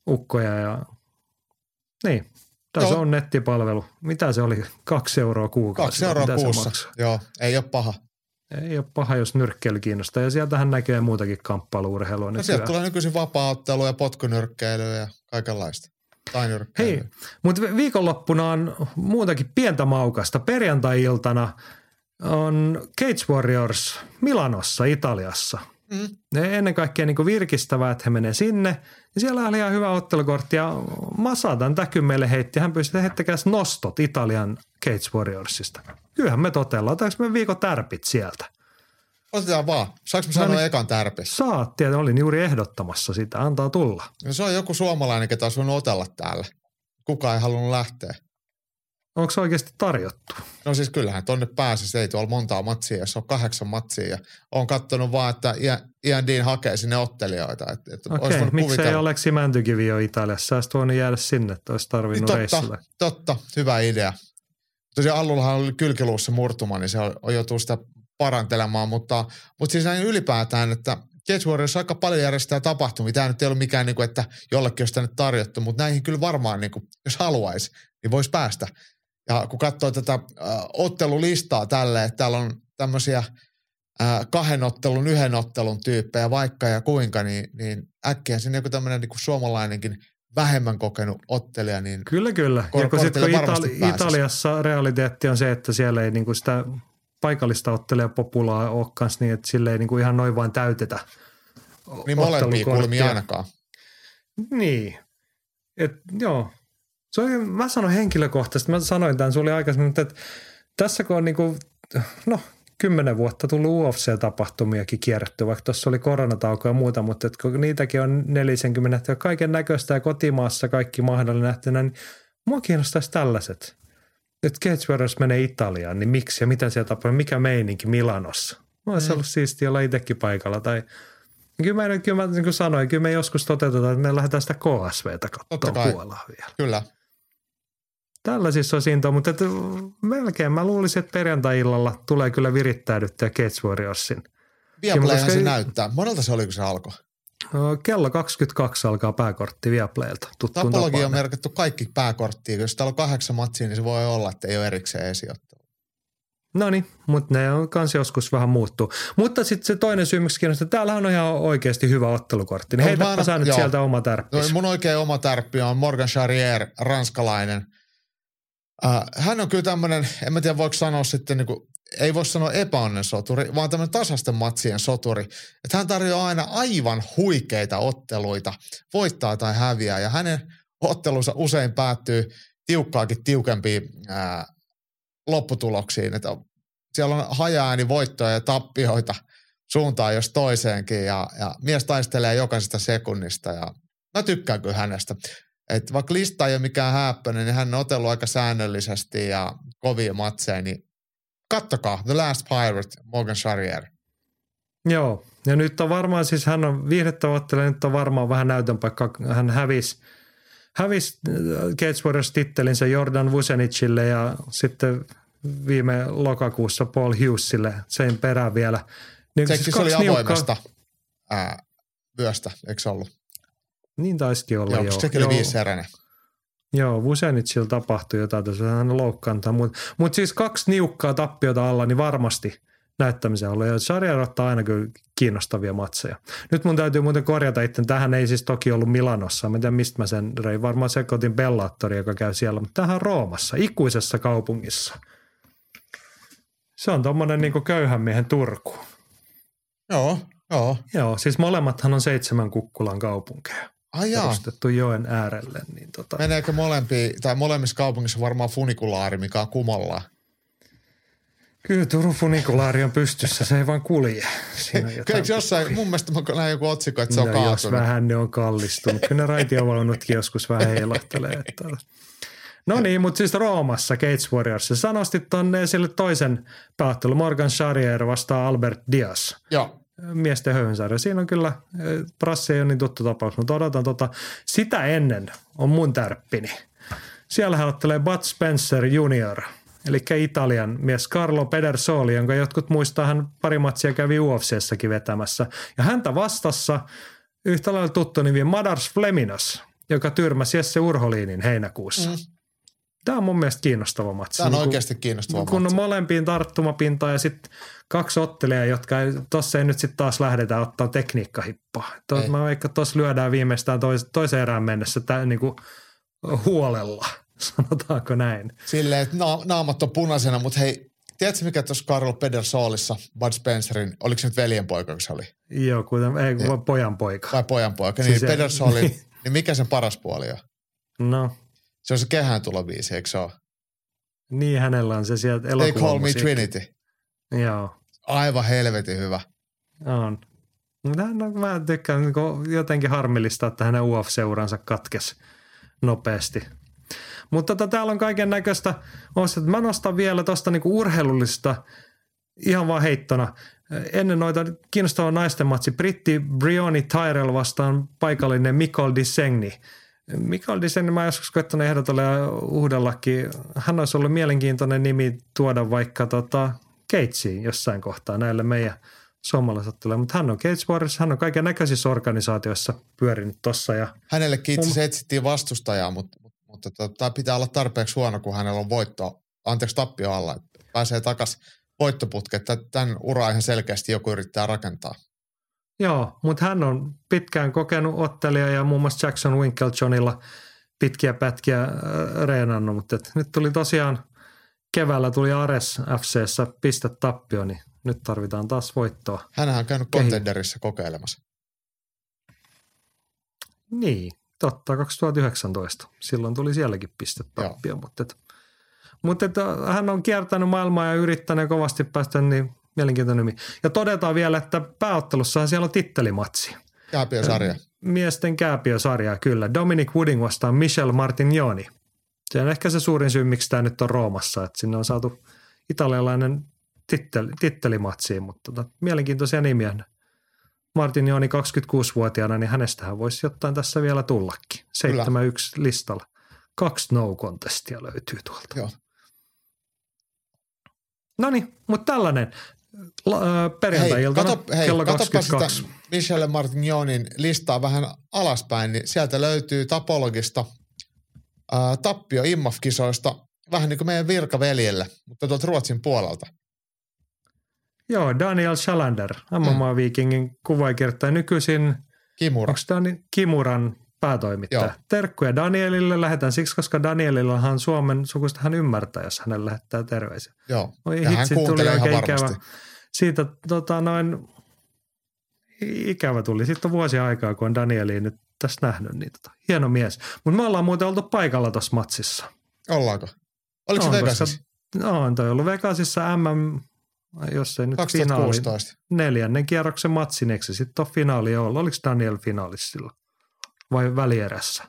ukkoja ja niin. Tässä on nettipalvelu. Mitä se oli? 2 euroa kuukausi. 2 euroa kuussa. Joo, ei ole paha. Ei ole paha, jos nyrkkeily kiinnostaa. Ja sieltähän näkee muutakin kamppailu-urheilua. No sieltä tulee nykyisin vapaa-ottelu ja potkunyrkkeilyä ja kaikenlaista. Tai nyrkkeilyä. Hei, mutta viikonloppuna on muutakin pientä maukasta. Perjantai-iltana on Cage Warriors Milanossa, Italiassa. Ennen kaikkea niin kuin virkistävää, että he menee sinne. Ja siellä oli ihan hyvä ottelukortti ja Masatan Täky meille heitti. Hän pyysi, että heittäkääs nostot Italian Cage Warriorsista. Kyllähän me totellaan. Otetaanko me viikon tärpit sieltä? Otetaan vaan. Saanko me sanoa ekan tärpin? Saat, tietysti. Olin juuri ehdottamassa sitä. Antaa tulla. No se on joku suomalainen, ketä olisi voinut otella täällä. Kukaan ei halunnut lähteä. Onko se oikeasti tarjottu? No siis kyllähän tonne pääsisi, ei tuolla montaa matsia, jos on 8 matsia. Ja olen katsonut vaan, että Ian Dean hakee sinne ottelijoita. Okei, miksei Aleksi Mäntykivi ole Italiassa? Sä voinut jäädä sinne, että olisi tarvinnut reissulle. Totta, hyvä idea. Tosiaan Allullahan oli kylkiluussa murtuma, niin se on joutuu sitä parantelemaan, mutta siis näin ylipäätään, että Cage Warriors aika paljon järjestää tapahtumia. Tämä nyt ei ole mikään, niin kuin, että jollekin olisi tänne tarjottu, mutta näihin kyllä varmaan, niin kuin, jos haluaisi, niin voisi päästä. Ja kun katsoo tätä ottelulistaa tälle, että täällä on tämmöisiä 2 ottelun, 1 ottelun tyyppejä vaikka ja kuinka, niin äkkiä sinne joku tämmöinen niin kuin suomalainenkin vähemmän kokenut ottelija. Niin kyllä. Ja kun sitten Italiassa realiteetti on se, että siellä ei niin kuin sitä paikallista ottelijapopulaa ole kanssa niin, että sille ei niin kuin ihan noin vaan täytetä. Niin molempia kulmia ainakaan. Niin. Joo. Se oli, mä sanoin henkilökohtaisesti, mä sanoin tämän, se oli aikaisemmin, mutta tässä kun on niin kuin, 10 vuotta tullut UFC-tapahtumiakin kierretty, vaikka tuossa oli koronatauko ja muuta, mutta kun niitäkin on 40 ja kaiken näköistä ja kotimaassa kaikki mahdollinen nähtynä, niin mua kiinnostaisi tällaiset. Nyt Cage Warriors menee Italiaan, niin miksi ja mitä siellä tapahtuu, mikä meininki Milanossa? Mä olisi ollut siistiä olla itsekin paikalla tai kyllä mä niin kuin sanoin, kyllä me joskus toteutetaan, että me lähdetään sitä KSVtä katsomaan Puolaa vielä. Kyllä. Tällaisissa olisi intoa, mutta melkein mä luulisin, että perjantai-illalla tulee kyllä virittäydyttää Cage Warriorsin. Viaplayhan se näyttää. Monelta se oli, kun se alkoi? Kello 22 alkaa pääkortti Viaplaylta. Tapologia on merkattu kaikki pääkorttiin. Jos täällä on 8 matsia, niin se voi olla, että ei ole erikseen esiottelu. No niin, mutta ne on kans joskus vähän muuttuu. Mutta sitten se toinen syy, miksi kiinnostaa, täällä on ihan oikeasti hyvä ottelukortti. Niin heitäpä sä nyt sieltä oma tärppis. Mun oikea oma tärppi on Morgan Charrier, ranskalainen. Hän on kyllä tämmöinen, en mä tiedä voiko sanoa sitten, niin kuin, ei voi sanoa epäonnen soturi, vaan tämmöinen tasaisten matsien soturi. Että hän tarjoaa aina aivan huikeita otteluita, voittaa tai häviää. Ja hänen ottelunsa usein päättyy tiukempiin lopputuloksiin. Että siellä on hajaääni voittoja ja tappioita suuntaan jos toiseenkin. Ja mies taistelee jokaisesta sekunnista ja mä tykkään kyllä hänestä. Että vaikka lista ei ole mikään häppöinen, niin hän on otellut aika säännöllisesti ja kovia matseja, niin kattokaa The Last Pirate, Morgan Charrier. Joo, ja nyt on varmaan, siis hän on viihdettävä ottelija, nyt on varmaan vähän näytön paikka. Hän hävisi Cage Warriors-tittelinsä Jordan Vucenicille ja sitten viime lokakuussa Paul Hughesille sen perään vielä. Niin sekin siis oli avoimesta vyöstä, eikö se ollut? Niin taisikin olla, joo. Sekin oli 5-eräinen. Joo, Vucenicilla tapahtui jotain, tässä hän loukkaantaa. Mutta siis 2 niukkaa tappiota alla, niin varmasti näyttämisen olla. Ja Charrier ottaa aina kyllä kiinnostavia matseja. Nyt mun täytyy muuten korjata itse. Tämähän ei siis toki ollut Milanossa. Mä en tiedä, mistä mä sen rein. Varmaan sekoitin Bellatori, joka käy siellä. Mutta tämähän on Roomassa, ikuisessa kaupungissa. Se on tommonen niinku köyhän miehen Turku. Joo. Joo, siis molemmathan on 7 kukkulan kaupunkeja. Perustettu joen äärelle. Niin meneekö molemmissa kaupungissa varmaan funikulaari, mikä on kumollaan? Kyllä Turun funikulaari on pystyssä, se ei vaan kulje. Eikö jossain, mun mielestä mä näin joku otsikko, että se on kaatunut. Jos vähän ne on kallistunut. Kyllä ne raitiovaunutkin joskus vähän heilahtelee. No niin, mutta siis Roomassa Cage Warriors. Sä nostit tonne esille toisen päättelyn, Morgan Charrier vastaa Albert Diaz. Joo. Miesten höyhensarja. Siinä on kyllä, Brassi ei ole niin tuttu tapaus, mutta odotan sitä ennen on mun tärppini. Siellä hän ottelee Bud Spencer Jr., eli Italian mies Carlo Pedersoli, jonka jotkut muistaa, hän pari matsia kävi UFC:ssäkin vetämässä. Ja häntä vastassa yhtä lailla tuttu nimi Madars Fleminas, joka tyrmäsi Jesse Urholinin heinäkuussa. Tämä on mun mielestä kiinnostava matsi. Tämä on oikeasti kiinnostava matsi. Kun on molempiin tarttumapintaa ja sitten 2 ottelijaa, jotka tuossa ei nyt sitten taas lähdetä ottaa tekniikkahippaa. Mä vaikka tuossa lyödään viimeistään toiseen erään mennessä niinku huolella, sanotaanko näin. Silleen, että naamat on punaisena, mutta hei, tiedätkö mikä tuossa Carl Pedersolissa, Bud Spencerin, oliko se nyt veljenpoika, kun se oli? Joo, pojanpoika. Vai pojanpoika, niin siis Pedersoli, niin mikä sen paras puoli on? No. Se on se Kehääntulobiisi, eikö se ole? Niin, hänellä on se sieltä They Call Me Trinity. Joo. Aivan helvetin hyvä. On. Mä tykkään jotenkin harmillista, että hänen UFC-uransa katkesi nopeasti. Mutta täällä on kaiken näköistä. Mä nostan vielä tuosta niinku urheilullisesta ihan vaan heittona. Ennen noita kiinnostava naisten matsi, britti Brioni Tyrell vastaan paikallinen Mikael Disegni. Mikael Disegni, mä joskus koettanut ehdotella uudellakin. Hän olisi ollut mielenkiintoinen nimi tuoda vaikka Gatesiin jossain kohtaa näille meidän suomalaisottelijoille. Mutta hän on Cage Warriors, hän on kaiken näköisissä organisaatioissa pyörinyt tossa. Ja hänellekin itse asiassa etsittiin vastustajaa, mutta pitää olla tarpeeksi huono, kun hänellä on tappio alla. Pääsee takaisin voittoputkeen. Tämän uraa ihan selkeästi joku yrittää rakentaa. Joo, mutta hän on pitkään kokenut ottelija ja muun muassa Jackson Winklejohnilla pitkiä pätkiä reenannut, mutta nyt tuli tosiaan keväällä tuli Ares FC:ssä pistetappio, niin nyt tarvitaan taas voittoa. Hänhän on käynyt Contenderissa kokeilemassa. Niin, totta, 2019. Silloin tuli sielläkin pistetappio, mutta hän on kiertänyt maailmaa ja yrittänyt kovasti päästä, niin mielenkiintoinen nimi. Ja todetaan vielä, että pääottelussahan siellä on tittelimatsi. Kääpiösarja. Miesten kääpiösarja, kyllä. Dominic Wooding vastaan Michel Martignoni. Se on ehkä se suurin syy, miksi tämä nyt on Roomassa, että sinne on saatu italialainen tittelimatsiin, mutta mielenkiintoisia nimiä. Martignoni 26-vuotiaana, niin hänestähän voisi jotain tässä vielä tullakin. 7-1 listalla. 2 no-contestia löytyy tuolta. Joo. Noniin, mutta tällainen perjantai-iltana kello 22. Sitä Michele Martignonin listaa vähän alaspäin, niin sieltä löytyy Tapologista tappio IMMAF-kisoista vähän niin kuin meidän virkaveljelle, mutta tuolta Ruotsin puolelta. Joo, Daniel Schalander, MMA-viikingin kuvaikirjoittaja nykyisin. Kimura. Onko tämä Kimuran päätoimittaja? Joo. Terkkuja Danielille lähetän siksi, koska Danielillahan Suomen sukusta hän ymmärtää, jos hänelle lähettää terveisiä. Joo, ja hän kuuntelee ihan varmasti. Ikävä. Siitä ikävä tuli. Sitten on vuosia aikaa, kun on Danieliin nyt tässä nähnyt. Niin hieno mies. Mutta me ollaan muuten oltu paikalla tuossa matsissa. Ollaanko? Oliko se Vegasissa? On toi ollut Vegasissa jos ei nyt 2016. Finaali, 4. kierroksen matsin, eikö se sitten ole finaali ollut? Oliko Daniel finaalissa silloin? Vai välierässä?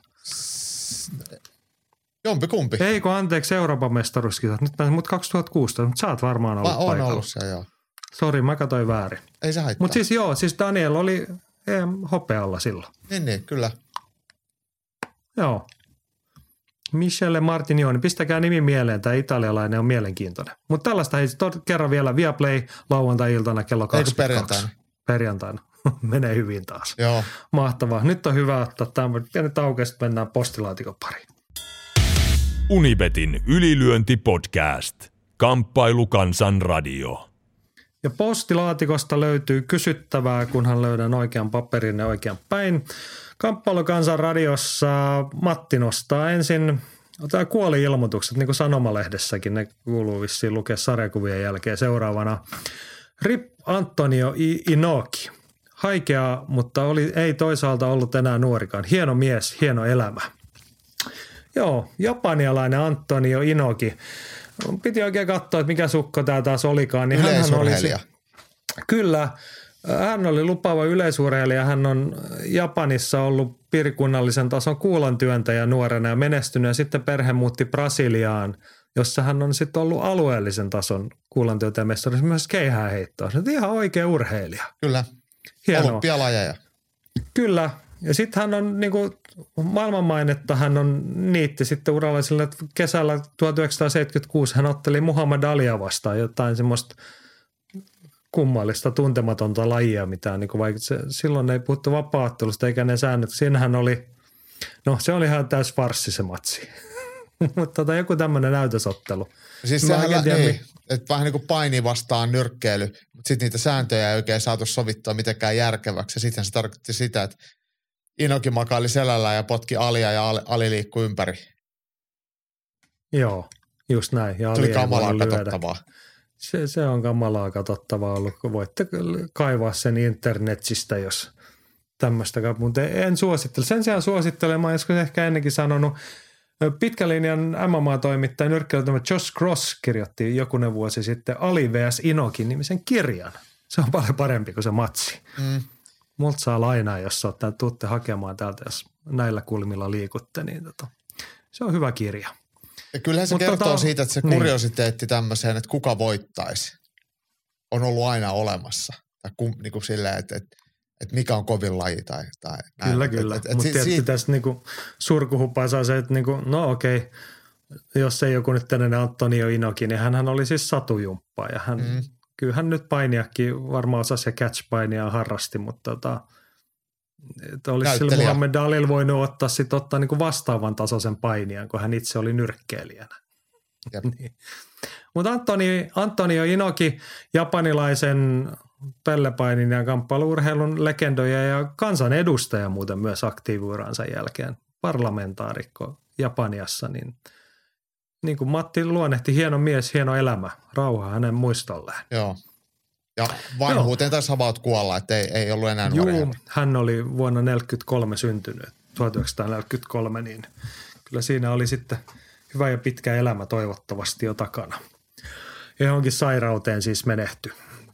Jompikumpi. Eikö anteeksi Euroopan mestaruuskisat? Nyt mutta 2016, mutta sä oot varmaan ollut paikalla. Olen ollut siellä, joo. Sori, mä katsoin väärin. Ei se haittaa. Mutta siis Daniel oli hopealla silloin. Niin, kyllä. Joo. Michele Martignoni, pistäkää nimi mieleen, tämä italialainen on mielenkiintoinen. Mutta tällaista kerran vielä Viaplay lauantai-iltana kello 22. Perjantaina. Menee hyvin taas. Joo. Mahtavaa. Nyt on hyvä ottaa tämä pieni tauko, sitten mennään postilaatikon pariin. Unibetin ylilyöntipodcast. Kamppailu Kansan radio. Ja postilaatikosta löytyy kysyttävää, kunhan löydän oikean paperin ja oikean päin. Kamppailu Kansan radiossa Matti nostaa ensin kuoli-ilmoitukset, niin kuin Sanomalehdessäkin. Ne kuuluu vissiin lukea sarjakuvien jälkeen seuraavana. Rip Antonio Inoki. Haikea, mutta ei toisaalta ollut enää nuorikaan. Hieno mies, hieno elämä. Joo, japanialainen Antonio Inoki. Piti oikein katsoa, että mikä sukko tämä taas olikaan. Niin yleisurheilija. Kyllä, hän oli lupaava yleisurheilija. Hän on Japanissa ollut piirikunnallisen tason kuulantyöntäjä nuorena ja menestynyt. Ja sitten perhe muutti Brasiliaan, jossa hän on sitten ollut alueellisen tason kuulantyöntäjämestari. Myös keihääheittoa. Se on ihan oikea urheilija. Kyllä. Hienoa. Olympialajeja. Kyllä. Ja sitten hän on niinku maailmanmainetta, hän on niitti sitten uralla sillä, että kesällä 1976 hän otteli Muhammad Alia vastaan jotain semmoista kummallista tuntematonta lajia, mitä niinku vaikka silloin ei puhuttu vapaa-ottelusta eikä ne säännöt. Siinähän oli No se oli ihan täys farssi se matsi. Mutta joku tämmöinen näytösottelu. Siis sehän että vähän niin kuin paini vastaan nyrkkeily, mutta sitten niitä sääntöjä ei oikein saatu sovittua mitenkään järkeväksi. Ja sitten se tarkoitti sitä, että Inoki makaili selällä ja potki Alia ja Ali liikkui ympäri. Joo, just näin. Ja tuli kamalaa katsottavaa. Se on kamalaa katsottavaa ollut. Voitte kaivaa sen internetistä, jos tämmöistä. Mutta en suosittele. Sen sijaan suosittelen, mä joskus ehkä ennenkin sanonut, pitkän linjan MMA-toimittaja nyrkkeilyttämä Josh Cross kirjoitti jokunen vuosi sitten Ali vs. Inokin nimisen kirjan. Se on paljon parempi kuin se matsi. Multa saa lainaa, jos tuutte hakemaan täältä, jos näillä kulmilla liikutte, niin se on hyvä kirja. Ja kyllähän se kertoo siitä, että se kuriositeetti tämmöiseen, että kuka voittaisi, on ollut aina olemassa. Tai niin kuin silleen, että mikä on kovin laji tai näin. Kyllä. Mutta tietysti tässä niinku surkuhupaisaa se, että niinku, no okei, jos ei joku nyt tänne Antonio Inoki, niin hänhän oli siis satujumppaa. Ja kyllähän nyt painiakin varmaan osasi ja catch-painia harrasti, mutta olisi sillä Muhammed Alil voinut ottaa niinku vastaavan tasoisen painijan, kun hän itse oli nyrkkeilijänä. Niin. Mutta Antonio Inoki, japanilaisen pellepainin ja kamppailu-urheilun legendoja ja kansanedustaja muuten myös aktiiviuransa jälkeen, parlamentaarikko Japaniassa, niin kuin Matti luonnehti, hieno mies, hieno elämä, rauha hänen muistolleen. Joo. Ja vanhuuteen taisi about kuolla, että ei ollut enää nuoria. Joo, hän oli vuonna 1943 syntynyt, 1943, niin kyllä siinä oli sitten hyvä ja pitkä elämä toivottavasti jo takana. Johonkin sairauteen siis menehty.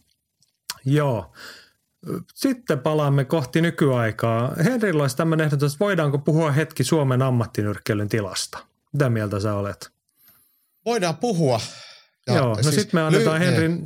Joo. Sitten palaamme kohti nykyaikaa. Henrillä olisi tämmöinen ehdotus, että voidaanko puhua hetki Suomen ammattinyrkkeilyn tilasta? Mitä mieltä sä olet? Voidaan puhua. Ja joo, no siis sitten me annetaan Henrin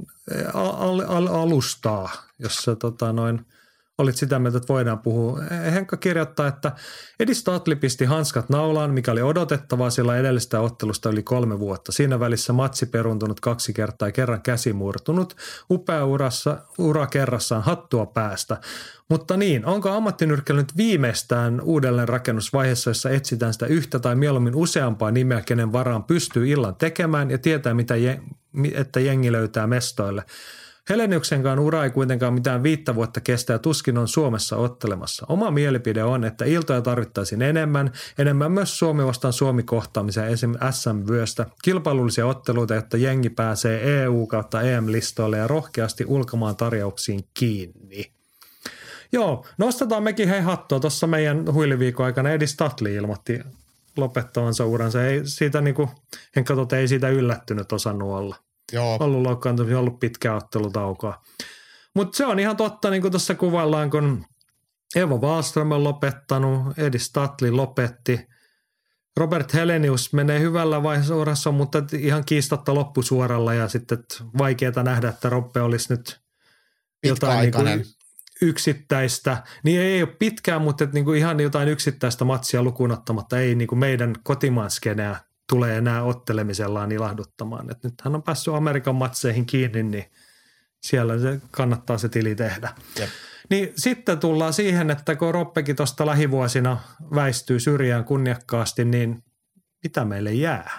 alustaa, jos sä olit sitä mieltä, että voidaan puhua. Henkka kirjoittaa, että Eddie Statli pisti hanskat naulaan, mikä oli odotettavaa, sillä edellisestä ottelusta yli 3 vuotta. Siinä välissä matsi peruntunut 2 kertaa ja kerran käsi murtunut. Upea ura kerrassaan, hattua päästä. Mutta niin, onko ammattinyrkkeily nyt viimeistään uudelleen rakennusvaiheessa, jossa etsitään sitä yhtä tai mieluummin useampaa nimeä, kenen varaan pystyy illan tekemään ja tietää, että jengi löytää mestoille? Heleniuksenkaan ura ei kuitenkaan mitään 5 vuotta kestä ja tuskin on Suomessa ottelemassa. Oma mielipide on, että iltoja tarvittaisiin enemmän myös Suomi vastaan Suomi kohtaamisia, esimerkiksi SM-vyöstä, kilpailullisia otteluita, jotta jengi pääsee EU kautta EM-listoille ja rohkeasti ulkomaan tarjouksiin kiinni. Joo, nostetaan mekin hattua. Tuossa meidän huiliviikon aikana Eddie Statli ilmoitti lopettavansa uransa. Ei siitä Henkka ei siitä yllättynyt osannut olla. Joo. Ollut loukkaantumisia, ollut pitkää ottelutaukoa. Mutta se on ihan totta, niin kuin tuossa kuvaillaan, kun Evo Wahlström on lopettanut, Eddie Statli lopetti. Robert Helenius menee hyvällä vaiheessa urassa, mutta ihan kiistatta loppusuoralla ja sitten vaikeaa nähdä, että Robbe olisi nyt jotain yksittäistä. Niin ei ole pitkään, mutta ihan jotain yksittäistä matsia lukuun ottamatta ei meidän kotimaan skeneä tulee enää ottelemisellaan ilahduttamaan. Et nyt hän on päässyt Amerikan matseihin kiinni, niin siellä se kannattaa se tili tehdä. Jep. Niin sitten tullaan siihen, että kun Robbekin tuosta lähivuosina väistyy syrjään kunniakkaasti, niin mitä meille jää?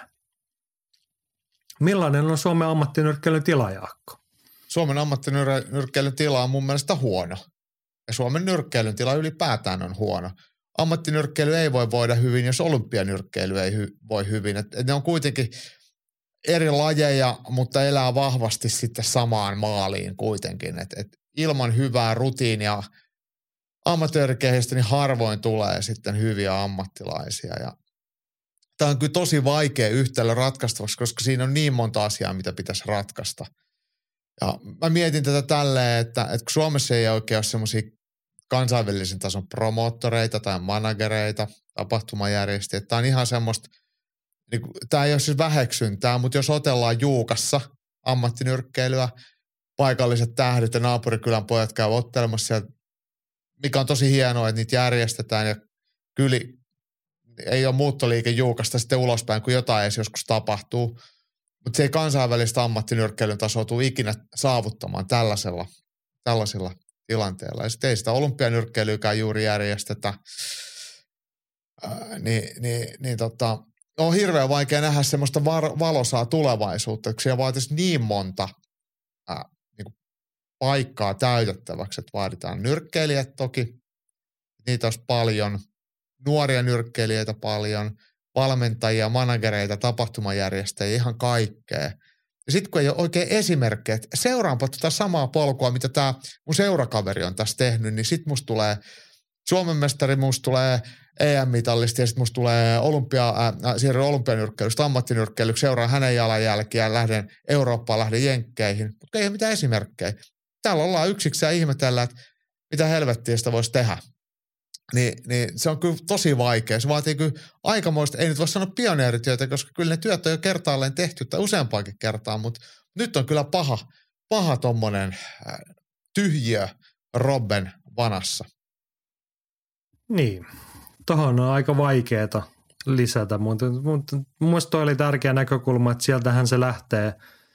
Millainen on Suomen ammattinyrkkeilyn tila, Jaakko? Suomen ammattinyrkkeilyn tila on mun mielestä huono. Ja Suomen nyrkkeilyn tila ylipäätään on huono. Ammattinyrkkeily ei voi voida hyvin, jos olympianyrkkeily ei voi hyvin. Et ne on kuitenkin eri lajeja, mutta elää vahvasti sitten samaan maaliin kuitenkin. Et ilman hyvää rutiinia amatöörikeihistä niin harvoin tulee sitten hyviä ammattilaisia. Ja tämä on kyllä tosi vaikea yhtälö ratkaistavaksi, koska siinä on niin monta asiaa, mitä pitäisi ratkaista. Ja mä mietin tätä tälleen, että kun Suomessa ei oikein ole semmoisia kansainvälisen tason promoottoreita tai managereita, tapahtumajärjestäjiä. Tämä on ihan semmoista, niin tämä ei ole siis väheksyntää, mutta jos otellaan Juukassa ammattinyrkkeilyä, paikalliset tähdet ja naapurikylän pojat käyvät ottelemassa siellä, mikä on tosi hienoa, että niitä järjestetään ja kyllä ei ole muuttoliike Juukasta sitten ulospäin, kun jotain edes joskus tapahtuu, mutta se ei kansainvälistä ammattinyrkkeilyn tasoa tule ikinä saavuttamaan tällaisilla tilanteella. Ja sitten ei sitä olympianyrkkeilyykään juuri järjestetä. on hirveän vaikea nähdä semmoista valosaa tulevaisuutta, kun siellä vaatisi niin monta niin paikkaa täytettäväksi, että vaaditaan nyrkkeilijät toki, niitä olisi paljon, nuoria nyrkkeilijöitä paljon, valmentajia, managereita, tapahtumajärjestäjiä, ihan kaikkea. Ja sitten kun ei ole oikein esimerkkejä, että seuraanpa tuota samaa polkua, mitä tämä mun seurakaveri on tässä tehnyt, niin sitten musta tulee Suomen mestari, musta tulee EM-mitallisti ja sitten musta tulee siirryn olympianyrkkeilystä ammattinyrkkeilyksi, seuraan hänen jalanjälkiään, lähden Eurooppaan, lähden Jenkkeihin, mutta ei ole mitään esimerkkejä. Täällä ollaan yksikseen ja ihmetellään, että mitä helvettiä sitä voisi tehdä. Niin se on kyllä tosi vaikea. Se vaatii kyllä aikamoista, ei nyt voi sanoa pioneerityötä, koska kyllä ne työt on jo kertaalleen tehty tai useampaakin kertaa, mutta nyt on kyllä paha tommonen tyhjiö Robben vanassa. Niin, tohon on aika vaikeeta lisätä, mutta mun mielestä toi oli tärkeä näkökulma, että sieltähän se lähtee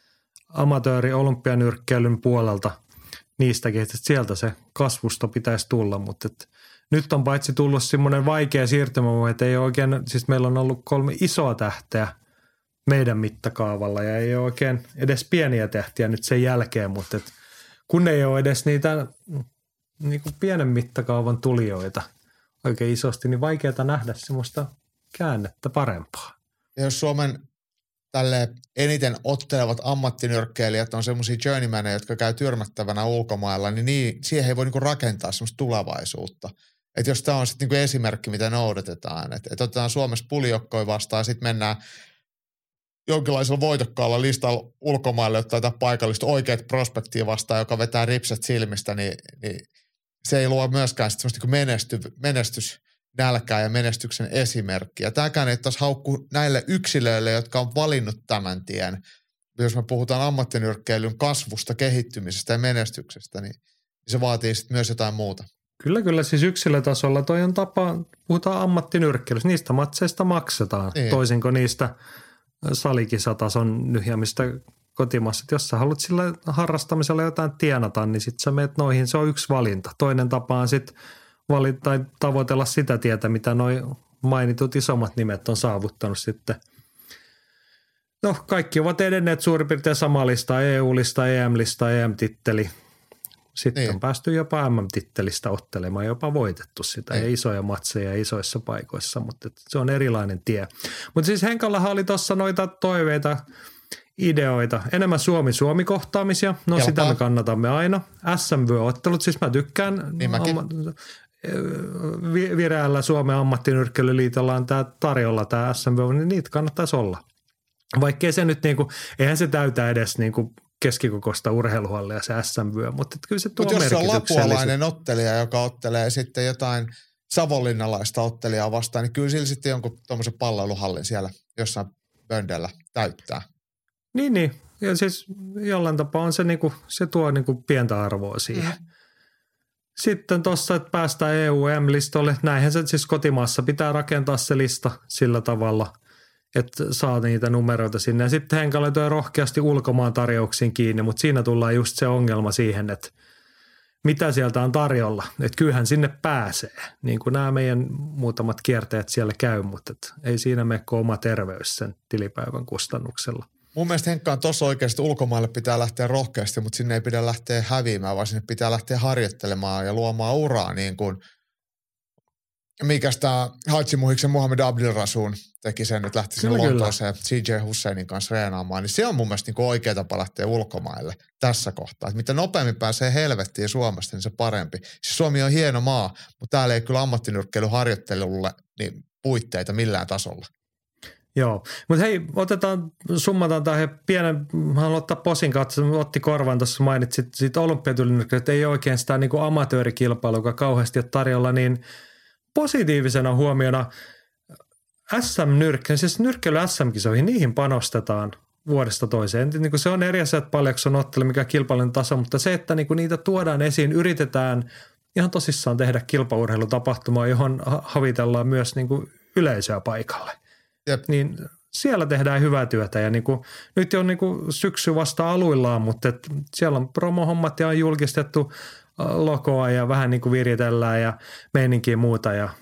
amatööri-olympianyrkkeilyn puolelta niistäkin, että sieltä se kasvusto pitäisi tulla, mutta nyt on paitsi tullut semmoinen vaikea siirtymä, että ei oikein, siis meillä on ollut 3 isoa tähteä meidän mittakaavalla ja ei ole oikein edes pieniä tähtiä nyt sen jälkeen, mutta kun ei ole edes niitä niin kuin pienen mittakaavan tulijoita oikein isosti, niin vaikeaa nähdä semmoista käännettä parempaa. Ja jos Suomen tälle eniten ottelevat ammattinyrkkeilijät on semmoisia journeymaneja, jotka käy tyrmättävänä ulkomailla, niin siihen ei voi niinku rakentaa semmoista tulevaisuutta. Että jos tämä on sitten niinku esimerkki, mitä noudatetaan, että otetaan Suomessa puljokkoja vastaan ja sitten mennään jonkinlaisella voitokkaalla listalla ulkomaille, ottaa tätä paikallista oikeat prospektia vastaan, joka vetää ripset silmistä, niin se ei luo myöskään semmoista niinku menestysnälkää ja menestyksen esimerkkiä. Tämäkään ei taas haukku näille yksilöille, jotka on valinnut tämän tien. Jos me puhutaan ammattinyrkkeilyn kasvusta, kehittymisestä ja menestyksestä, niin se vaatii sitten myös jotain muuta. Kyllä siis yksilötasolla toi on tapa, puhutaan ammattinyrkkeilystä, niistä matseista maksetaan, niin. Toisin kuin niistä salikisatason nyhjämistä kotimaassa. Jos sä haluat sillä harrastamisella jotain tienata, niin sit sä meet noihin, se on yksi valinta. Toinen tapa on sitten tai tavoitella sitä tietä, mitä noi mainitut isommat nimet on saavuttanut sitten. No, kaikki ovat edenneet suurin piirtein samaa listaa, EU-lista, EM-lista, EM-titteli. Sitten on päästy jopa MM-tittelistä ottelemaan, jopa voitettu sitä ja isoja matseja isoissa paikoissa, mutta se on erilainen tie. Mutta siis Henkallahan oli tuossa noita toiveita, ideoita, enemmän Suomi-Suomi-kohtaamisia, no sitä me kannatamme aina. SMV-ottelut, siis mä tykkään. Niin mäkin. Vireällä Suomen ammattinyrkkeilyliitolla on tämä tarjolla tämä SMV, niin niitä kannattaisi olla. Vaikkei se nyt niinku, eihän se täytä edes niinku keskikokoista urheiluhallia se SMV, mutta kyllä se tuo merkityksellistä. Jos se on lapualainen ottelija, joka ottelee sitten jotain savonlinnalaista ottelijaa vastaan, niin kyllä sillä sitten jonkun tuommoisen palloiluhallin siellä jossain pöndellä täyttää. Niin. Ja siis jollain tapaa on se, niinku, se tuo niinku pientä arvoa siihen. Sitten tuossa, että päästään EU-M-listolle, näinhän se siis kotimaassa pitää rakentaa se lista sillä tavalla, että saa niitä numeroita sinne. Ja sitten Henka löytyy rohkeasti ulkomaan tarjouksiin kiinni, mutta siinä tullaan just se ongelma siihen, että mitä sieltä on tarjolla. Että kyllähän sinne pääsee, niin kuin nämä meidän muutamat kierteet siellä käy, mutta ei siinä mene kuin oma terveys sen tilipäivän kustannuksella. Mun mielestä Henkka on tuossa oikeasti ulkomaille pitää lähteä rohkeasti, mutta sinne ei pidä lähteä häviämään, vaan sinne pitää lähteä harjoittelemaan ja luomaan uraa niin kuin mikäs tämä Hadji Muhiksen Muhammed Abdelrasuun teki sen, että lähti sinne Lontooseen CJ Husseinin kanssa reenaamaan, niin se on mun mielestä niin kuin oikea tapa lähteä ulkomaille tässä kohtaa. Että mitä nopeammin pääsee helvettiin Suomesta, niin se parempi. Siis Suomi on hieno maa, mutta täällä ei kyllä ammattinyrkkeilyharjoittelulle niin puitteita millään tasolla. Joo, mutta hei, summataan tähän pienen, haluan ottaa posin kautta, otti korvan tuossa mainitsit siitä olympiatylinyrkkeilystä, että ei oikein sitä niin kuin amatöörikilpailua, joka kauheasti ole tarjolla, niin positiivisena huomiona SM-nyrkkeily, siis nyrkkeily SM-kisoihin, niihin panostetaan vuodesta toiseen. Niin kuin se on eri asia, että paljonko on ottelu, mikä kilpailun taso, mutta se, että niin kuin niitä tuodaan esiin, yritetään ihan tosissaan tehdä kilpaurheilutapahtumaa, johon havitellaan myös niin kuin yleisöä paikalle. Jep. Niin siellä tehdään hyvää työtä ja niin kuin, nyt on niin kuin syksy vasta aluillaan, mutta siellä on promohommat ja on julkistettu logoa ja vähän niin kuin viritellään ja meininkiä muuta ja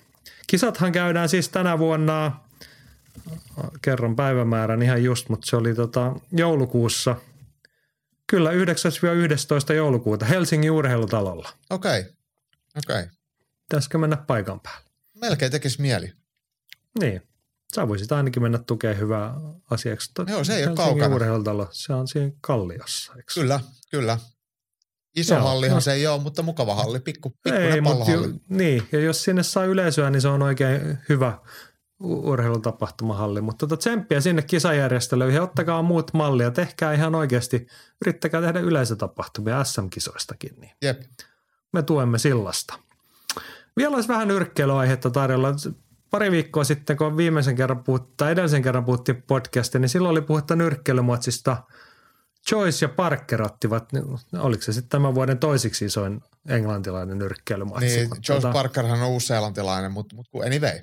Kisathan käydään siis tänä vuonna, kerron päivämäärän ihan just, mutta se oli joulukuussa. Kyllä 9-11 joulukuuta Helsingin urheilutalolla. Okei. Pitäisikö mennä paikan päälle? Melkein tekisi mieli. Niin. Sä voisit ainakin mennä tukemaan hyvää asiaksi. Joo, se ei ole Helsingin kaukana. urheilutalo, se on siinä Kalliossa. Eikö? Kyllä. Iso Joo, hallihan se ei ole, mutta mukava halli, pikkuinen Ei, mutta pallohalli. niin, ja jos sinne saa yleisöä, niin se on oikein hyvä urheilutapahtumahalli. Mutta tsemppiä sinne kisajärjestelyihin, ottakaa muut mallia, tehkää ihan oikeasti, yrittäkää tehdä yleisötapahtumia SM-kisoistakin. Niin. Jep. Me tuemme sillasta. Vielä olisi vähän nyrkkeilyaihetta tarjolla. Pari viikkoa sitten, kun edellisen kerran puhuttiin podcastia, niin silloin oli puhetta nyrkkeilymatsista. Joyce ja Parker ottivat, oliko se sitten tämän vuoden toisiksi isoin englantilainen nyrkkeilymatsi? Niin, Joyce Parkerhan on uusseelantilainen, mutta anyway.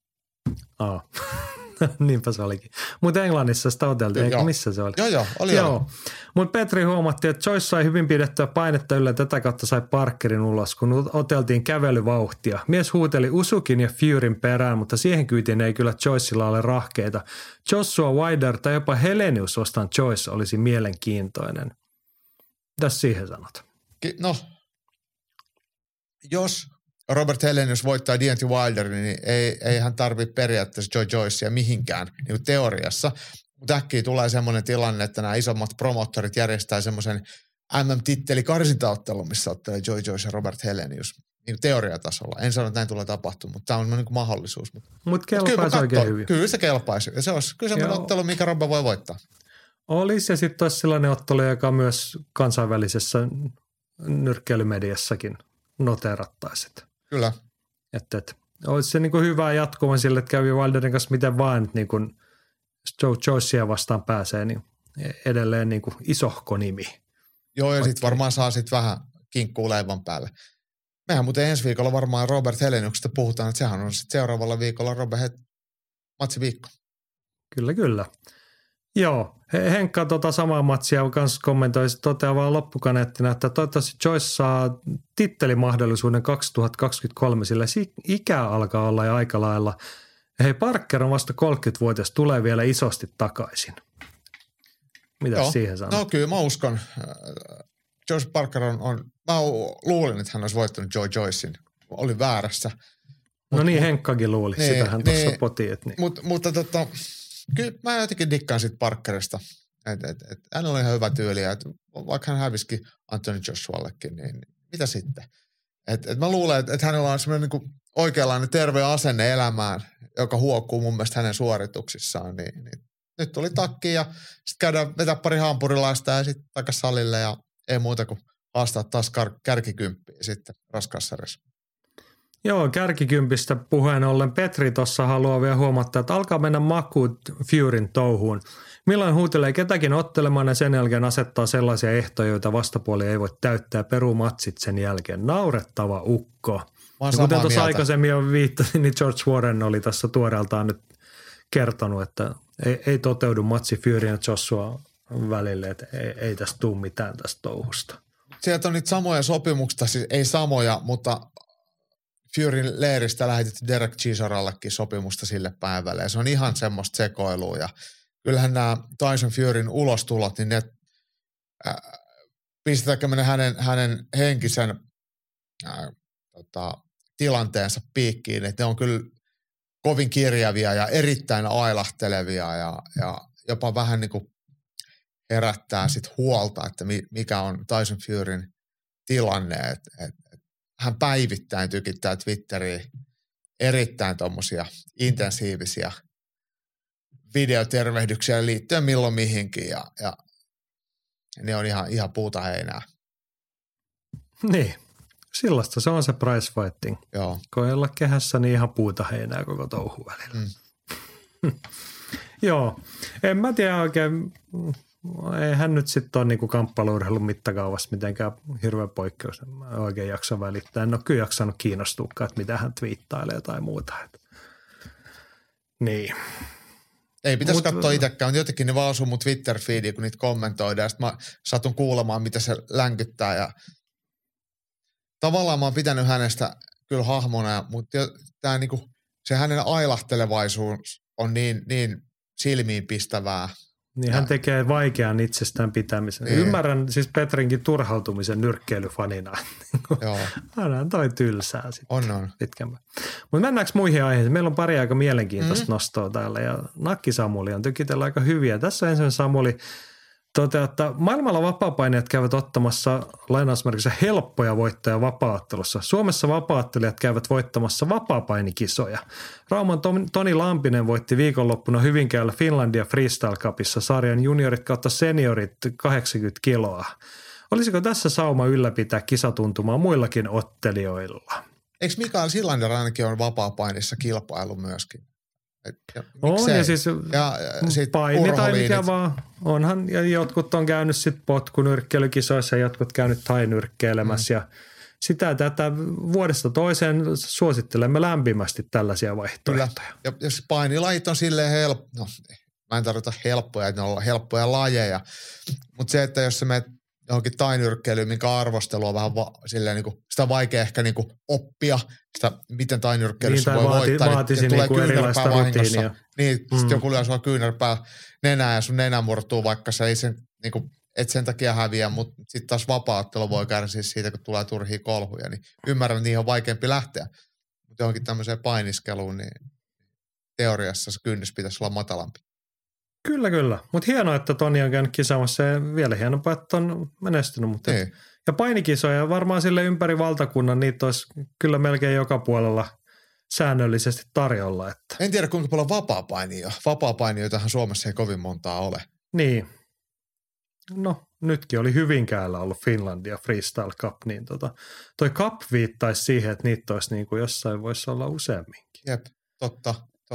Niinpä se olikin. Mutta Englannissa sitä oteltiin, eikö missä se oli? Joo, oli. Mutta Petri huomatti, että Joyce sai hyvin pidettyä painetta yllä, tätä kautta sai Parkerin ulos, kun oteltiin kävelyvauhtia. Mies huuteli Usukin ja Furyn perään, mutta siihen kyytiin ei kyllä Joycella ole rahkeita. Joshua Wilder tai jopa Helenius vastaan Joyce olisi mielenkiintoinen. Mitäs siihen sanot? Jos Robert Helenius voittaa Deontay Wilderin, niin ei hän tarvitse periaatteessa Joe Joycea mihinkään niin teoriassa. Mutta äkkiä tulee semmoinen tilanne, että nämä isommat promottorit järjestää semmoisen MM-titteli-karsintaottelun, missä ottelee Joe Joyce ja Robert Helenius. Niin teoriatasolla. En sano, että näin tulee tapahtumaan, mutta tämä on niin kuin mahdollisuus. Mutta kelpaisi oikein hyvin. Kyllä se kelpaisi. Ja se olisi kyllä semmoinen ottelu, mikä Robbe voi voittaa. Olisi, ja sitten olisi sellainen ottelu, joka myös kansainvälisessä nyrkkeilymediassakin noterattaisiin. Kyllä. Että olisi se niin kuin hyvä jatkuvan sille, että kävi Wilderin kanssa miten vaan, että niin kuin Joe Joycea vastaan pääsee, niin edelleen niin kuin isohko nimi. Joo, ja sitten varmaan saa sitten vähän kinkkuu leivän päälle. Mehän muuten ensi viikolla varmaan Robert Heleniuksesta puhutaan, että sehän on sitten seuraavalla viikolla matsiviikko. Kyllä. Joo, Henkka samaa matsia kanssa kommentoi, toteaa vaan loppukaneettina, että toivottavasti Joyce saa tittelimahdollisuuden 2023, sillä ikää alkaa olla jo aika lailla. Hei, Parker on vasta 30-vuotias, tulee vielä isosti takaisin. Mitä siihen sanoo? No kyllä, mä uskon. Joyce Parker mä luulin, että hän olisi voittanut Joe Joycen. Oli väärässä. No niin, Henkkakin luuli. Sitähän tuossa potiin. Niin. Mutta kyllä mä jotenkin dikkaan siitä Parkerista. Hänellä on ihan hyvä tyyli. Vaikka hän hävisikin Anthony Joshuallekin, niin mitä sitten? Mä luulen, että hänellä on semmoinen niin oikeanlainen terve asenne elämään, joka huokuu mun mielestä hänen suorituksissaan. Niin nyt tuli takki ja sitten käydään vetää pari hampurilaista ja sitten takaisin salille ja ei muuta kuin haastaa taas kärkikymppiä sitten raskaassarjassa. Joo, kärkikympistä puheen ollen Petri tuossa haluaa vielä huomattaa, että alkaa mennä makuut Furyn touhuun. Milloin huutelee ketäkin ottelemaan ja sen jälkeen asettaa sellaisia ehtoja, joita vastapuoli ei voi täyttää, peruu matsit sen jälkeen. Naurettava ukko. Ja kuten tuossa aikaisemmin jo viittasin, niin George Warren oli tässä tuoreeltaan nyt kertonut, että ei toteudu matsi Furyn ja Joshua välille, että ei tästä tule mitään tästä touhusta. Sieltä on niitä samoja sopimuksia, siis ei samoja, mutta Furyn leiristä lähetetty Derek Chisorallekin sopimusta sille päivälle ja se on ihan semmoista sekoilua ja kyllähän nämä Tyson Furyn ulostulot, niin ne pistetäänkö me hänen henkisen tilanteensa piikkiin, että ne on kyllä kovin kirjavia ja erittäin ailahtelevia ja jopa vähän niin kuin herättää sit huolta, että mikä on Tyson Furyn tilanne, että hän päivittäin tykittää Twitteriin erittäin tuommoisia intensiivisiä videotervehdyksiä liittyen milloin mihinkin ja ne on ihan puuta heinää. Niin, sellaista se on se prize fighting. Joo. Koella kehässä niin ihan puuta heinää koko touhu välillä. Joo, en mä tiedä oikein, eihän nyt sitten ole niinku kamppailuurheilun mittakaavassa mitenkään hirveä poikkeus. En mä oikein jaksa välittää. En ole kyllä jaksanut kiinnostuukaan, että mitä hän twiittailee tai muuta. Niin. Ei pitäisi katsoa itsekään, mutta jotenkin ne vaan osuu mun Twitter-feediin, kun niitä kommentoidaan. Ja sitten mä satun kuulemaan, mitä se länkyttää. Ja tavallaan mä oon pitänyt hänestä kyllä hahmona, mutta tämä niinku se hänen ailahtelevaisuus on niin silmiinpistävää. Niin hän tekee vaikean itsestään pitämisen. Niin. Ymmärrän siis Petrinkin turhautumisen nyrkkeilyfanina. Joo. Hän toi tylsää sitten. On. Pitkämpään. Mutta mennäänkö muihin aiheisiin? Meillä on pari aika mielenkiintoista nostoa täällä ja Nakki Samuli on tykitellä aika hyviä. Tässä on ensin Samuli toteaa, että maailmalla vapaapainijat käyvät ottamassa lainausmerkissä helppoja voittoja vapaaottelussa. Suomessa vapaattelijat käyvät voittamassa vapaapaiниkisoja. Rauman Toni Lampinen voitti viikonloppuna Hyvinkäällä Finlandia Freestyle Cupissa sarjan juniorit kautta seniorit 80 kiloa. Olisiko tässä sauma ylläpitää kisatuntumaa muillakin ottelijoilla? Eikö Mikael Silander ainakin on vapaapainissa kilpailu myöskin? On ja siis painitainit ja vaan onhan ja jotkut on käynyt sitten potkunyrkkeilykisoissa ja jotkut käynyt tainyrkkeilemässä ja sitä tätä vuodesta toiseen suosittelemme lämpimästi tällaisia vaihtoehtoja. Ja jos painilajit on silleen mä en tarvita helppoja, että ne on helppoja lajeja, mutta se, että jos sä menet johonkin tainyrkkeilyyn, minkä arvostelu on vähän silleen niin kuin, sitä on vaikea ehkä niin kuin oppia, sitä miten tainyrkkeilyssä voi voittaa, niin tulee kyynärpää vahingossa. Niin, sitten joku lyö sua kyynärpää nenää ja sun nenä murtuu, vaikka se ei sen, niin kuin, et sen takia häviä, mutta sitten taas vapaaottelu voi kärsiä siitä, kun tulee turhia kolhuja, niin ymmärrän, että niihin on vaikeampi lähteä. Mutta johonkin tämmöiseen painiskeluun, niin teoriassa se kynnys pitäisi olla matalampi. Kyllä. Mutta hienoa, että Toni on käynyt kisaamassa ja vielä hienompaa, että on menestynyt. Mutta ja painikisoja varmaan sille ympäri valtakunnan, niitä olisi kyllä melkein joka puolella säännöllisesti tarjolla. Että. En tiedä kuinka paljon vapaapainijoitahan Suomessa ei kovin montaa ole. Niin. No nytkin oli Hyvinkäällä ollut Finlandia Freestyle Cup, niin toi cup viittaisi siihen, että niitä olisi niin kuin jossain voisi olla useamminkin. Jep, totta.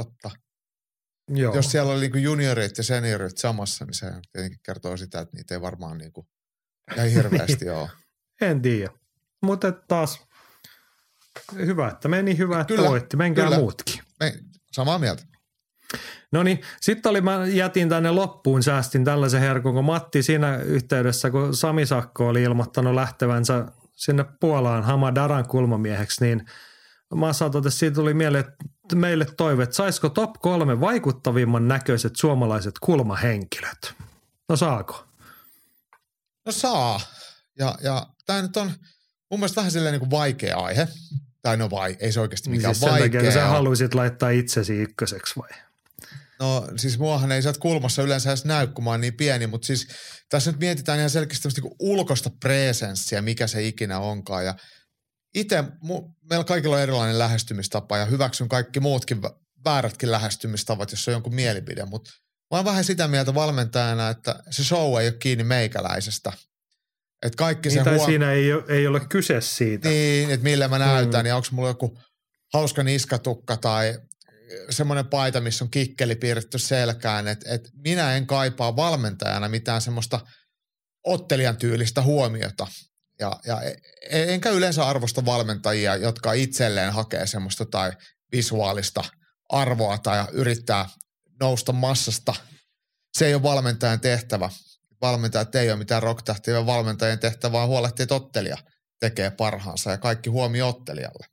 Joo. Jos siellä oli niin kuin juniorit ja seniorit samassa, niin se tietenkin kertoo sitä, että niitä ei varmaan niin kuin hirveästi ole. En tiedä. Mutta taas hyvä, että meni hyvä, että voitti. Menkää muutkin. Samaa mieltä. No niin, sitten mä jätin tänne loppuun, säästin tällaisen herkun, kun Matti siinä yhteydessä, kun Sami Sakko oli ilmoittanut lähtevänsä sinne Puolaan Hamadaran kulmamieheksi, niin mä saatoin, että siitä tuli mieleen, että meille toive, että saisiko top 3 vaikuttavimman näköiset suomalaiset kulmahenkilöt? No saako? No saa. Ja tämä nyt on mun mielestä vähän silleen niin kuin vaikea aihe. Tai no ei se oikeasti mikään siis vaikea. Sen takia, sä haluaisit laittaa itsesi ykköseksi vai? No siis muahan ei sieltä kulmassa yleensä edes näy, kun mä oon niin pieni, mutta siis tässä nyt mietitään ihan selkeästi tämmöistä niin kuin ulkoista presenssiä, mikä se ikinä onkaan. Ja itse, meillä kaikilla on erilainen lähestymistapa ja hyväksyn kaikki muutkin väärätkin lähestymistavat, jos on jonkun mielipide, mutta mä oon vähän sitä mieltä valmentajana, että se show ei ole kiinni meikäläisestä. Että kaikki niin, se siinä ei ole kyse siitä. Niin, että millä mä näytän ja onko mulla joku hauska niskatukka tai semmoinen paita, missä on kikkeli piirretty selkään, että minä en kaipaa valmentajana mitään semmoista ottelijan tyylistä huomiota. Ja enkä yleensä arvosta valmentajia, jotka itselleen hakee semmoista tai visuaalista arvoa tai yrittää nousta massasta. Se ei ole valmentajan tehtävä. Valmentajat ei ole mitään rocktähtiä, vaan valmentajien tehtävä on huolehtia, että ottelija tekee parhaansa ja kaikki huomio ottelijalle.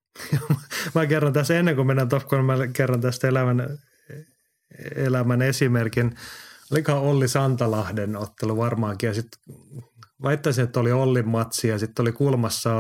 Mä kerron tässä ennen kuin mennään top 3, mä kerron tästä elämän esimerkin. Olikohan Olli Santalahden ottelu varmaankin ja sitten väittäisin, että oli Ollin matsi ja sitten oli kulmassa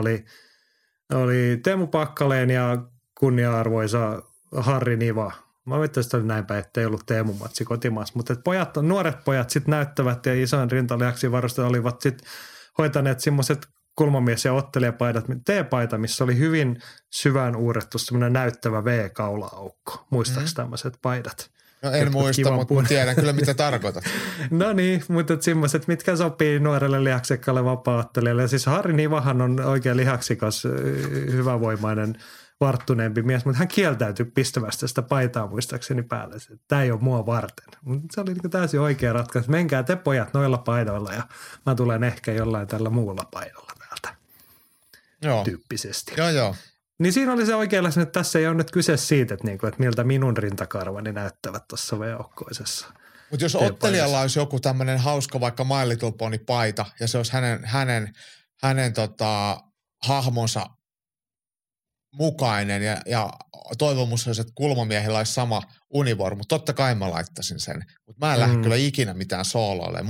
oli Teemu Pakkaleen ja kunnia-arvoisa Harri Niva. Mä väittäisin, että oli näin päin, että ei ollut Teemu matsi kotimaassa, mutta nuoret pojat sitten näyttävät ja isoin rintalihaksi varustajat olivat sitten hoitaneet semmoiset kulmamies- ja ottelijapaidat, T-paita, missä oli hyvin syvään uurrettu semmoinen näyttävä V-kaula-aukko. Muistaaks tämmöiset paidat? No en muista, mutta tiedän kyllä mitä tarkoitat. No niin, mutta semmoiset, mitkä sopii nuorelle lihaksekkaalle vapaa-ottelijalle. Ja siis Harri Nivahan on oikein lihaksikas, hyvävoimainen, varttuneempi mies, mutta hän kieltäytyi pistämästä sitä paitaa muistaakseni päälle. Tämä ei ole mua varten. Mutta se oli niin täysin oikea ratkaisu. Menkää te pojat noilla paidoilla ja mä tulen ehkä jollain tällä muulla paidalla täältä. Joo. Tyyppisesti. Joo. Niin siinä oli se oikeanlainen, että tässä ei ole nyt kyse siitä, että miltä minun rintakarvani näyttävät tuossa V-okkoisessa. Mutta jos ottelijalla olisi joku tämmöinen hauska vaikka My Little Pony paita ja se olisi hänen hahmonsa mukainen ja toivomus olisi, että kulmamiehillä olisi sama univormu, mutta totta kai mä laittaisin sen. Mutta mä en lähde kyllä ikinä mitään sooloille.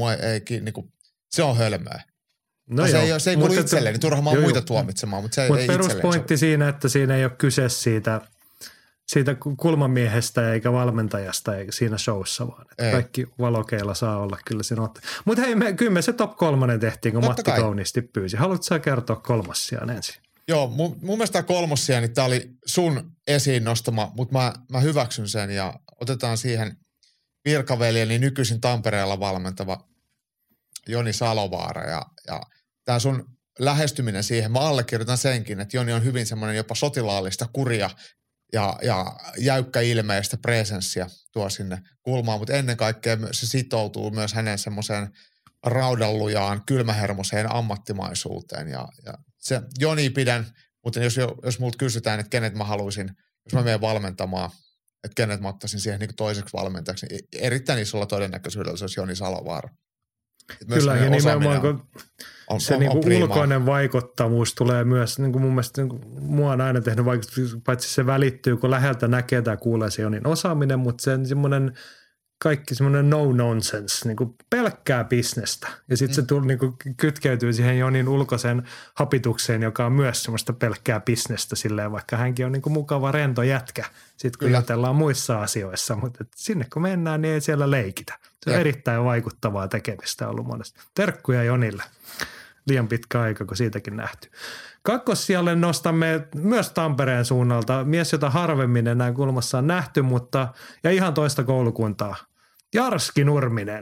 Se on hölmöä. No se ei kuulu itselleen, niin turha mä oon muita tuomitsemaan, mutta se ei itselleen. Mutta peruspointti siinä, että siinä ei ole kyse siitä kulmamiehestä eikä valmentajasta eikä siinä showssa vaan. Että kaikki valokeilla saa olla kyllä siinä. Mutta hei, kyllä me se top 3 tehtiin, kun Matti kauniisti pyysi. Haluatko sä kertoa kolmossiaan ensin? Joo, mun mielestä tämä kolmossia, niin tämä oli sun esiin nostama, mutta mä hyväksyn sen ja otetaan siihen virkaveljeni nykyisin Tampereella valmentava Joni Salovaara ja tämä sun lähestyminen siihen, mä allekirjoitan senkin, että Joni on hyvin semmoinen jopa sotilaallista kuria ja jäykkä ilmeistä presenssiä tuo sinne kulmaan, mutta ennen kaikkea se sitoutuu myös hänen semmoiseen raudallujaan, kylmähermoseen ammattimaisuuteen ja se Joni pidän, mutta jos multa kysytään, että kenet mä haluaisin, jos mä menen valmentamaan, että kenet mä ottaisin siihen niin toiseksi valmentajaksi, niin erittäin isolla todennäköisyydellä se olisi Joni Salovaara. Kyllä, ja nimenomaan kun se ulkoinen vaikuttavuus tulee myös, niin kuin mun mielestä mua on aina tehnyt vaikutus, paitsi se välittyy, kun läheltä näkee tai kuulee se Jonin osaaminen, mutta se on semmoinen kaikki semmoinen no nonsense, niin kuin pelkkää bisnestä. Ja sitten se niin kuin kytkeytyy siihen Jonin ulkoisen hapitukseen, joka on myös semmoista pelkkää bisnestä silleen, vaikka hänkin on niin kuin mukava rento jätkä. Sitten kun ajatellaan muissa asioissa, mutta sinne kun mennään, niin ei siellä leikitä. Se on erittäin vaikuttavaa tekemistä ollut monesti. Terkkuja Jonille. Liian pitkä aika, kun siitäkin nähty. Kakkossijalle nostamme myös Tampereen suunnalta mies, jota harvemmin enää kulmassa on nähty, mutta ja ihan toista koulukuntaa. Jarski Nurminen.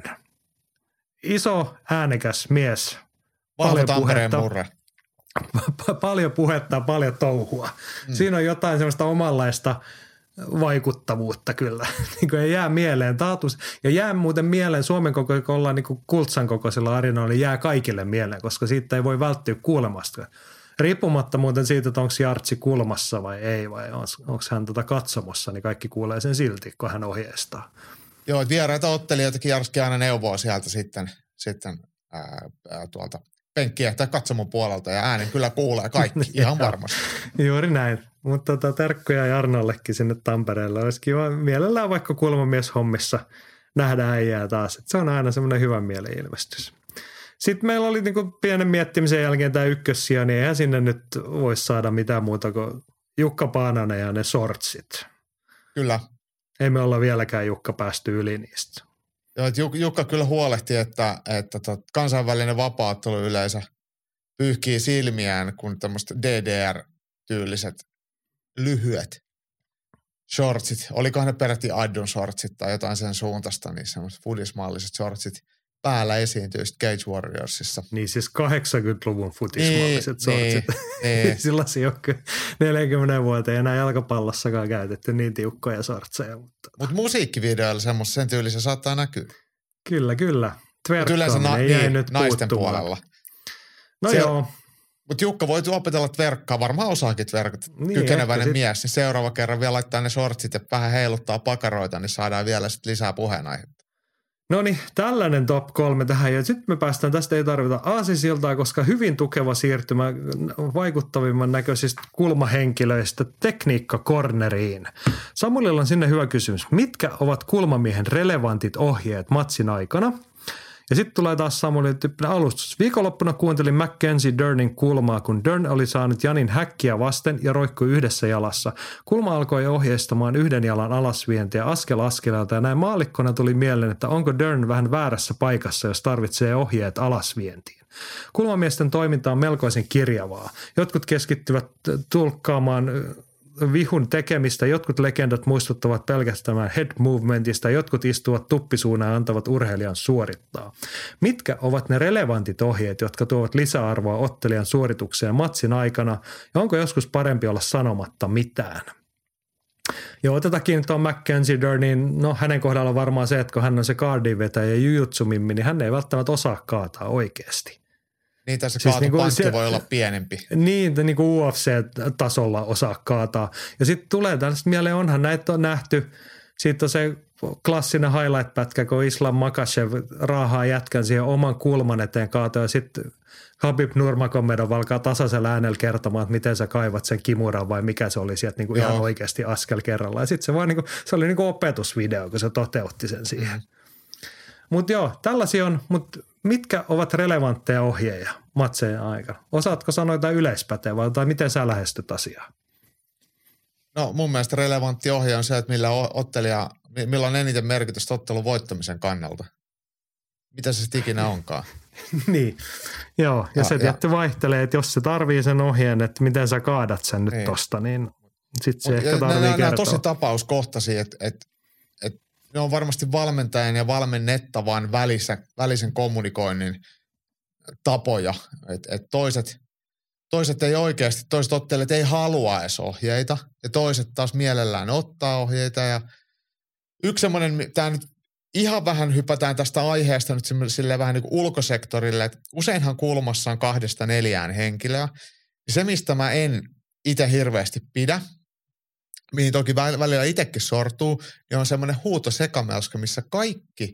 Iso, äänekäs mies. Paljon Tampereen murre. Paljon puhetta, paljon touhua. Siinä on jotain semmoista omanlaista vaikuttavuutta kyllä. Niin kuin ei jää mieleen taatus. Ja jää muuten mieleen Suomen koko, kun ollaan niin kuin Kultsan kokoisella arinoilla, niin jää kaikille mieleen, koska siitä ei voi välttyä kuulemasta. Riippumatta muuten siitä, että onko Jartsi kulmassa vai ei, vai onko hän katsomossa, niin kaikki kuulee sen silti, kun hän ohjeistaa. Joo, että vieraita ottelijoitakin Jarski aina neuvoo sieltä sitten tuolta penkkiä tai katsomon puolelta ja äänen kyllä kuulee kaikki, ihan varmasti. Juuri näin, mutta terkkuja Jarnollekin sinne Tampereelle. Olisi kiva mielellään vaikka kulmamieshommissa nähdä äijää taas, että se on aina semmoinen hyvä mieleilmestys. Sitten meillä oli niinku pienen miettimisen jälkeen tämä ykkössija, niin eihän sinne nyt voisi saada mitään muuta kuin Jukka Paananen ja ne sortsit. Kyllä. Ei me olla vieläkään Jukka päästy yli niistä. Joo, että Jukka kyllä huolehti, että kansainvälinen vapaaotteluyleisö pyyhkii silmiään, kun tämmöiset DDR-tyyliset lyhyet shortsit, olikohan ne peräti Addon shortsit tai jotain sen suuntaista, niin semmoiset fudismalliset shortsit päällä esiintyy Cage Warriorsissa. Niin siis 80-luvun futismalliset shortsit. Sellaisia, jotka 40 vuoteen enää jalkapallossakaan käytetty niin tiukkoja shortseja. Mutta musiikkivideoilla sen tyylisen saattaa näkyä. Kyllä. Tverkkaaminen jäi nyt naisten puolella. No joo. Mutta Jukka voi opetella tverkkaa, varmaan osaakin tverkata, kykeneväinen mies, niin seuraava kerran vielä laittaa ne shortsit ja vähän heiluttaa pakaroita, niin saadaan vielä sitten lisää puheenaihetta. No niin, tällainen top 3 tähän ja sitten me päästään, tästä ei tarvita aasisiltaa, koska hyvin tukeva siirtymä vaikuttavimman näköisistä kulmahenkilöistä tekniikkakorneriin. Samuelilla on sinne hyvä kysymys. Mitkä ovat kulmamiehen relevantit ohjeet matsin aikana? Ja sitten tulee taas Samuelin tyyppinen alustus. Viikonloppuna kuuntelin Mackenzie Dernin kulmaa, kun Dern oli saanut Janin häkkiä vasten ja roikkui yhdessä jalassa. Kulma alkoi ohjeistamaan yhden jalan alasvientiä askel askeleelta ja näin maallikkona tuli mieleen, että onko Dern vähän väärässä paikassa, jos tarvitsee ohjeet alasvientiin. Kulmamiesten toiminta on melkoisen kirjavaa. Jotkut keskittyvät tulkkaamaan vihun tekemistä, jotkut legendat muistuttavat pelkästään head movementista, jotkut istuvat tuppisuunaan ja antavat urheilijan suorittaa. Mitkä ovat ne relevantit ohjeet, jotka tuovat lisäarvoa ottelijan suoritukseen matsin aikana, ja onko joskus parempi olla sanomatta mitään? Ja otetaankin tuon Mackenzie Dernin, no hänen kohdalla varmaan se, että kun hän on se cardinvetäjä ja jujutsu-mimmi, niin hän ei välttämättä osaa kaataa oikeasti. Niin, tässä siis kaatopankki voi olla pienempi. Niin kuin UFC-tasolla osaa kaataa. Ja sitten tulee tällaista mieleen, onhan näitä on nähty. Sitten on se klassinen highlight-pätkä, kun Islam Makhachev raahaa jätkän siihen oman kulman eteen kaatoa ja sitten Khabib Nurmagomedov alkaa tasaisella äänellä kertomaan, että miten sä kaivat sen kimuran vai mikä se oli sieltä ihan oikeasti askel kerrallaan. Ja sitten se vaan se oli opetusvideo, kun se toteutti sen siihen. Mutta joo, tällaisia on, mutta mitkä ovat relevantteja ohjeja matsejen aikana? Osaatko sanoa jotain yleispätevää tai miten sä lähestyt asiaa? No mun mielestä relevantti ohje on se, että millä on eniten merkitystä ottelun voittamisen kannalta. Mitä se sitten ikinä onkaan. Niin, joo. Ja se tietty vaihtelee, että jos se tarvii sen ohjeen, että miten sä kaadat sen nyt tosta, niin sitten se ehkä tarvii kertoa. Nämä on tosi tapauskohtaisia, että ne on varmasti valmentajan ja valmennettavan välisen kommunikoinnin tapoja. Että toiset ei oikeasti, toiset ottelijat ei halua edes ohjeita ja toiset taas mielellään ottaa ohjeita. Ja yksi semmoinen, tämä nyt ihan vähän hypätään tästä aiheesta nyt silleen vähän niin kuin ulkosektorille, että useinhan kulmassa on 2-4 henkilöä. Ja se, mistä mä en itse hirveästi pidä, mihin toki välillä itsekin sortuu, niin on semmoinen huutosekamelska, missä kaikki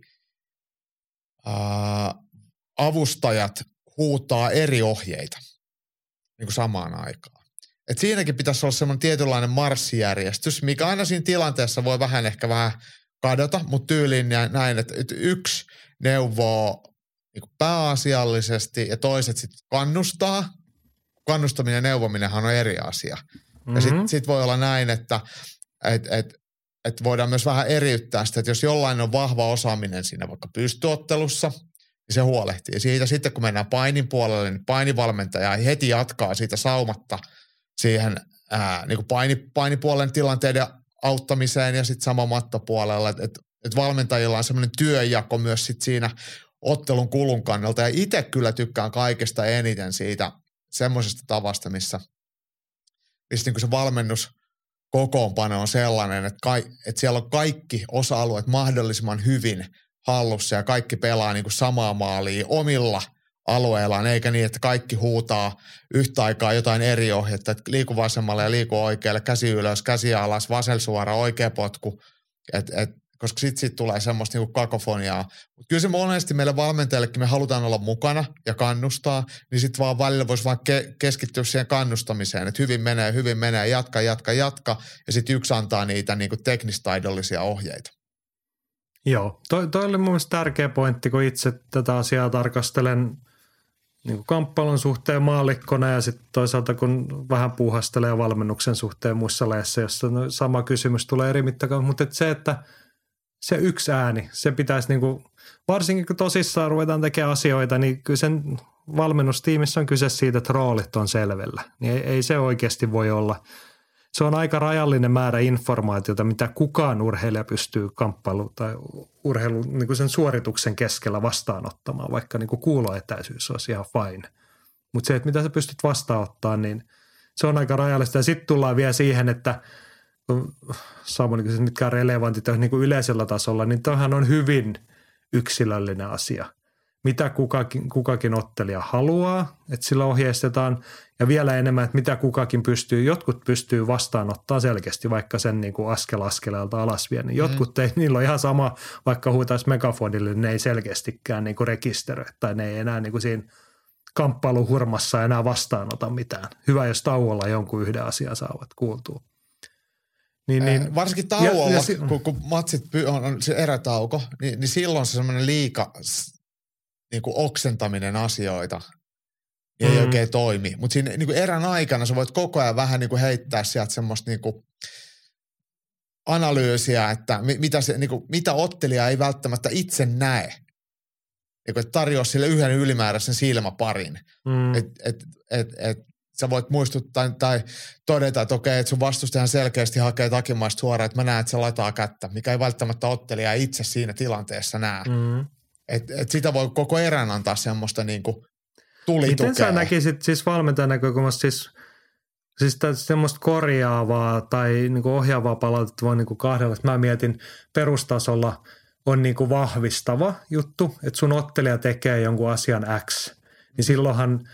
avustajat huutaa eri ohjeita niin kuin samaan aikaan. Et siinäkin pitäisi olla semmoinen tietynlainen marssijärjestys, mikä aina siinä tilanteessa voi vähän kadota, mutta tyyliin näin, että yksi neuvoo niin kuin pääasiallisesti ja toiset sitten kannustaa. Kannustaminen ja neuvominenhan on eri asia. Ja sitten voi olla näin, että voidaan myös vähän eriyttää sitä, että jos jollain on vahva osaaminen siinä vaikka pystyottelussa, niin se huolehtii siitä. Sitten kun mennään painin puolelle, niin painivalmentaja heti jatkaa siitä saumatta siihen niin kuin painipuolen tilanteiden auttamiseen ja sitten sama mattopuolella, että valmentajilla on semmoinen työjako myös sit siinä ottelun kulun kannalta. Ja itse kyllä tykkään kaikesta eniten siitä semmoisesta tavasta, missä niin kuin se valmennuskokoonpano on sellainen, että siellä on kaikki osa-alueet mahdollisimman hyvin hallussa ja kaikki pelaa niin kuin samaa maalia omilla alueellaan, eikä niin, että kaikki huutaa yhtä aikaa jotain eri ohjetta, että liiku vasemmalle ja liiku oikealle, käsi ylös, käsi alas, vasen suora, oikea potku, koska sitten tulee semmoista niinku kakofoniaa. Mutta kyllä se monesti meille valmentajillekin me halutaan olla mukana ja kannustaa, niin sitten vaan välillä voisi vaan keskittyä siihen kannustamiseen, että hyvin menee, jatka, ja sitten yksi antaa niitä niinku teknistaidollisia ohjeita. Joo, toi oli mun mielestä tärkeä pointti, kun itse tätä asiaa tarkastelen niin kuin kamppailun suhteen maallikkona ja sitten toisaalta kun vähän puuhastelee valmennuksen suhteen muissa lajeissa, jossa sama kysymys tulee eri mittakaavassa, mutta että se yksi ääni, se pitäisi niin kuin, varsinkin kun tosissaan ruvetaan tekemään asioita, niin kyllä sen valmennustiimissä on kyse siitä, että roolit on selvellä. Niin ei se oikeasti voi olla. Se on aika rajallinen määrä informaatiota, mitä kukaan urheilija pystyy kamppailu tai urheilun niin kuin sen suorituksen keskellä vastaanottamaan, vaikka niin kuin kuuloetäisyys olisi ihan fine. Mutta se, että mitä sä pystyt vastaanottamaan, niin se on aika rajallista. Ja sitten tullaan vielä siihen, että samoin mitkä on relevantit niin kuin yleisellä tasolla, niin tämähän on hyvin yksilöllinen asia. Mitä kukakin ottelija haluaa, että sillä ohjeistetaan ja vielä enemmän, että mitä kukakin pystyy. Jotkut pystyy vastaanottaa selkeästi, vaikka sen niin kuin askel askeleelta alas vie. Niin jotkut ei, niillä on ihan sama, vaikka huutaisi megafonille, niin ne ei selkeästikään niin kuin rekisteröi tai ne ei enää niin kuin siinä kamppailuhurmassa enää vastaanota mitään. Hyvä, jos tauolla jonkun yhden asian saavat kuultua. Niin, varsinkin tauolla, kun matsit on se erätauko, niin silloin se semmoinen liika niin kuin oksentaminen asioita ei oikein toimi. Mutta siinä niin kuin erän aikana sä voit koko ajan vähän niin kuin heittää sieltä semmoista niin kuin analyysiä, että mitä ottelija ei välttämättä itse näe. Niin kuin, että tarjoa sille yhden ylimääräisen silmäparin. Sä voit muistuttaa tai todeta, että okei, että sun vastustajan selkeästi hakee takimaista suoraan, että mä näen, että se lataa kättä, mikä ei välttämättä ottelija itse siinä tilanteessa näe. Et sitä voi koko erän antaa semmoista niinku tulitukea. Miten sä näkisit siis valmentajan näkökulmasta siis semmoista korjaavaa tai niinku ohjaavaa palautetta voi niinku kahdella. Mä mietin perustasolla on niinku vahvistava juttu, että sun ottelija tekee jonkun asian X, niin silloinhan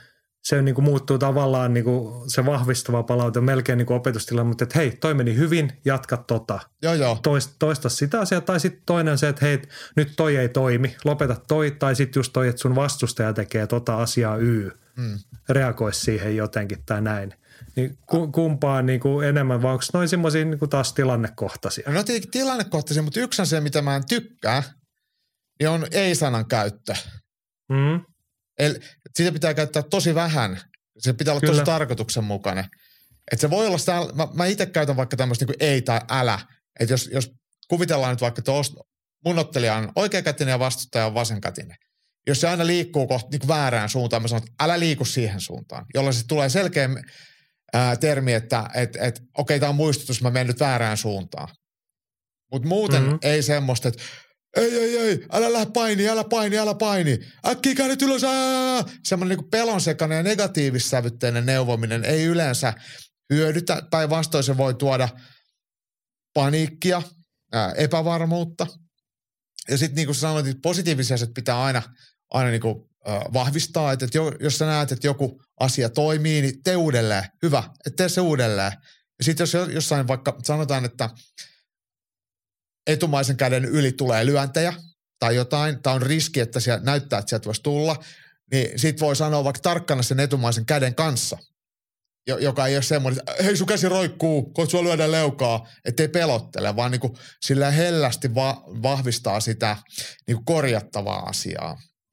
se niin kuin muuttuu tavallaan niin kuin se vahvistava palaute melkein niin kuin opetustila, mutta että hei, toi meni hyvin, jatka tota. Joo. Toista sitä asiaa, tai sitten toinen on se, että hei, nyt toi ei toimi, lopeta toi, tai sitten just toi, että sun vastustaja tekee tota asiaa reagoisi siihen jotenkin tai näin. Niin kumpaa niin kuin enemmän, vai onko noin semmoisia niin kuin taas tilannekohtaisia? No tietenkin tilannekohtaisia, mutta yksi asia, mitä mä en tykkää, niin on ei-sanan käyttö. Eli sitä pitää käyttää tosi vähän. Se pitää olla tosi tarkoituksenmukainen. Että se voi olla sitä, mä itse käytän vaikka tämmöistä niin kuin ei tai älä. Että jos kuvitellaan nyt vaikka, että mun ottelija on oikeakätinen ja vastustaja on vasenkätinen. Jos se aina liikkuu kohti niin kuin väärään suuntaan, mä sanon, että älä liiku siihen suuntaan. Jolloin se tulee selkeä termi, että okei, tämä on muistutus, mä menen nyt väärään suuntaan. Mutta muuten ei semmoista, että ei, älä lähde älä paini. Äkkiä kädet ylös, semmoinen niin kuin pelonsekainen ja negatiivissävytteinen neuvominen ei yleensä hyödytä. Päinvastoin se voi tuoda paniikkia, epävarmuutta. Ja sitten niin kuin sanoit, että positiivisia asiat pitää aina niin kuin vahvistaa, että jos sä näet, että joku asia toimii, niin tee uudelleen. Hyvä, että tee se uudelleen. Ja sitten jos jossain vaikka sanotaan, että etumaisen käden yli tulee lyöntejä tai jotain, tai on riski, että siellä näyttää, että sieltä voisi tulla, niin sit voi sanoa vaikka tarkkana sen etumaisen käden kanssa, joka ei ole semmoinen, että hei sun käsi roikkuu, koet sua lyödä leukaa, ettei pelottele, vaan niin kuin sillä hellästi vahvistaa sitä niin kuin korjattavaa asiaa.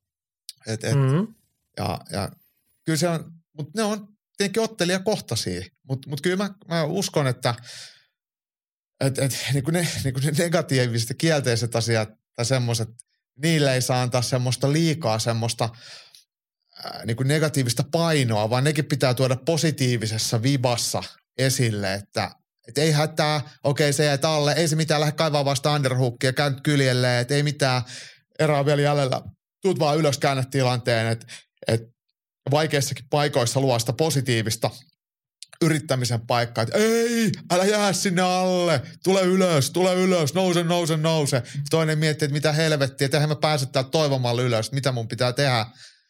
Ja kyllä se on, mutta ne on tietenkin ottelijakohtaisia, mutta kyllä mä uskon, että niin kuin ne negatiiviset ja kielteiset asiat tai semmoiset, niille ei saa antaa semmoista liikaa semmoista niin kuin negatiivista painoa, vaan nekin pitää tuoda positiivisessa vibassa esille, että ei hätää, okei se jäi alle, ei se mitään, lähde kaivaa vasta underhookia, käy kyljelle, että ei mitään, erää vielä jäljellä, tuut vaan ylös, käännät tilanteen, että vaikeissakin paikoissa luo sitä positiivista yrittämisen paikkaa, että ei, älä jää sinne alle, tule ylös, nouse. Toinen miettii, että mitä helvettiä, että eihän mä pääse täältä toivomalla ylös, mitä mun pitää tehdä.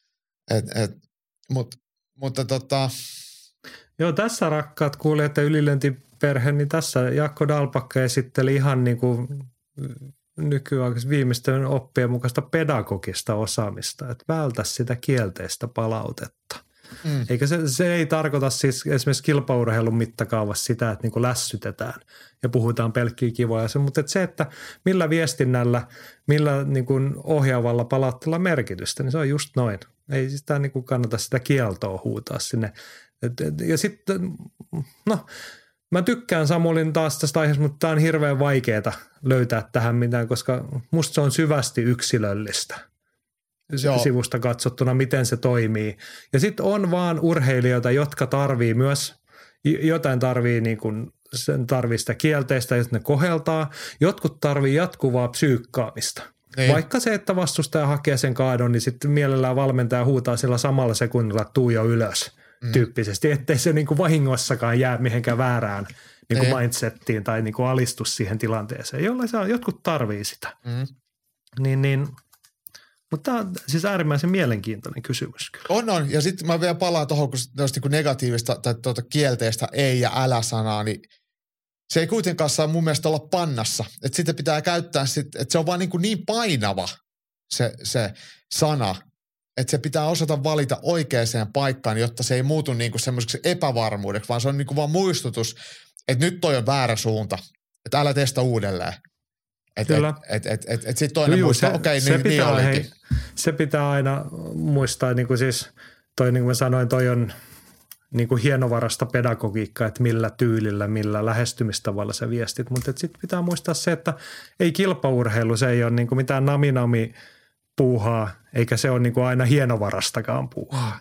Mutta Joo, tässä rakkaat kuulijat ja ylilöintiperhe, niin tässä Jaakko Dalpakka esitteli ihan niin kuin nykyaikaisen viimeisten oppien mukaista pedagogista osaamista, että vältä sitä kielteistä palautetta. Eikä se ei tarkoita siis esimerkiksi kilpaurheilun mittakaavassa sitä, että niin kuin lässytetään ja puhutaan pelkkiä kivoja, mutta että se, että millä viestinnällä, millä niin kuin ohjaavalla palautteella merkitystä, niin se on just noin. Ei sitä niin kuin kannata sitä kieltoa huutaa sinne. Ja sitten, no mä tykkään Samulin taas tästä aiheesta, mutta tämä on hirveän vaikeaa löytää tähän mitään, koska musta se on syvästi yksilöllistä. Sivusta katsottuna, miten se toimii. Ja sitten on vaan urheilijoita, jotka tarvii myös, jotain tarvii niin kuin, tarvii sitä kielteistä, jotta ne koheltaa. Jotkut tarvii jatkuvaa psyykkaamista. Niin. Vaikka se, että vastustaja hakee sen kaadon, niin sitten mielellään valmentaja huutaa sillä samalla sekunnilla tuu jo ylös tyyppisesti, ettei se niin kuin vahingossakaan jää mihinkään väärään niin kuin mindsettiin tai niin kuin alistus siihen tilanteeseen, jolla jotkut tarvii sitä. Niin. Mutta tämä on siis äärimmäisen mielenkiintoinen kysymys kyllä. On. Ja sitten mä vielä palaan tuohon, kun olisi niin negatiivista tai kielteistä ei- ja älä-sanaa, niin se ei kuitenkaan saa mun mielestä olla pannassa. Että sitä pitää käyttää, että se on vaan niin painava se sana, että se pitää osata valita oikeaan paikkaan, jotta se ei muutu niin kuin semmoiseksi epävarmuudeksi, vaan se on niin kuin vaan muistutus, että nyt toi on väärä suunta, että älä testa uudelleen. Kyllä. Sitten toinen muistaa, okei, niin olikin. Se pitää aina muistaa, niin kuin siis toi niin kuin mä sanoin, toi on niin kuin hienovarasta pedagogiikkaa, että millä tyylillä, millä lähestymistavalla sä viestit, mutta sitten pitää muistaa se, että ei kilpaurheilu, se ei ole niin kuin mitään nami puuhaa, eikä se ole niin kuin aina hienovarastakaan puuhaa.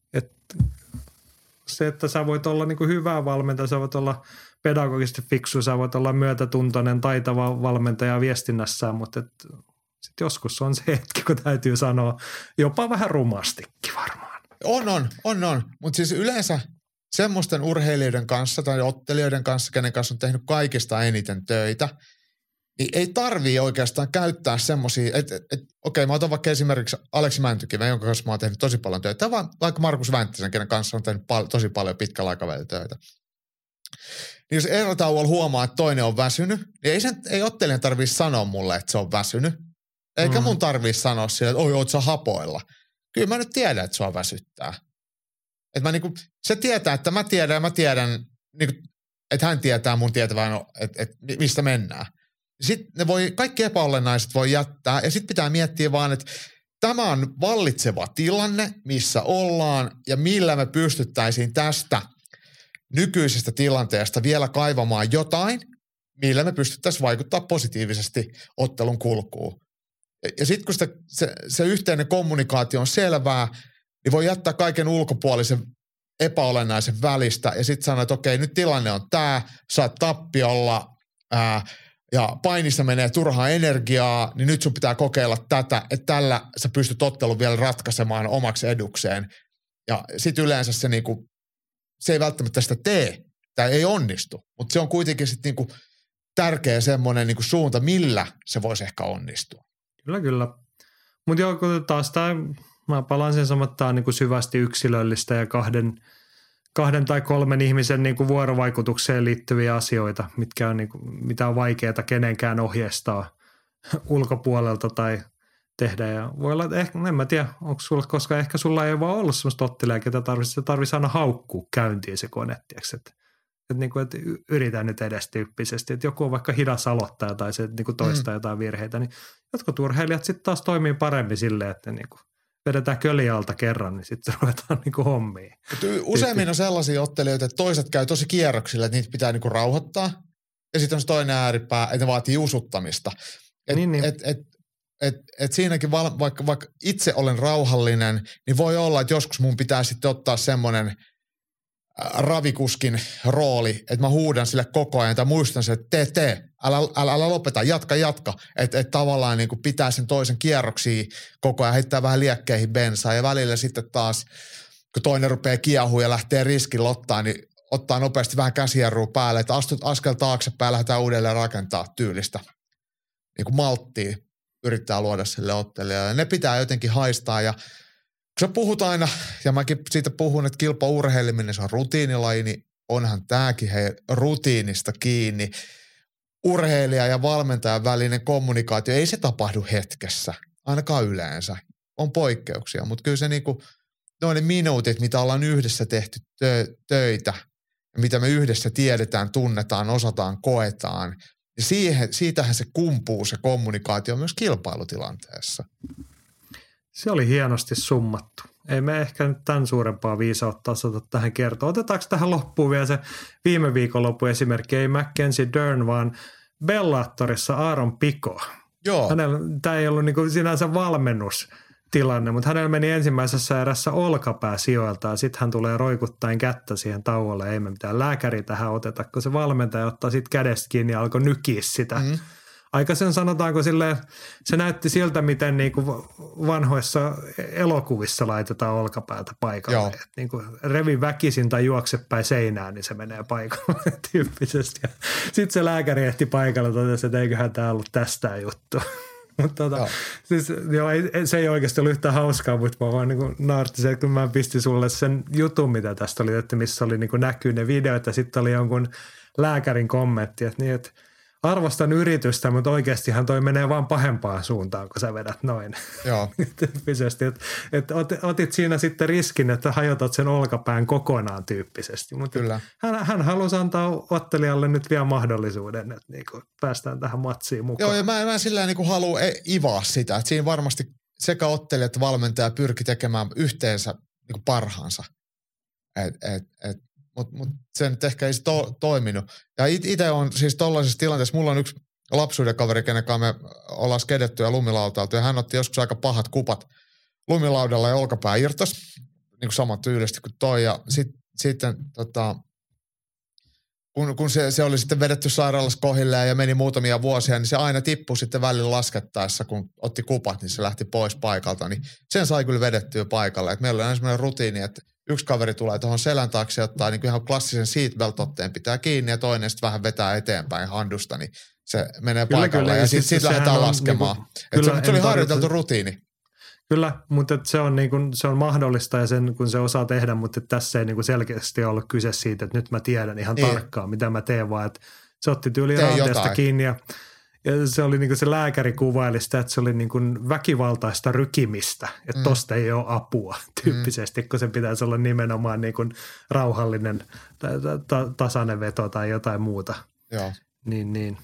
Se, että sä voit olla niin kuin hyvä valmentaja, sä voit olla pedagogisesti fiksu, sä voit olla myötätuntoinen, taitava valmentaja viestinnässään, mutta sitten joskus on se hetki, kun täytyy sanoa jopa vähän rumastikin varmaan. On. Mutta siis yleensä semmoisten urheilijoiden kanssa tai ottelijoiden kanssa, kenen kanssa on tehnyt kaikista eniten töitä, niin ei tarvii oikeastaan käyttää semmoisia, okei, mä otan vaikka esimerkiksi Aleksi Mäntykiven, jonka kanssa mä oon tehnyt tosi paljon töitä, tai vaikka Markus Vänttisen, kenen kanssa on tehnyt tosi paljon pitkällä aikavälillä töitä. Niin jos erotauolla huomaa, että toinen on väsynyt, niin ei ottelijan tarvitse sanoa mulle, että se on väsynyt. Eikä mun tarvitse sanoa sille, että oi, oot sä hapoilla. Kyllä mä nyt tiedän, että sua väsyttää. Että mä niinku, se tietää, että mä tiedän, niinku, että hän tietää mun tietävän, että mistä mennään. Sitten ne kaikki epäolennaiset voi jättää ja sitten pitää miettiä vaan, että tämä on vallitseva tilanne, missä ollaan ja millä me pystyttäisiin tästä nykyisestä tilanteesta vielä kaivamaan jotain, millä me pystyttäisiin vaikuttaa positiivisesti ottelun kulkuun. Ja sitten kun se yhteinen kommunikaatio on selvää, niin voi jättää kaiken ulkopuolisen epäolennaisen välistä ja sitten sanoa, että okei, nyt tilanne on tämä, sä oot tappiolla ja painissa menee turhaa energiaa, niin nyt sun pitää kokeilla tätä, että tällä sä pystyt ottelun vielä ratkaisemaan omaksi edukseen. Ja sitten yleensä se ei välttämättä sitä tee, tai ei onnistu, mutta se on kuitenkin sitten niinku tärkeä semmoinen niinku suunta, millä se voisi ehkä onnistua. Kyllä. Mutta joo, kun taas mä palaan sen samaan, että tämä on niinku syvästi yksilöllistä ja kahden tai kolmen ihmisen niinku vuorovaikutukseen liittyviä asioita, mitä on vaikeaa kenenkään ohjeistaa ulkopuolelta tai tehdä. Ja voi olla, että en mä tiedä, onko sulla, koska ehkä sulla ei vaan ollut sellaista ottelijaa, ketä tarvitsisi aina haukkua käyntiin se kone, että yritän nyt edes tyyppisesti, että joku on vaikka hidas aloittaja tai se niinku toistaa jotain virheitä, niin jotkut urheilijat sitten taas toimii paremmin silleen, että niinku vedetään kölialta kerran, niin sitten ruvetaan niinku hommiin. Useimmin on sellaisia ottelijoita, että toiset käy tosi kierroksilla, että niitä pitää niinku rauhoittaa. Ja sitten on se toinen ääripää, että ne vaatii usuttamista. Et siinäkin vaikka itse olen rauhallinen, niin voi olla, että joskus mun pitää sitten ottaa semmoinen ravikuskin rooli, että mä huudan sille koko ajan tai muistan sille, että tee, älä lopeta, jatka. Että tavallaan niin kuin pitää sen toisen kierroksia koko ajan, heittää vähän liekkeihin bensaa ja välillä sitten taas, kun toinen rupeaa kiehumaan ja lähtee riskillä ottaa, niin ottaa nopeasti vähän käsijarrua päälle, että astut askel taaksepäin ja lähdetään uudelleen rakentaa tyylistä. Niin kuin malttia yrittää luoda sille ottelijalle. Ne pitää jotenkin haistaa ja kun sä puhut aina, ja mäkin siitä puhun, että kilpaurheileminen se on rutiinilaji, niin onhan tääkin rutiinista kiinni. Urheilija ja valmentajan välinen kommunikaatio, ei se tapahdu hetkessä, ainakaan yleensä. On poikkeuksia, mutta kyllä se niinku, noiden minuutit, mitä ollaan yhdessä tehty töitä, ja mitä me yhdessä tiedetään, tunnetaan, osataan, koetaan, niin siitähän se kumpuu se kommunikaatio myös kilpailutilanteessa. Se oli hienosti summattu. Ei me ehkä nyt tämän suurempaa viisautta osata tähän kertoa. Otetaanko tähän loppuun vielä se viime viikonloppu esimerkki, ei Mackenzie Dern, vaan Bellatorissa Aaron Pico. Joo. Tämä ei ollut niin sinänsä valmennustilanne, mutta hänellä meni ensimmäisessä erässä olkapää sijoilta ja sitten hän tulee roikuttaen kättä siihen tauolle. Ei me mitään lääkäriä tähän oteta, kun se valmentaja ottaa sitten kädestä kiinni ja alkoi nykiä sitä. Aika sen sanotaanko silleen, se näytti siltä, miten niinku vanhoissa elokuvissa laitetaan olkapäältä paikalle. Niinku revi väkisin tai juokse päin seinään, niin se menee paikalle tyyppisesti. Sitten se lääkäri ehti paikalle ja totesi, että eiköhän tämä ollut tästä juttu. Mutta siis, se ei oikeasti ollut yhtään hauskaa, mutta mä vaan niin naartin se, kun mä pistin sulle sen jutun, mitä tästä oli, että missä oli niin näkyy ne videot ja sitten oli jonkun lääkärin kommentti, että niin, että arvostan yritystä, mutta oikeastihan toi menee vaan pahempaan suuntaan, kun sä vedät noin. Joo. Tyyppisesti, että otit siinä sitten riskin, että hajotat sen olkapään kokonaan tyyppisesti. Mutta kyllä. Hän halusi antaa ottelijalle nyt vielä mahdollisuuden, että niinku päästään tähän matsiin mukaan. Joo, ja mä sillä niinku halua ivaa sitä, että siinä varmasti sekä ottelija että valmentaja pyrki tekemään yhteensä niinku parhaansa. Mutta se nyt ehkä ei se toiminut. Ja itse on siis tollaisessa tilanteessa, mulla on yksi lapsuuden kaveri, kenen kanssa me ollaan skedetty ja lumilautaltu, ja hän otti joskus aika pahat kupat lumilaudalla ja olkapää irtos, niin kuin saman tyylisesti kuin toi, ja sitten kun se oli sitten vedetty sairaalassa kohilleen ja meni muutamia vuosia, niin se aina tippui sitten välillä laskettaessa, kun otti kupat, niin se lähti pois paikalta, niin sen sai kyllä vedettyä paikalle. Et meillä oli aina sellainen rutiini, että yksi kaveri tulee tuohon selän taakse ja ottaa niin kuin ihan klassisen seatbelt-otteen pitää kiinni ja toinen sitten vähän vetää eteenpäin handusta, niin se menee paikalle ja sitten lähdetään laskemaan. Niin se oli harjoiteltu rutiini. Kyllä, mutta se on, niin kuin, se on mahdollista ja sen kun se osaa tehdä, mutta tässä ei niin kuin selkeästi ollut kyse siitä, että nyt mä tiedän ihan tarkkaan, mitä mä teen, vaan että se otti tyyliin ranteesta kiinni ja se oli niin kuin se lääkäri kuvaili sitä, että se oli niin kuin väkivaltaista rykimistä, että tosta ei ole apua tyyppisesti, kun se pitäisi olla nimenomaan niin kuin rauhallinen tasainen veto tai jotain muuta. Joo. Niin.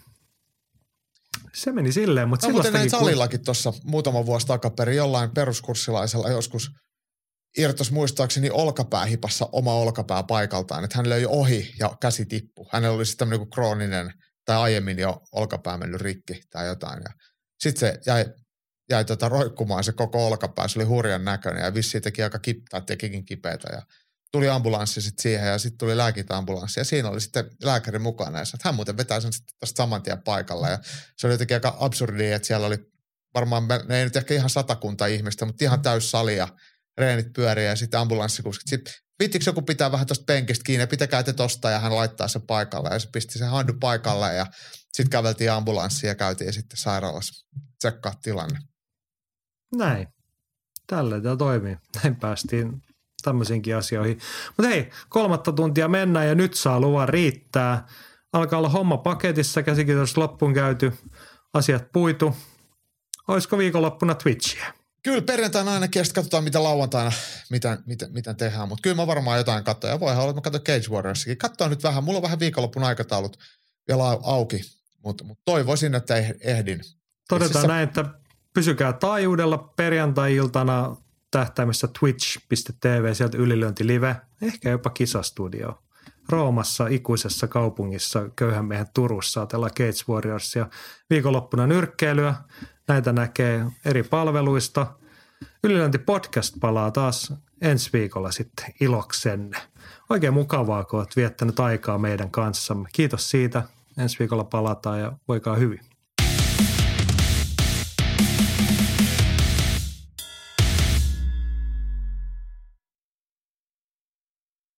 Se meni silleen, mutta no, mutta näin salillakin tuossa muutama vuosi takaperin jollain peruskurssilaisella joskus irtos muistaakseni olkapäähipassa oma olkapää paikaltaan, että hän löi ohi ja käsi tippui. Hänellä oli sitten tämmöinen krooninen tai aiemmin jo olkapää mennyt rikki tai jotain. Sitten se jäi roikkumaan se koko olkapää, se oli hurjan näköinen ja vissiin teki aika tekikin kipeätä ja tuli ambulanssi sitten siihen ja sitten tuli lääkintäambulanssi ja siinä oli sitten lääkäri mukana ja sanoi, että hän muuten vetää sen sitten tästä saman tien paikalla ja se oli jotenkin aika absurdia, että siellä oli varmaan, ne ei nyt ehkä ihan 100 ihmistä, mutta ihan täys sali ja reenit pyörii ja sitten ambulanssikuskit. Sitten viittikö joku pitää vähän tuosta penkistä kiinni ja pitäkää te tosta ja hän laittaa sen paikalle ja se pisti sen handu paikalle ja sitten käveltiin ambulanssiin ja käytiin sitten sairaalassa tsekkaa tilanne. Näin. Tällä tämä toimii. Näin päästiin tämmöisiinkin asioihin. Mutta hei, 3 tuntia mennään ja nyt saa luvan riittää. Alkaa olla homma paketissa, käsikirjoitus loppuun käyty, asiat puitu. Olisiko viikonloppuna Twitchiä? Kyllä perjantaina ainakin ja sitten katsotaan mitä lauantaina, mitä tehdään. Mutta kyllä mä varmaan jotain katson ja voihan olla, että mä katson Cage Warriorsikin. Katsotaan nyt vähän, mulla on vähän viikonloppun aikataulut vielä auki, mutta toivoisin, että ehdin. Todetaan näin, että pysykää taajuudella perjantai-iltana tähtäimessä twitch.tv, sieltä Ylilyönti live, ehkä jopa kisastudio. Roomassa, ikuisessa kaupungissa, köyhän miehen Turussa, ajatellaan Cage Warriorsia. Viikonloppuna nyrkkeilyä, näitä näkee eri palveluista. Ylilyönti podcast palaa taas ensi viikolla sitten iloksenne. Oikein mukavaa, kun olet viettänyt aikaa meidän kanssamme. Kiitos siitä. Ensi viikolla palataan ja voikaa hyvin.